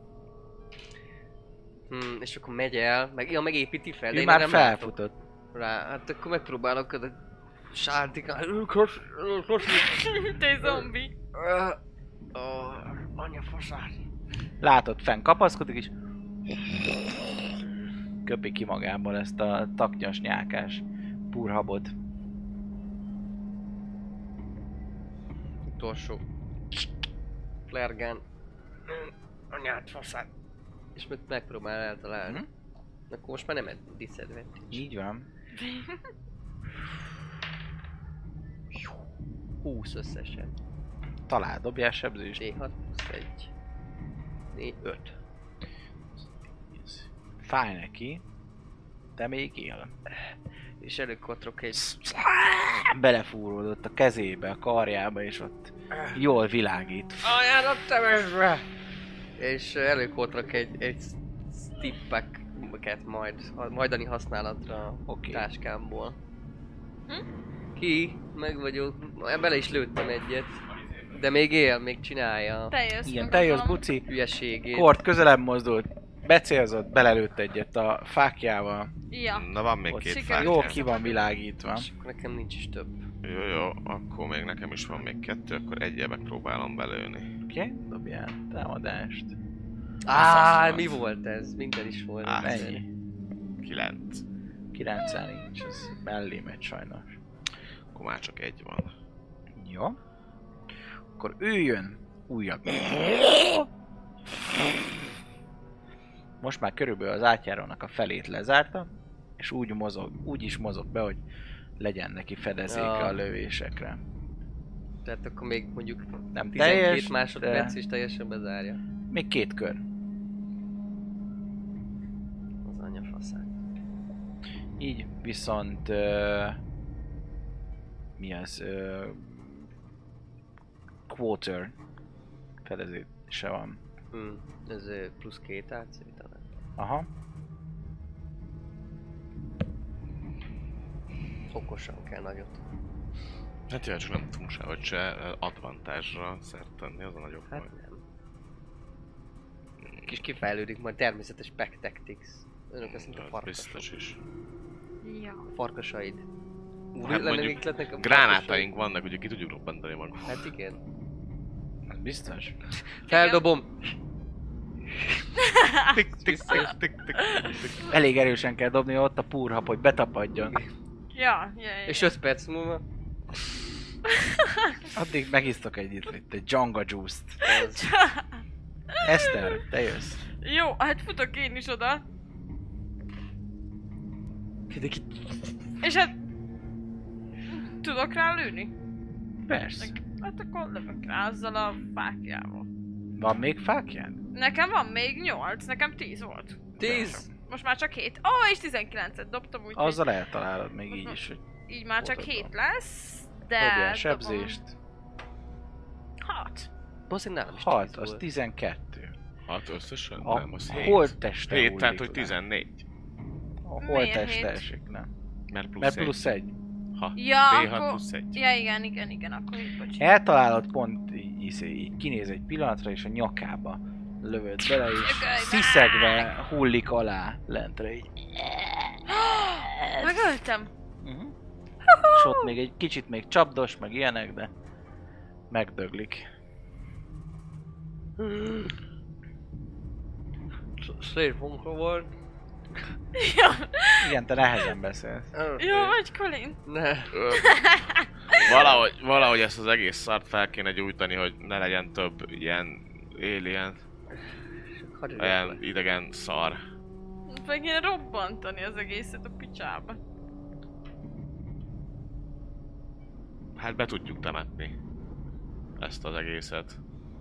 És akkor megy el, megépíti fel, de Ő én már nem látok felfutott. rá. Hát akkor megpróbálok a sártikán. Te zombi. Anya faszát. Látod, fenn kapaszkodik és köpi ki magából ezt a taknyas nyákás purhabot. Utolsó. Flergán. Anyát faszát. És megpróbál eltalálni. Akkor most már nem egy disadvantage. Így van. 20 összesen. Talál, dobjál sebzést. D6 plusz 1. 4, 5. Fáj neki, de még él. És előkotrok egy... Belefúródott a kezébe, a karjába, és ott jól világít. Anyádat temesve! És előkotrok egy stippeket majdani használatra Oké. táskámból. Ki? Meg vagyok. Bele is lőttem egyet. De még él, még csinálja Te jössz. Igen, meg te jössz, gondolom. Buci. hülyeségét. Kort közelebb mozdult, becélzott, belelőtt egyet a fákjával. Ja. Na van még Ott 2 sikerült. fákja. Jó ki van világítva. És akkor nekem nincs is több. Jó, akkor még nekem is van még 2, akkor egyel megpróbálom belőni. Oké, dobjál támadást. Mi volt ez? Minden is volt. Mennyi? 9. 9 nincs, az mellé megy sajnos. Akkor már csak 1 van. Jó. Akkor ő jön újabb. Most már körülbelül az átjárónak a felét lezárta, és úgy is mozog be, hogy legyen neki fedezéke Ja. a lövésekre. Tehát akkor még mondjuk Nem 12 teljes, másodperc de is teljesen bezárja. még 2 kör. Az anya faszát. Így, viszont... mi az? Quarter fedezése van. Ez plusz 2 AC talán. Aha. Okosan kell nagyot. Hát jó, csak nem tudunk sehogy se advantage-ra szert tenni, az a nagyobb Hát baj. nem. Kis kifejlődik majd természetes pack tactics. Önök ezt mint a Az farkasok. biztos is. Ja. A farkasaid. Hát mondjuk gránátaink vannak, ugye ki tudjuk robbantani magunkat. Hát igen. Ez biztos? Feldobom. Tik, tik, tik, tik, tik, tik. Elég erősen kell dobni ott a púrhap, hogy betapadjon. Ja. És 5 perc múlva. Addig megisztok egy Janga Juice-t. Az. Eszter, te jössz. Jó, hát futok én is oda. És hát... Tudok rá lőni? Persze. Hát akkor lövök rá azzal a fákjával. Van még fákjád? Nekem van még 8, nekem 10 volt. 10? Most már csak 7. És 19-et dobtam, úgyhogy Azzal eltalálod még így is, hogy így már csak Boldog 7 van. lesz. De... dobjál sebzést. 6. Bossin nálam is 6, 10 az volt. 12. Hát összesen? A Nem, az 7. holtteste 7, hullik tehát hogy le. 14. A Miért holtteste hét? esik le. Mert plusz, Mert 1. plusz 1. Ha, Ja, D6 akkor... plusz 1. Ja, igen, akkor így bocsi. Eltalálod pont így kinéz egy pillanatra, és a nyakába lövöd bele, és Jaj, sziszegve hullik alá lentre így. Megöltem. És ott még egy kicsit még csapdos, meg ilyenek, de megdöglik. Szép munka volt. Jó, Igen, te nehezen beszélsz. jó vagy, Colin. Ne. Valahogy ezt az egész szart fel kéne gyújtani, hogy ne legyen több ilyen alien, olyan idegen szar. Meg kéne robbantani az egészet a picsába. Hát be tudjuk temetni ezt az egészet.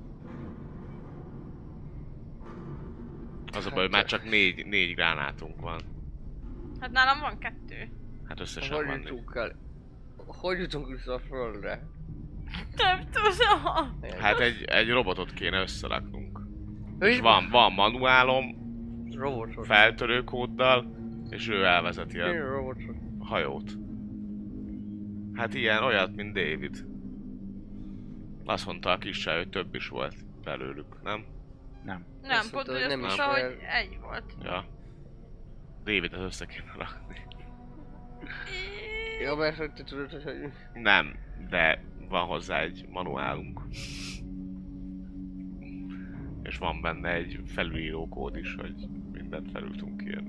Az a baj, hogy már csak négy gránátunk van. Hát nálam van 2. Hát összesen Hogy van jutunk el? Hogy jutunk vissza a földre? Nem tudom. Hát egy robotot kéne összeraknunk. Ő És is van manuálom, robotot. feltörőkóddal, és ő elvezeti a Én robotot. hajót. Hát ilyen, olyat, mint David. Azt mondta a kis csaj, hogy több is volt belőlük, nem? Nem. Nem, Azt pont mondta, úgy hogy azt nem is mondta, hogy olyan- egy volt. Ja. Davidet össze kéne rakni. Ja, mert hogy te tudod, hogy... Nem, de van hozzá egy manuálunk. És van benne egy felülíró kód is, hogy mindent felül tudunk írni.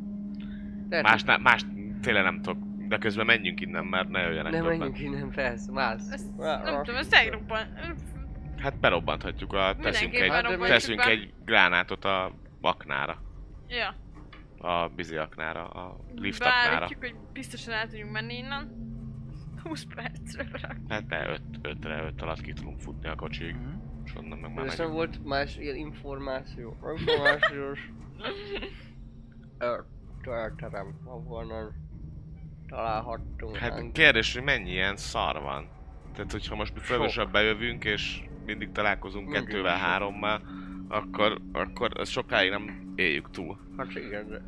Más tényleg nem tudok, de közben menjünk innen, mert ne jöjjenek Nem többen. menjünk innen, persze, mász. Ezt nem tudom, ezt elrobban. Hát berobbanthatjuk, Mindenképpen robbantjuk teszünk be. egy gránátot a aknára. Ja. A bizi aknára, a lift aknára. Beállítjuk, hogy biztosan el tudjunk menni innen. 20 percre berak. Hát ne, 5 alatt ki tudunk futni a kocsig. És onnan meg már És nem megyünk. volt más ilyen információs terem, ahonnan találhattunk. Hát kérdés, hogy mennyi ilyen szar van. Tehát, hogyha most mi fölösebb bejövünk, és mindig találkozunk Mindig 2-vel, sok. 3-mal, akkor ezt sokáig nem éljük túl. Hát igen, de...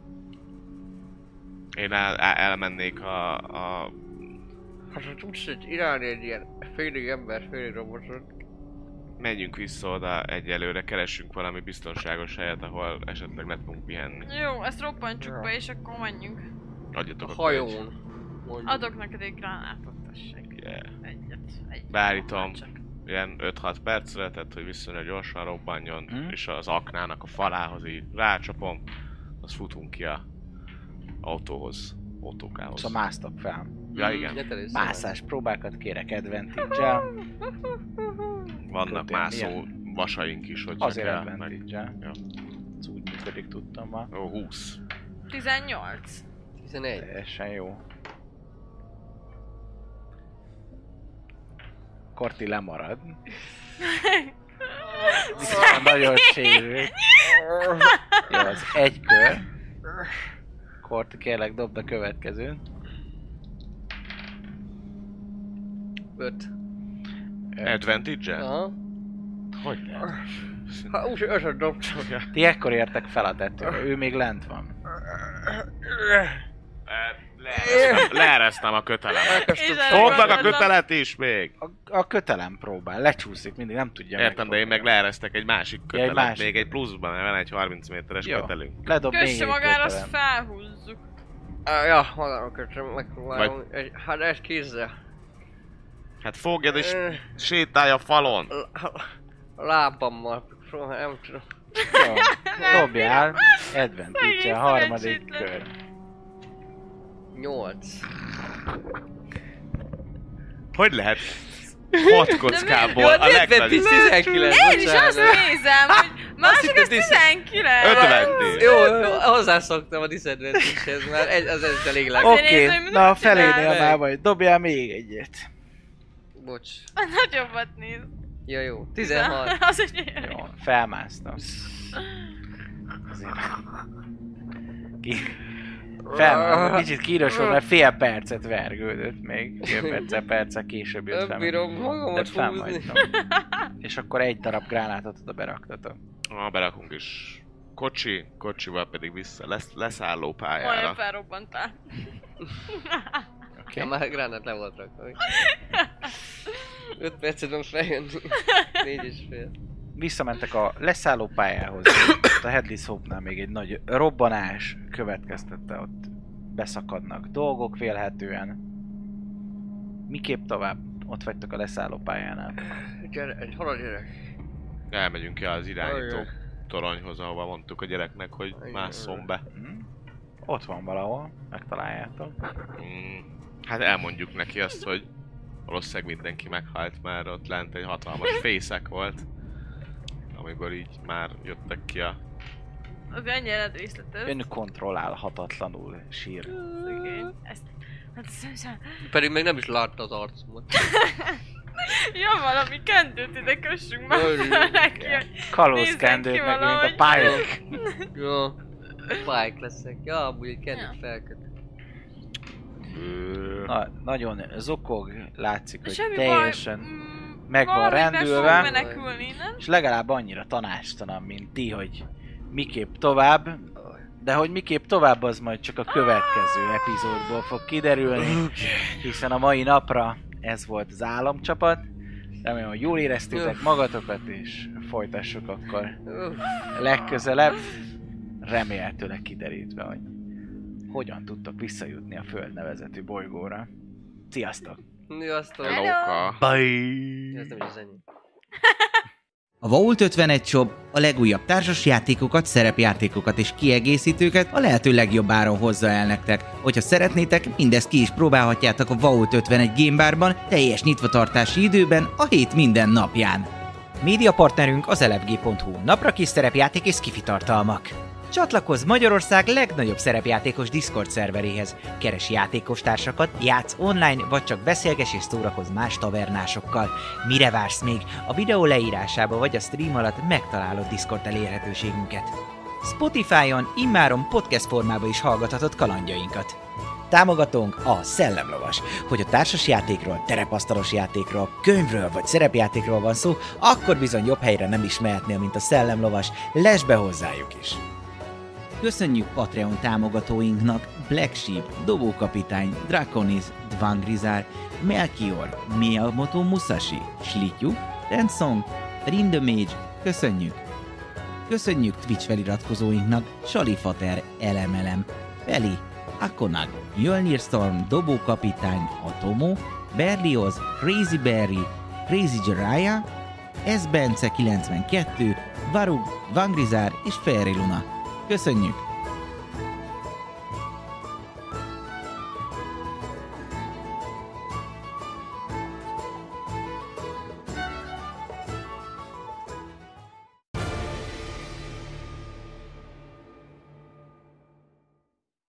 Én elmennék a Hát ha tudsz irányni egy ilyen félig ember, félig robotot, menjünk vissza oda egyelőre, keressünk valami biztonságos helyet, ahol esetleg le tudunk pihenni. Jó, ezt robbantsuk be, és akkor menjünk. Adjatok a akkor egy- hajón. mondjuk. Adok neked egy gránátot, tessék. Yeah. Egyet. Beállítom. Csak. Ilyen 5-6 percre, tehát hogy viszonylag gyorsan robbanjon, Mhm. és az aknának a falához így rácsapom, az futunk ki a autóhoz, autókához. Szóval másztok fel. Ja, igen. Ne terülsz Mászás próbákat kérek advantage-el. Vannak Kötél, mászó milyen? vasaink is, hogy Azért kell, meg... advantage-el. Ja. Ez úgy működik, tudtam már. Ó, 20. 18. 11. Teljesen jó. Korti lemarad. Viszont nagyon sérült. Jó, az egy kör. Korti, kérlek, dobd a következőn. 5. Advantage-el? Aha. Hogy lehet? Ha úgy ötöt dobtam. Ti ekkor értek fel a tetőre, ő még lent van. Leeresztem a kötelemet. És Fogd meg a elgondolom. kötelet is még! A kötelem próbál, lecsúszik, mindig nem tudja Értem, de én meg megfogni. leeresztek egy másik kötelet, másik. még egy pluszban, mert van egy 30 méteres Jó. kötelünk. Ledob még Kösse egy magára, azt kötelem. felhúzzuk. Ja, magának kötöm, megpróbálom. Hát ez kézzel. Hát fogjad és sétálj a falon! A lábammal. Soha nem tudom. Jó, dobjál. Advantage, a harmadik szerencsétlen. kör. 8. Hogy lehet 6 kockából Jó, a a legnagyobb... 19. Én is azt nézem, hogy másik az 19. 50. Jó, hozzászoktam a disadvantage-hez, mert az elég leg. Azért Oké, nézem, hogy na a mit felénél csinálsz? már vagy. Dobjál még egyet. Bocs. Nagyobbat néz. Ja, jó. 16. Az egy Jó, felmásztam. Kicsit kínos volt, mert fél percet vergődött még. Fél perccel később jött Nem fel. bírom De magamat fenn húzni. vagytok. És akkor egy darab gránátot oda beraktatok. Berakunk is. Kocsival pedig vissza. Leszálló Majdnem pályára. felrobbantál. Oké? Ja, már gránát le volt rakva. 5 percet van feljönni. 4,5. Visszamentek a leszállópályához. Ott a Headless Hope-nál még egy nagy robbanás következtette, ott beszakadnak dolgok vélhetően. Miképp tovább? Ott vagytok a leszállópályánál. Gyere, hol a gyerek? Elmegyünk ki az irányító Ajaj. toronyhoz, ahova mondtuk a gyereknek, hogy másszon be. Ott van valahol, megtaláljátok. Hát elmondjuk neki azt, hogy valószínűleg mindenki meghalt, mert ott lent egy hatalmas fészek volt. Amiből így már jöttek ki a... Az ennyire részletes. Önkontrollálhatatlanul sír. Szegény. Ezt... Hát Pedig még nem is látta az arcomat. ja, valami kendőt ide kössünk már fel neki, hogy Kalózkendőt nézzen ki meg, mint a valahogy. Pike. Jó. Pike leszek. Ja, amúgy egy kendőt felköt. Nagyon zokog, látszik, hogy Semmi teljesen meg van valahogy rendülve. be fog menekülni innen. És legalább annyira tanácstalan, mint ti, hogy miképp tovább. De hogy miképp tovább, az majd csak a következő epizódból fog kiderülni. Hiszen a mai napra ez volt az államcsapat. Remélem, hogy jól éreztétek magatokat, és folytassuk akkor legközelebb. Remélhetőleg kiderítve, hogy hogyan tudtok visszajutni a Föld nevezetű bolygóra. Sziasztok! Sziasztok! Hello-ka! Bye! Ez nem is az ennyi. A Vault 51 Shop a legújabb társasjátékokat, szerepjátékokat és kiegészítőket a lehető legjobb áron hozza el nektek. Hogyha szeretnétek, mindezt ki is próbálhatjátok a Vault 51 Gamebarban teljes nyitvatartási időben a hét minden napján. Média partnerünk az elefg.hu, napra kis szerepjáték és skifi tartalmak. Csatlakozz Magyarország legnagyobb szerepjátékos Discord szerveréhez. Keres játékostársakat, játsz online, vagy csak beszélges és szórakozz más tavernásokkal. Mire vársz még? A videó leírásába vagy a stream alatt megtalálod Discord elérhetőségünket. Spotify-on immáron podcast formában is hallgathatod kalandjainkat. Támogatónk a Szellemlovas. Hogy a társasjátékról, terepasztalos játékról, könyvről vagy szerepjátékról van szó, akkor bizony jobb helyre nem is mehetnél, mint a Szellemlovas. Lesz be hozzájuk is! Köszönjük Patreon támogatóinknak Black Sheep, Dobókapitány, Draconis, Dvangrizár, Melchior, Miyamoto Musashi, Slityu, Tensong, Rindemage, köszönjük! Köszönjük Twitch feliratkozóinknak Salifater, Elemelem, Feli, Akonag, Jölnir Storm, Dobókapitány, Atomo, Berlioz, Crazy Berry, Crazy Jiraiya, S. Bence 92, Varug, Vangrizár és Fairy Luna. Köszönjük!